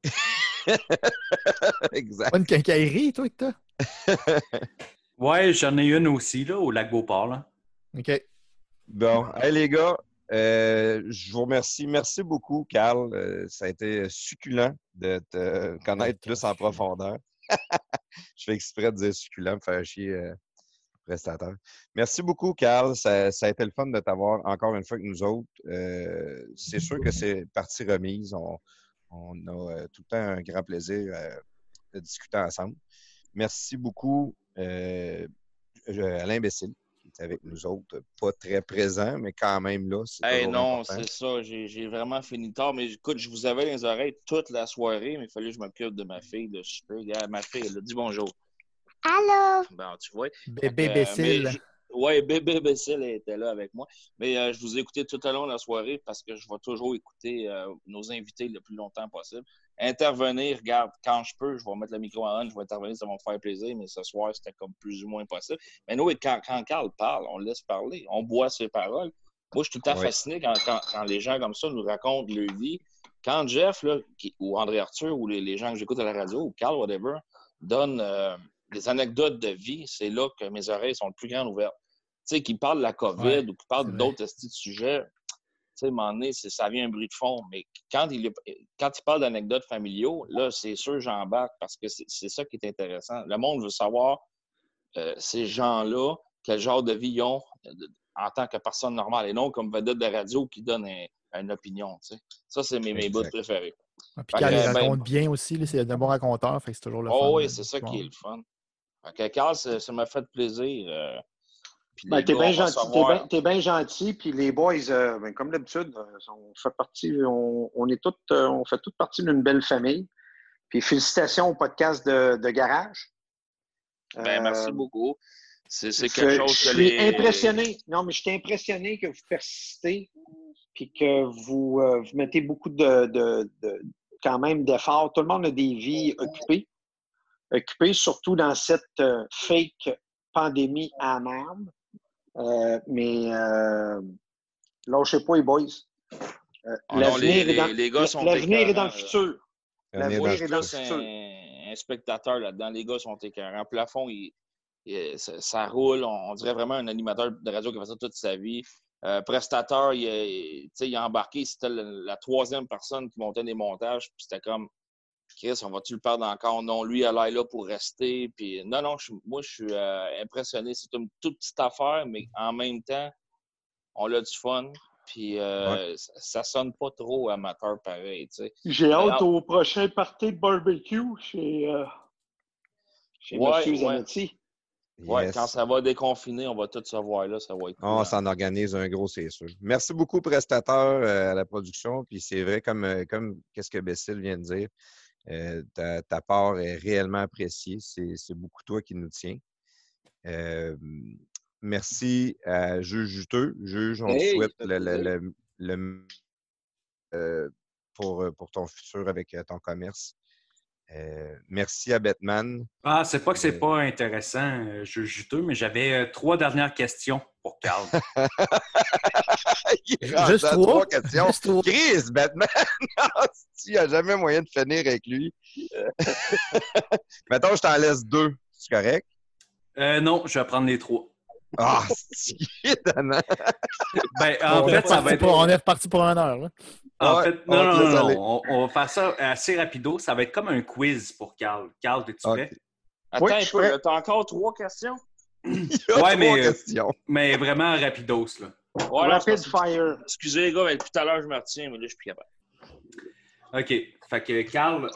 Exact. Pas une quincaillerie, toi, que t'as? Ouais, j'en ai une aussi, là, au lac Beauport, là. OK. Bon, hey les gars, je vous remercie. Merci beaucoup, Carl. Ça a été succulent de te connaître plus en profondeur. Je fais exprès de dire succulent, me faire chier, prestataire. Merci beaucoup, Carl. Ça a été le fun de t'avoir encore une fois avec nous autres. C'est sûr que c'est partie remise. On a tout le temps un grand plaisir de discuter ensemble. Merci beaucoup, Alain Bessil, qui est avec nous autres. Pas très présent, mais quand même là. C'est non, important. c'est ça. J'ai vraiment fini tard. Mais écoute, je vous avais dans les oreilles toute la soirée, mais il fallait que je m'occupe de ma fille, de super. Regarde, ma fille, elle a dit bonjour. Allô? Bon, tu vois. Bébé Bessil. Oui, Bébé Bessil était là avec moi. Mais je vous ai écouté tout au long de la soirée parce que je vais toujours écouter nos invités le plus longtemps possible. Intervenir, regarde, quand je peux, je vais mettre le micro en on, je vais intervenir, ça va me faire plaisir, mais ce soir, c'était comme plus ou moins possible. Mais nous, quand Carl parle, on laisse parler, on boit ses paroles. Moi, je suis tout le temps fasciné quand les gens comme ça nous racontent leur vie. Quand Jeff, là, ou André Arthur, ou les gens que j'écoute à la radio, ou Carl, whatever, donnent des anecdotes de vie, c'est là que mes oreilles sont le plus grandes ouvertes. Tu sais, qu'ils parlent de la COVID ou qu'ils parlent d'autres sujets, tu sais, à un moment donné, ça vient un bruit de fond. Mais quand il parle d'anecdotes familiaux, là, c'est sûr, j'embarque parce que c'est ça qui est intéressant. Le monde veut savoir, ces gens-là, quel genre de vie ils ont en tant que personne normale et non comme vedette de radio qui donne une opinion. Tu sais. Ça, c'est mes bouts préférés. Puis Carl, il raconte bien aussi. C'est un bon raconteur, fait que c'est toujours le fun. Oh oui, c'est ça qui est le fun. Fait que Carl, ça m'a fait plaisir. T'es bien gentil, t'es bien gentil. Puis les boys, comme d'habitude, on fait toute partie d'une belle famille. Puis félicitations au podcast de Garage. Merci beaucoup. C'est quelque chose que je suis impressionné. Non, mais je suis impressionné que vous persistez puis que vous mettez beaucoup quand même d'efforts. Tout le monde a des vies occupées, surtout dans cette fake pandémie à merde. Mais lâchez pas les boys. L'avenir est dans le futur. L'avenir est dans le futur. Un spectateur là-dedans. Les gars sont écœurants. Puis à fond, ça roule. On dirait vraiment un animateur de radio qui fait ça toute sa vie. Prestateur, il a embarqué. C'était la troisième personne qui montait des montages. Puis c'était comme, Chris, on va-tu le perdre encore? Non, lui, elle est là pour rester. Puis non, moi, je suis impressionné. C'est une toute petite affaire, mais en même temps, on a du fun. Puis ça sonne pas trop amateur pareil, tu sais. J'ai hâte au prochain party de barbecue chez M. Zanetti. Ouais, quand ça va déconfiner, on va tous se voir là, ça va être cool. On s'en organise un gros, c'est sûr. Merci beaucoup, prestateur, à la production. Puis c'est vrai, comme qu'est-ce que Bessil vient de dire, ta part est réellement appréciée. C'est beaucoup toi qui nous tiens. Merci à Juge Juteux. Juge, on te souhaite pour ton futur avec ton commerce. Merci à Batman. Ah, c'est pas que c'est pas intéressant, Juge Juteux, mais j'avais 3 dernières questions pour Carl. Juste 3 questions. Chris, Batman! Il n'y a jamais moyen de finir avec lui. Mettons, je t'en laisse 2. C'est correct? Non, je vais prendre les 3. Ah, c'est étonnant! En fait, ça va être... On est reparti pour 1 heure. Là. En fait, non. On va faire ça assez rapido. Ça va être comme un quiz pour Carl. Carl, es-tu prêt? Attends un peu, t'as encore 3 questions? Questions. Mais vraiment rapidos, là. Ouais, Rapid fire. Excusez les gars, depuis tout à l'heure, je me retiens, mais là, je suis plus capable. OK. Fait que, Carl...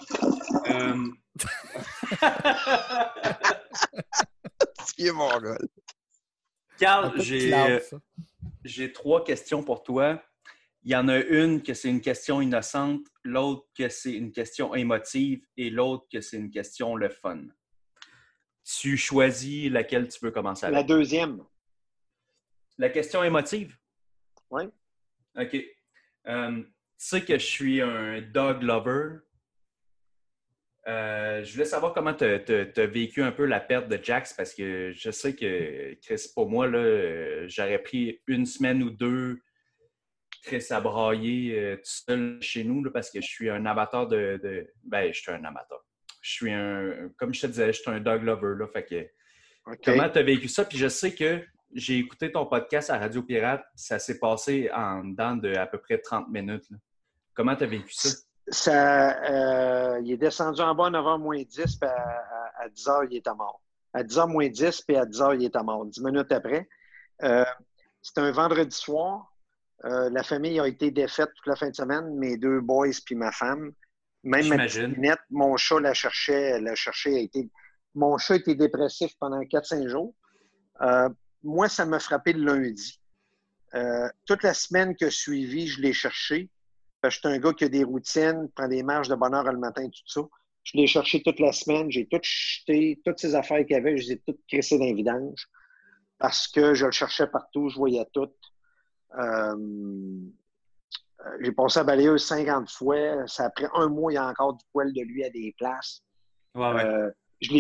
C'est mon gars. Carl, j'ai 3 questions pour toi. Il y en a une que c'est une question innocente, l'autre que c'est une question émotive et l'autre que c'est une question le fun. Tu choisis laquelle tu veux commencer avec? La deuxième. La question émotive? Oui. OK. Tu sais que je suis un dog lover? Je voulais savoir comment tu as vécu un peu la perte de Jax parce que je sais que, Chris, pour moi, là, j'aurais pris une semaine ou deux, Chris, à brailler tout seul chez nous là, parce que je suis un amateur Ben, je suis un amateur. Comme je te disais, je suis un dog lover. Là, fait que, Comment tu as vécu ça? Puis je sais que j'ai écouté ton podcast à Radio Pirate, ça s'est passé en dedans de à peu près 30 minutes. Là. Comment tu as vécu ça? Il est descendu en bas à 9h moins 10, puis à 10h, il était mort. À 10h moins 10, puis à 10h, il était mort. 10 minutes après. C'était un vendredi soir. La famille a été défaite toute la fin de semaine, mes deux boys puis ma femme. Même ma petite Ninette, mon chat la cherchait. Mon chat était dépressif pendant 4-5 jours. Moi, ça m'a frappé le lundi. Toute la semaine que suivi, je l'ai cherché. Parce que je suis un gars qui a des routines, prend des marches de bonne heure le matin, tout ça. Je l'ai cherché toute la semaine. J'ai tout jeté, toutes ces affaires qu'il y avait, je les ai toutes crissées dans les vidanges. Parce que je le cherchais partout, je voyais tout. J'ai passé à balayeuse 50 fois. Ça a pris un mois, il y a encore du poil de lui à des places. Ouais. Je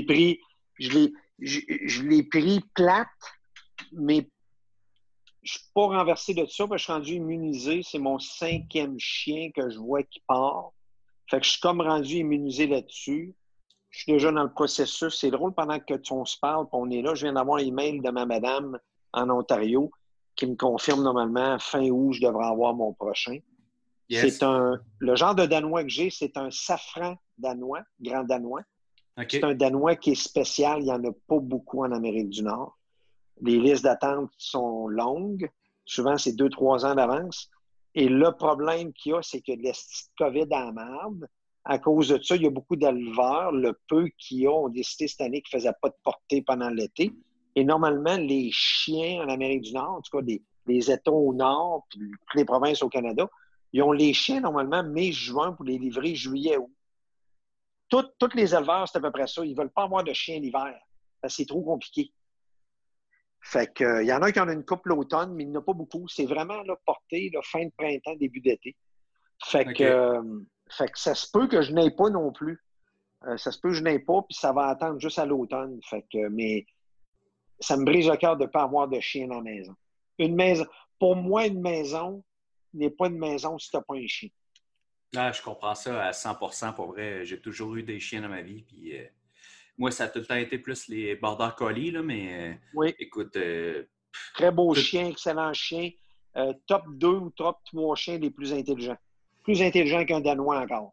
l'ai pris plate, mais je ne suis pas renversé de ça parce que je suis rendu immunisé. C'est mon 5e chien que je vois qui part. Fait que je suis comme rendu immunisé là-dessus. Je suis déjà dans le processus. C'est drôle, pendant que on se parle, on est là, je viens d'avoir un email de ma madame en Ontario qui me confirme normalement fin août, je devrais avoir mon prochain. Yes. Le genre de Danois que j'ai, c'est un safran danois, grand danois. Okay. C'est un danois qui est spécial. Il n'y en a pas beaucoup en Amérique du Nord. Les listes d'attente sont longues. Souvent, c'est 2-3 ans d'avance. Et le problème qu'il y a, c'est que le COVID a la merde. À cause de ça, il y a beaucoup d'éleveurs. Le peu qu'il y a ont décidé cette année qu'ils ne faisaient pas de portée pendant l'été. Et normalement, les chiens en Amérique du Nord, en tout cas les États au nord, puis toutes les provinces au Canada, ils ont les chiens normalement mai-juin pour les livrer juillet-août. Tous les éleveurs, c'est à peu près ça. Ils ne veulent pas avoir de chiens l'hiver parce que c'est trop compliqué. Fait que, il y en a qui en ont une couple l'automne, mais il n'y en a pas beaucoup. C'est vraiment là, porté là, fin de printemps, début d'été. Fait que ça se peut que je n'aie pas non plus. Ça se peut que je n'aie pas, puis ça va attendre juste à l'automne. Fait que, mais ça me brise le cœur de ne pas avoir de chien dans la maison. Pour moi, une maison n'est pas une maison si tu n'as pas un chien. Ah, je comprends ça à 100%. Pour vrai, j'ai toujours eu des chiens dans ma vie. Puis, moi, ça a tout le temps été plus les border collies, là, mais oui. Écoute. Très beau chien, excellent chien. Top 2 ou top 3 chiens les plus intelligents. Plus intelligents qu'un Danois encore.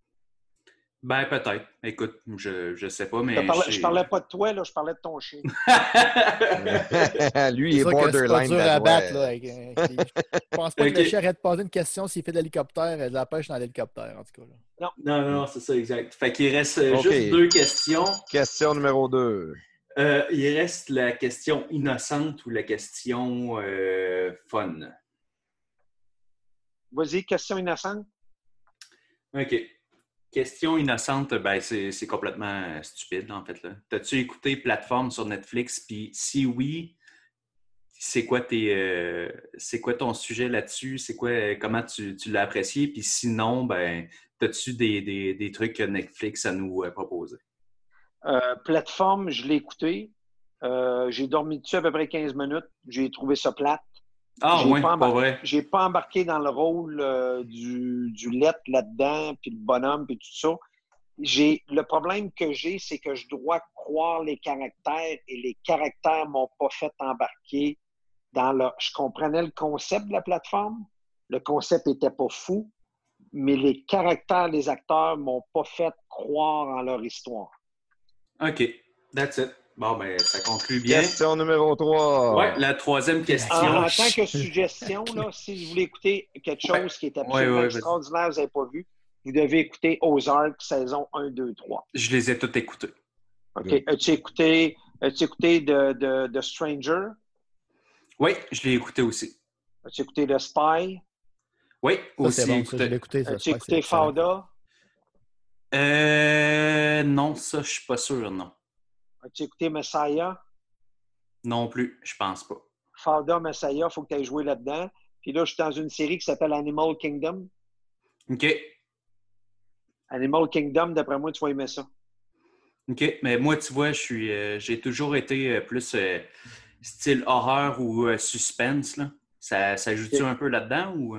Ben, peut-être. Écoute, je sais pas, mais... Je parlais pas de toi, là, je parlais de ton chien. Lui, il est borderline. C'est dur à battre, là. Je pense pas que le chien arrête de poser une question s'il fait de l'hélicoptère, de la pêche dans l'hélicoptère, en tout cas. Là. Non, c'est ça, exact. Fait qu'il reste juste 2 questions. Question numéro 2. Il reste la question innocente ou la question fun. Vas-y, question innocente. OK. Question innocente, ben c'est complètement stupide, en fait. T'as-tu écouté Plateforme sur Netflix? Puis si oui, c'est quoi ton sujet là-dessus? Comment tu l'as apprécié? Puis sinon, ben, as-tu des trucs que Netflix a nous proposer? Plateforme, je l'ai écouté. J'ai dormi dessus à peu près 15 minutes. J'ai trouvé ça plate. Ah oui, pas vrai. J'ai pas embarqué dans le rôle du lettre là-dedans, puis le bonhomme, puis tout ça. Le problème que j'ai, c'est que je dois croire les caractères et les caractères m'ont pas fait embarquer Je comprenais le concept de la plateforme. Le concept était pas fou, mais les caractères des acteurs m'ont pas fait croire en leur histoire. OK. That's it. Bon, ben, ça conclut bien. Question numéro 3. Oui, la 3e question. En tant que suggestion, là, si vous voulez écouter quelque chose qui est absolument extraordinaire, vous n'avez pas vu, vous devez écouter Ozark, saison 1, 2, 3. Je les ai toutes écoutées. OK. As-tu écouté The Stranger? Oui, je l'ai écouté aussi. As-tu écouté The Spy? Oui, aussi. C'est bon, ça, je l'ai écouté. As-tu écouté Fauda? Non, ça, je suis pas sûr, non. As-tu écouté Messiah? Non plus, je pense pas. Fauda, Messiah, il faut que tu ailles jouer là-dedans. Puis là, je suis dans une série qui s'appelle Animal Kingdom. OK. Animal Kingdom, d'après moi, tu vas aimer ça. OK, mais moi, tu vois, j'ai toujours été plus style horreur ou suspense, là. Ça joue-tu un peu là-dedans ou...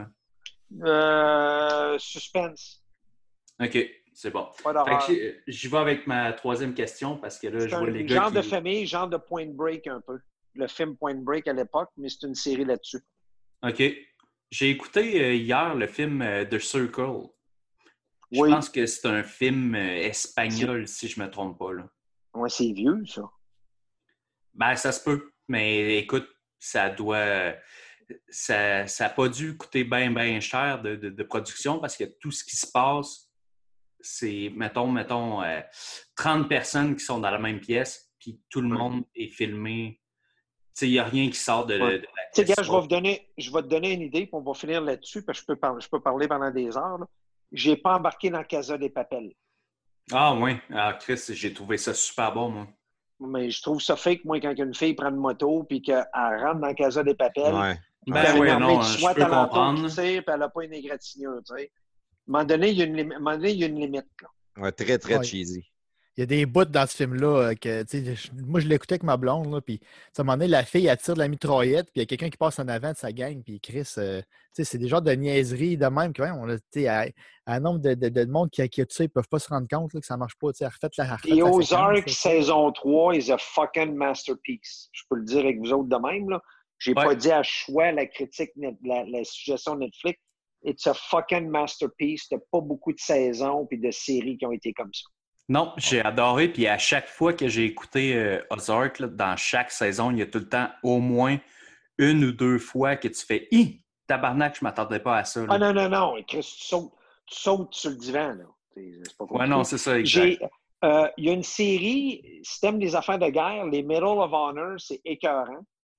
Suspense. OK, c'est bon. Pas d'horreur. Fait que j'y vais avec ma troisième question parce que là, je vois les gars genre de famille, genre de Point Break un peu. Le film Point Break à l'époque, mais c'est une série là-dessus. OK. J'ai écouté hier le film The Circle. Je Oui. pense que c'est un film espagnol, si je ne me trompe pas. Là. Ouais, c'est vieux, ça. Ben, ça se peut. Mais écoute, ça doit... Ça n'a pas dû coûter bien cher de production parce que tout ce qui se passe, c'est, mettons 30 personnes qui sont dans la même pièce, puis tout le monde est filmé. Tu sais, il n'y a rien qui sort de la pièce. Tu sais, gars, je vais te donner une idée, puis on va finir là-dessus, parce que je peux parler pendant des heures. Là. J'ai pas embarqué dans Casa des Papel. Ah oui, Chris, j'ai trouvé ça super bon, moi. Mais je trouve ça fake, moi, quand une fille prend une moto puis qu'elle rentre dans Casa des Papel. Ouais. Ben oui, non, je peux comprendre. Puis elle n'a pas une égratignure, tu sais. À un moment donné, il y a une limite. Là. Ouais, très, très cheesy. Il y a des bouts dans ce film-là que, tu sais, moi, je l'écoutais avec ma blonde, là, puis à un moment donné, la fille, elle tire de la mitraillette, puis il y a quelqu'un qui passe en avant de sa gang, puis Chris, tu sais, c'est des genres de niaiseries de même, quand même. On a, tu sais, un nombre de monde qui a tout ça, ils peuvent pas se rendre compte là, que ça marche pas, tu sais, Et Ozark, saison 3, is a fucking masterpiece. Je peux le dire avec vous autres de même, là. J'ai pas dit à choix la critique, la suggestion de Netflix. It's a fucking masterpiece. T'as pas beaucoup de saisons puis de séries qui ont été comme ça. Non, j'ai adoré. Puis à chaque fois que j'ai écouté Ozark, là, dans chaque saison, il y a tout le temps au moins une ou deux fois que tu fais « Hi! Tabarnak, je m'attendais pas à ça. » Ah non. Chris, tu sautes sur le divan. Là. C'est pas compliqué. Ouais, non, c'est ça, exact. Il y a une série, si t'aimes les affaires de guerre, les Medal of Honor, c'est écœurant.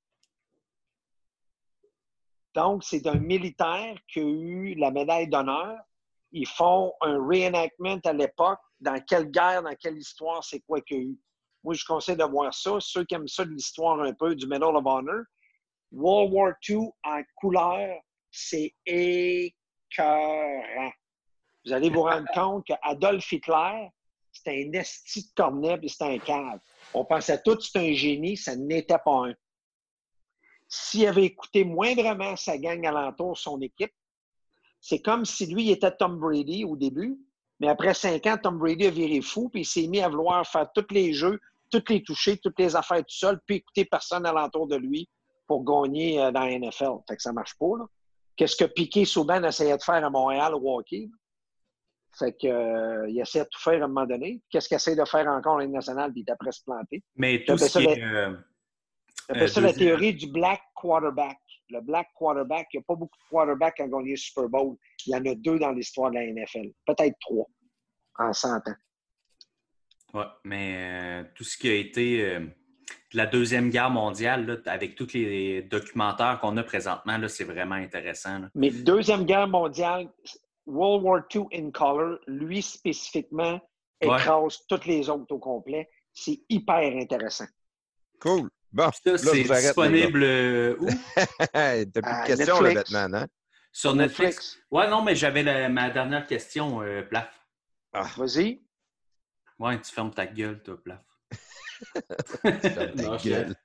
Donc, c'est un militaire qui a eu la médaille d'honneur. Ils font un reenactment à l'époque. Dans quelle guerre, dans quelle histoire, c'est quoi qu'il y a eu. Moi, je conseille de voir ça. Ceux qui aiment ça de l'histoire un peu, du Medal of Honor. World War II en couleur, c'est écœurant. Vous allez vous rendre compte qu'Adolf Hitler, c'était un esti de cornet et c'était un cave. On pensait tous que c'était un génie, ça n'était pas un. S'il avait écouté moindrement sa gang alentour, son équipe, c'est comme si lui était Tom Brady au début, mais après 5 ans, Tom Brady a viré fou, puis il s'est mis à vouloir faire tous les jeux, tous les toucher, toutes les affaires tout seul, puis écouter personne alentour de lui pour gagner dans la NFL. Fait que ça marche pas, là. Qu'est-ce que Piquet Souban essayait de faire à Montréal au hockey? Là? Fait que il essayait de tout faire à un moment donné. Qu'est-ce qu'il essaie de faire encore en Ligue nationale, puis il est après se planter? Mais tout ce qui est... J'appelle ça la théorie du black quarterback. Le black quarterback, il n'y a pas beaucoup de quarterbacks qui ont gagné le Super Bowl. Il y en a 2 dans l'histoire de la NFL. Peut-être 3 en 100 ans. Oui, mais tout ce qui a été la Deuxième Guerre mondiale, là, avec tous les documentaires qu'on a présentement, là, c'est vraiment intéressant. Là. Mais Deuxième Guerre mondiale, World War II in color, lui spécifiquement, écrase toutes les autres au complet. C'est hyper intéressant. Cool. Bon, ça, là, c'est disponible où? T'as plus de questions, là, Batman, hein? Sur Netflix? Ouais, non, mais j'avais ma dernière question, Plaf. Ah. Vas-y. Ouais, tu fermes ta gueule, toi, Plaf. Tu fermes ta gueule.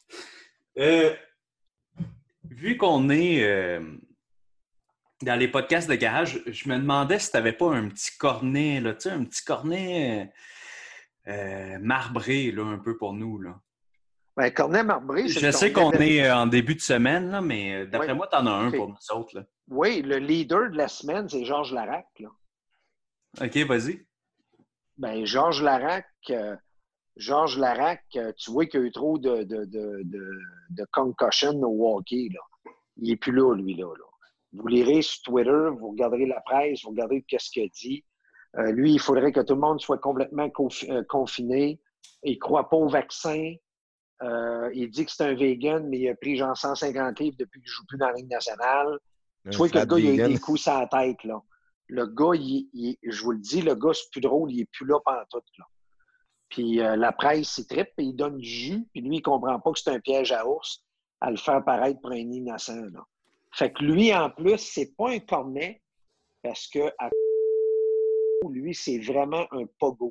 Vu qu'on est dans les podcasts de garage, je me demandais si tu n'avais pas un petit cornet, là, tu sais, un petit cornet marbré, là, un peu pour nous, là. Ben, cornet marbré, c'est je sais qu'on est en début de semaine, là, mais d'après moi, tu en as un pour nous autres. Là. Oui, le leader de la semaine, c'est Georges Larac. Là. OK, vas-y. Ben, Georges Larac, tu vois qu'il y a eu trop de concussion au hockey. Là. Il n'est plus là, lui. Là. Vous lirez sur Twitter, vous regarderez la presse, vous regarderez ce qu'il a dit. Lui, il faudrait que tout le monde soit complètement confiné. Il ne croit pas au vaccin. Il dit que c'est un vegan, mais il a pris genre 150 livres depuis qu'il ne joue plus dans la Ligue nationale. Tu vois que le gars, il a eu des coups sur la tête. Là. Le gars, je vous le dis, le gars, c'est plus drôle, il n'est plus là pantoute. Là. Puis la presse, il trippe, puis il donne du jus, puis lui, il ne comprend pas que c'est un piège à ours à le faire paraître pour un innocent. Là. « Fait que lui, en plus, c'est pas un cornet parce que lui, c'est vraiment un pogo.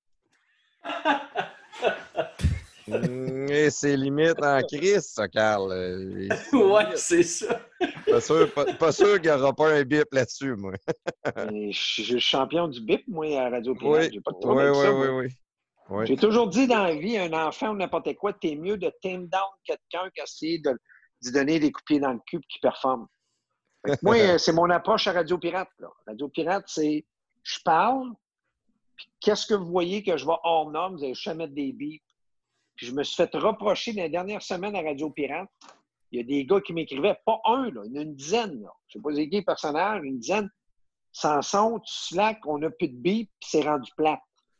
Et c'est limite en crise, ça, Carl. Ouais, c'est ça. Pas sûr qu'il n'y aura pas un bip là-dessus, moi. Je suis le champion du bip, moi, à Radio Pirate. Oui, J'ai pas de problème avec ça, moi. Oui. J'ai toujours dit dans la vie, un enfant ou n'importe quoi, t'es mieux de tame down quelqu'un qu'essayer de lui donner des coups de pied dans le cul et qu'il performe. Moi, c'est mon approche à Radio Pirate. Là. Radio Pirate, c'est je parle, puis qu'est-ce que vous voyez que je vais hors norme, vous n'allez jamais mettre des bips. Puis je me suis fait reprocher dans les dernières semaines à Radio Pirate. Il y a des gars qui m'écrivaient, pas un, là, il y en a une dizaine. Là. Je ne sais pas c'est qui les personnages, une dizaine. Sans son, tu slack, on n'a plus de bip, puis c'est rendu plate.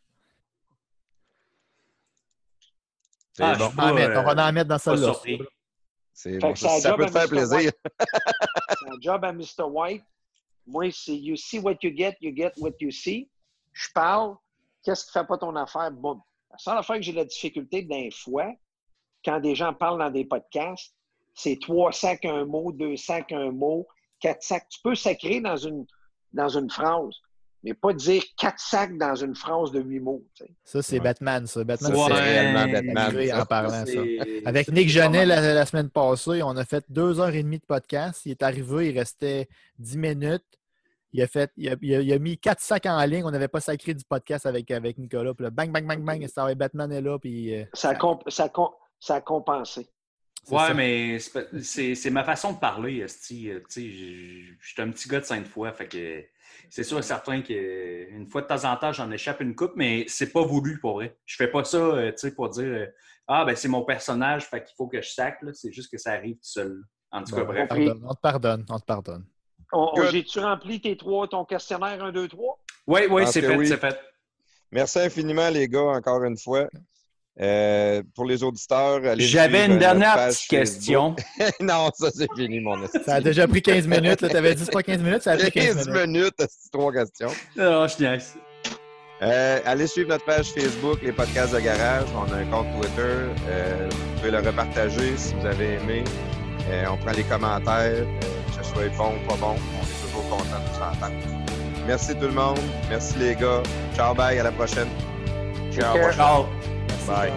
C'est bon. On va en mettre dans celle-là. C'est bon. Ça peut te faire plaisir. C'est un job à Mr. White. Moi, c'est you see what you get what you see. Je parle, qu'est-ce qui ne fait pas ton affaire? Boum. La seule affaire que j'ai de la difficulté d'un fois, quand des gens parlent dans des podcasts, c'est 3 sacs un mot, 2 sacs un mot, 4 sacs. Tu peux sacrer dans une phrase, mais pas dire 4 sacs dans une phrase de 8 mots. Tu sais. Ça, c'est Batman, ça. Batman, c'est réellement Batman. En parlant, ça. Avec Nick Genet, la semaine passée, on a fait 2h30 de podcast. Il est arrivé, il restait 10 minutes. Il a mis 4 sacs en ligne. On n'avait pas sacré du podcast avec Nicolas. Puis là, bang, bang, bang, bang. Batman est là. Puis, ça a compensé. Ouais, ça. Mais c'est ma façon de parler, Esti. Je suis un petit gars de Sainte-Foy. Fait que c'est sûr et certain qu'une fois de temps en temps, j'en échappe une coupe, mais c'est pas voulu pour vrai. Je fais pas ça pour dire ben c'est mon personnage, fait qu'il faut que je sac. C'est juste que ça arrive tout seul. En tout cas, bref. On te pardonne. J'ai-tu rempli ton questionnaire 1, 2, 3? Oui, c'est fait. Merci infiniment, les gars, encore une fois. Pour les auditeurs, j'avais une dernière petite question. Non, ça, c'est fini, mon esti. Ça a déjà pris 15 minutes. Tu avais dit c'est pas 15 minutes, ça a pris 15 minutes. C'est 3 questions. Non, je niaise. Allez suivre notre page Facebook, les podcasts de garage. On a un compte Twitter. Vous pouvez le repartager si vous avez aimé. On prend les commentaires. Que ce soit bon ou pas bon, on est toujours content de vous entendre. Merci tout le monde. Merci les gars. Ciao, bye. À la prochaine. Ciao. Bye.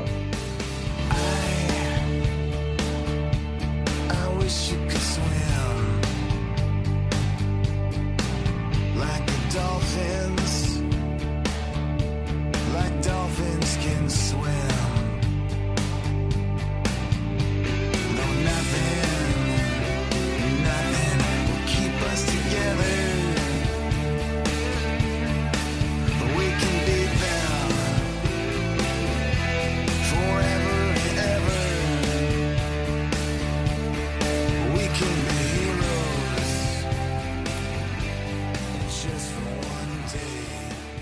I wish you could swim like the dolphins can swim. No, nothing will keep us together. We can be there forever and ever. We can be heroes just for one day.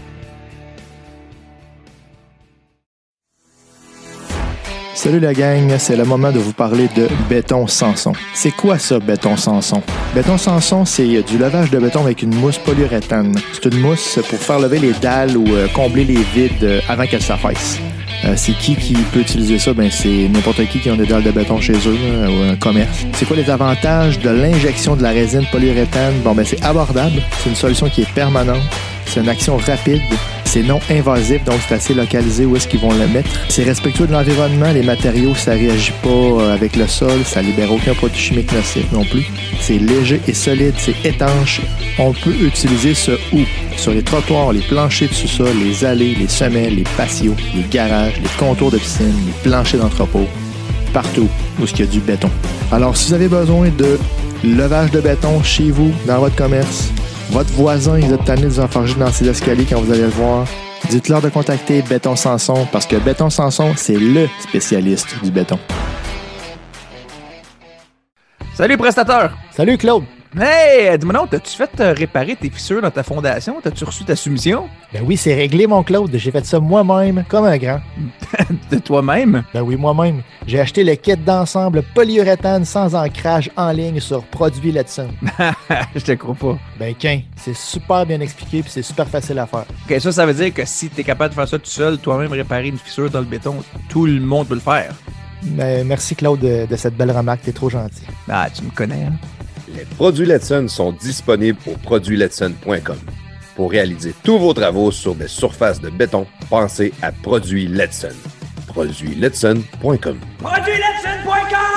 Salut la gang, c'est le moment de vous parler de béton Sanson. C'est quoi ça, béton Sanson? Béton Sanson, c'est du lavage de béton avec une mousse polyuréthane. C'est une mousse pour faire lever les dalles ou combler les vides avant qu'elles s'affaissent. C'est qui peut utiliser ça? C'est n'importe qui ont des dalles de béton chez eux ou un commerce. C'est quoi les avantages de l'injection de la résine polyuréthane? C'est abordable, c'est une solution qui est permanente, c'est une action rapide, c'est non invasif, donc c'est assez localisé où est-ce qu'ils vont le mettre. C'est respectueux de l'environnement, les matériaux, ça réagit pas avec le sol, ça libère aucun produit chimique nocif non plus. C'est léger et solide, c'est étanche. On peut utiliser ce où? Sur les trottoirs, les planchers de sous-sol, les allées, les semelles, les patios, les garages, les contours de piscine, les planchers d'entrepôt, partout où il y a du béton. Alors, si vous avez besoin de levage de béton chez vous, dans votre commerce, votre voisin, il a tanné de vous enfarger dans ses escaliers quand vous allez le voir, dites-leur de contacter Béton Sanson parce que Béton Sanson, c'est le spécialiste du béton. Salut prestateur! Salut Claude! Hey, dis-moi non, t'as-tu fait réparer tes fissures dans ta fondation? T'as-tu reçu ta soumission? Ben oui, c'est réglé mon Claude. J'ai fait ça moi-même, comme un grand. De toi-même? Ben oui, moi-même. J'ai acheté le kit d'ensemble polyuréthane sans ancrage en ligne sur Produit Letson. Je te crois pas. Ben c'est super bien expliqué puis c'est super facile à faire. Ok, ça veut dire que si t'es capable de faire ça tout seul, toi-même réparer une fissure dans le béton, tout le monde peut le faire. Ben, merci Claude de cette belle remarque, t'es trop gentil. Ah, tu me connais, hein? Les produits Letson sont disponibles au produitsletson.com. Pour réaliser tous vos travaux sur des surfaces de béton, pensez à Produits Letson. ProduitsLetson.com. ProduitsLetson.com.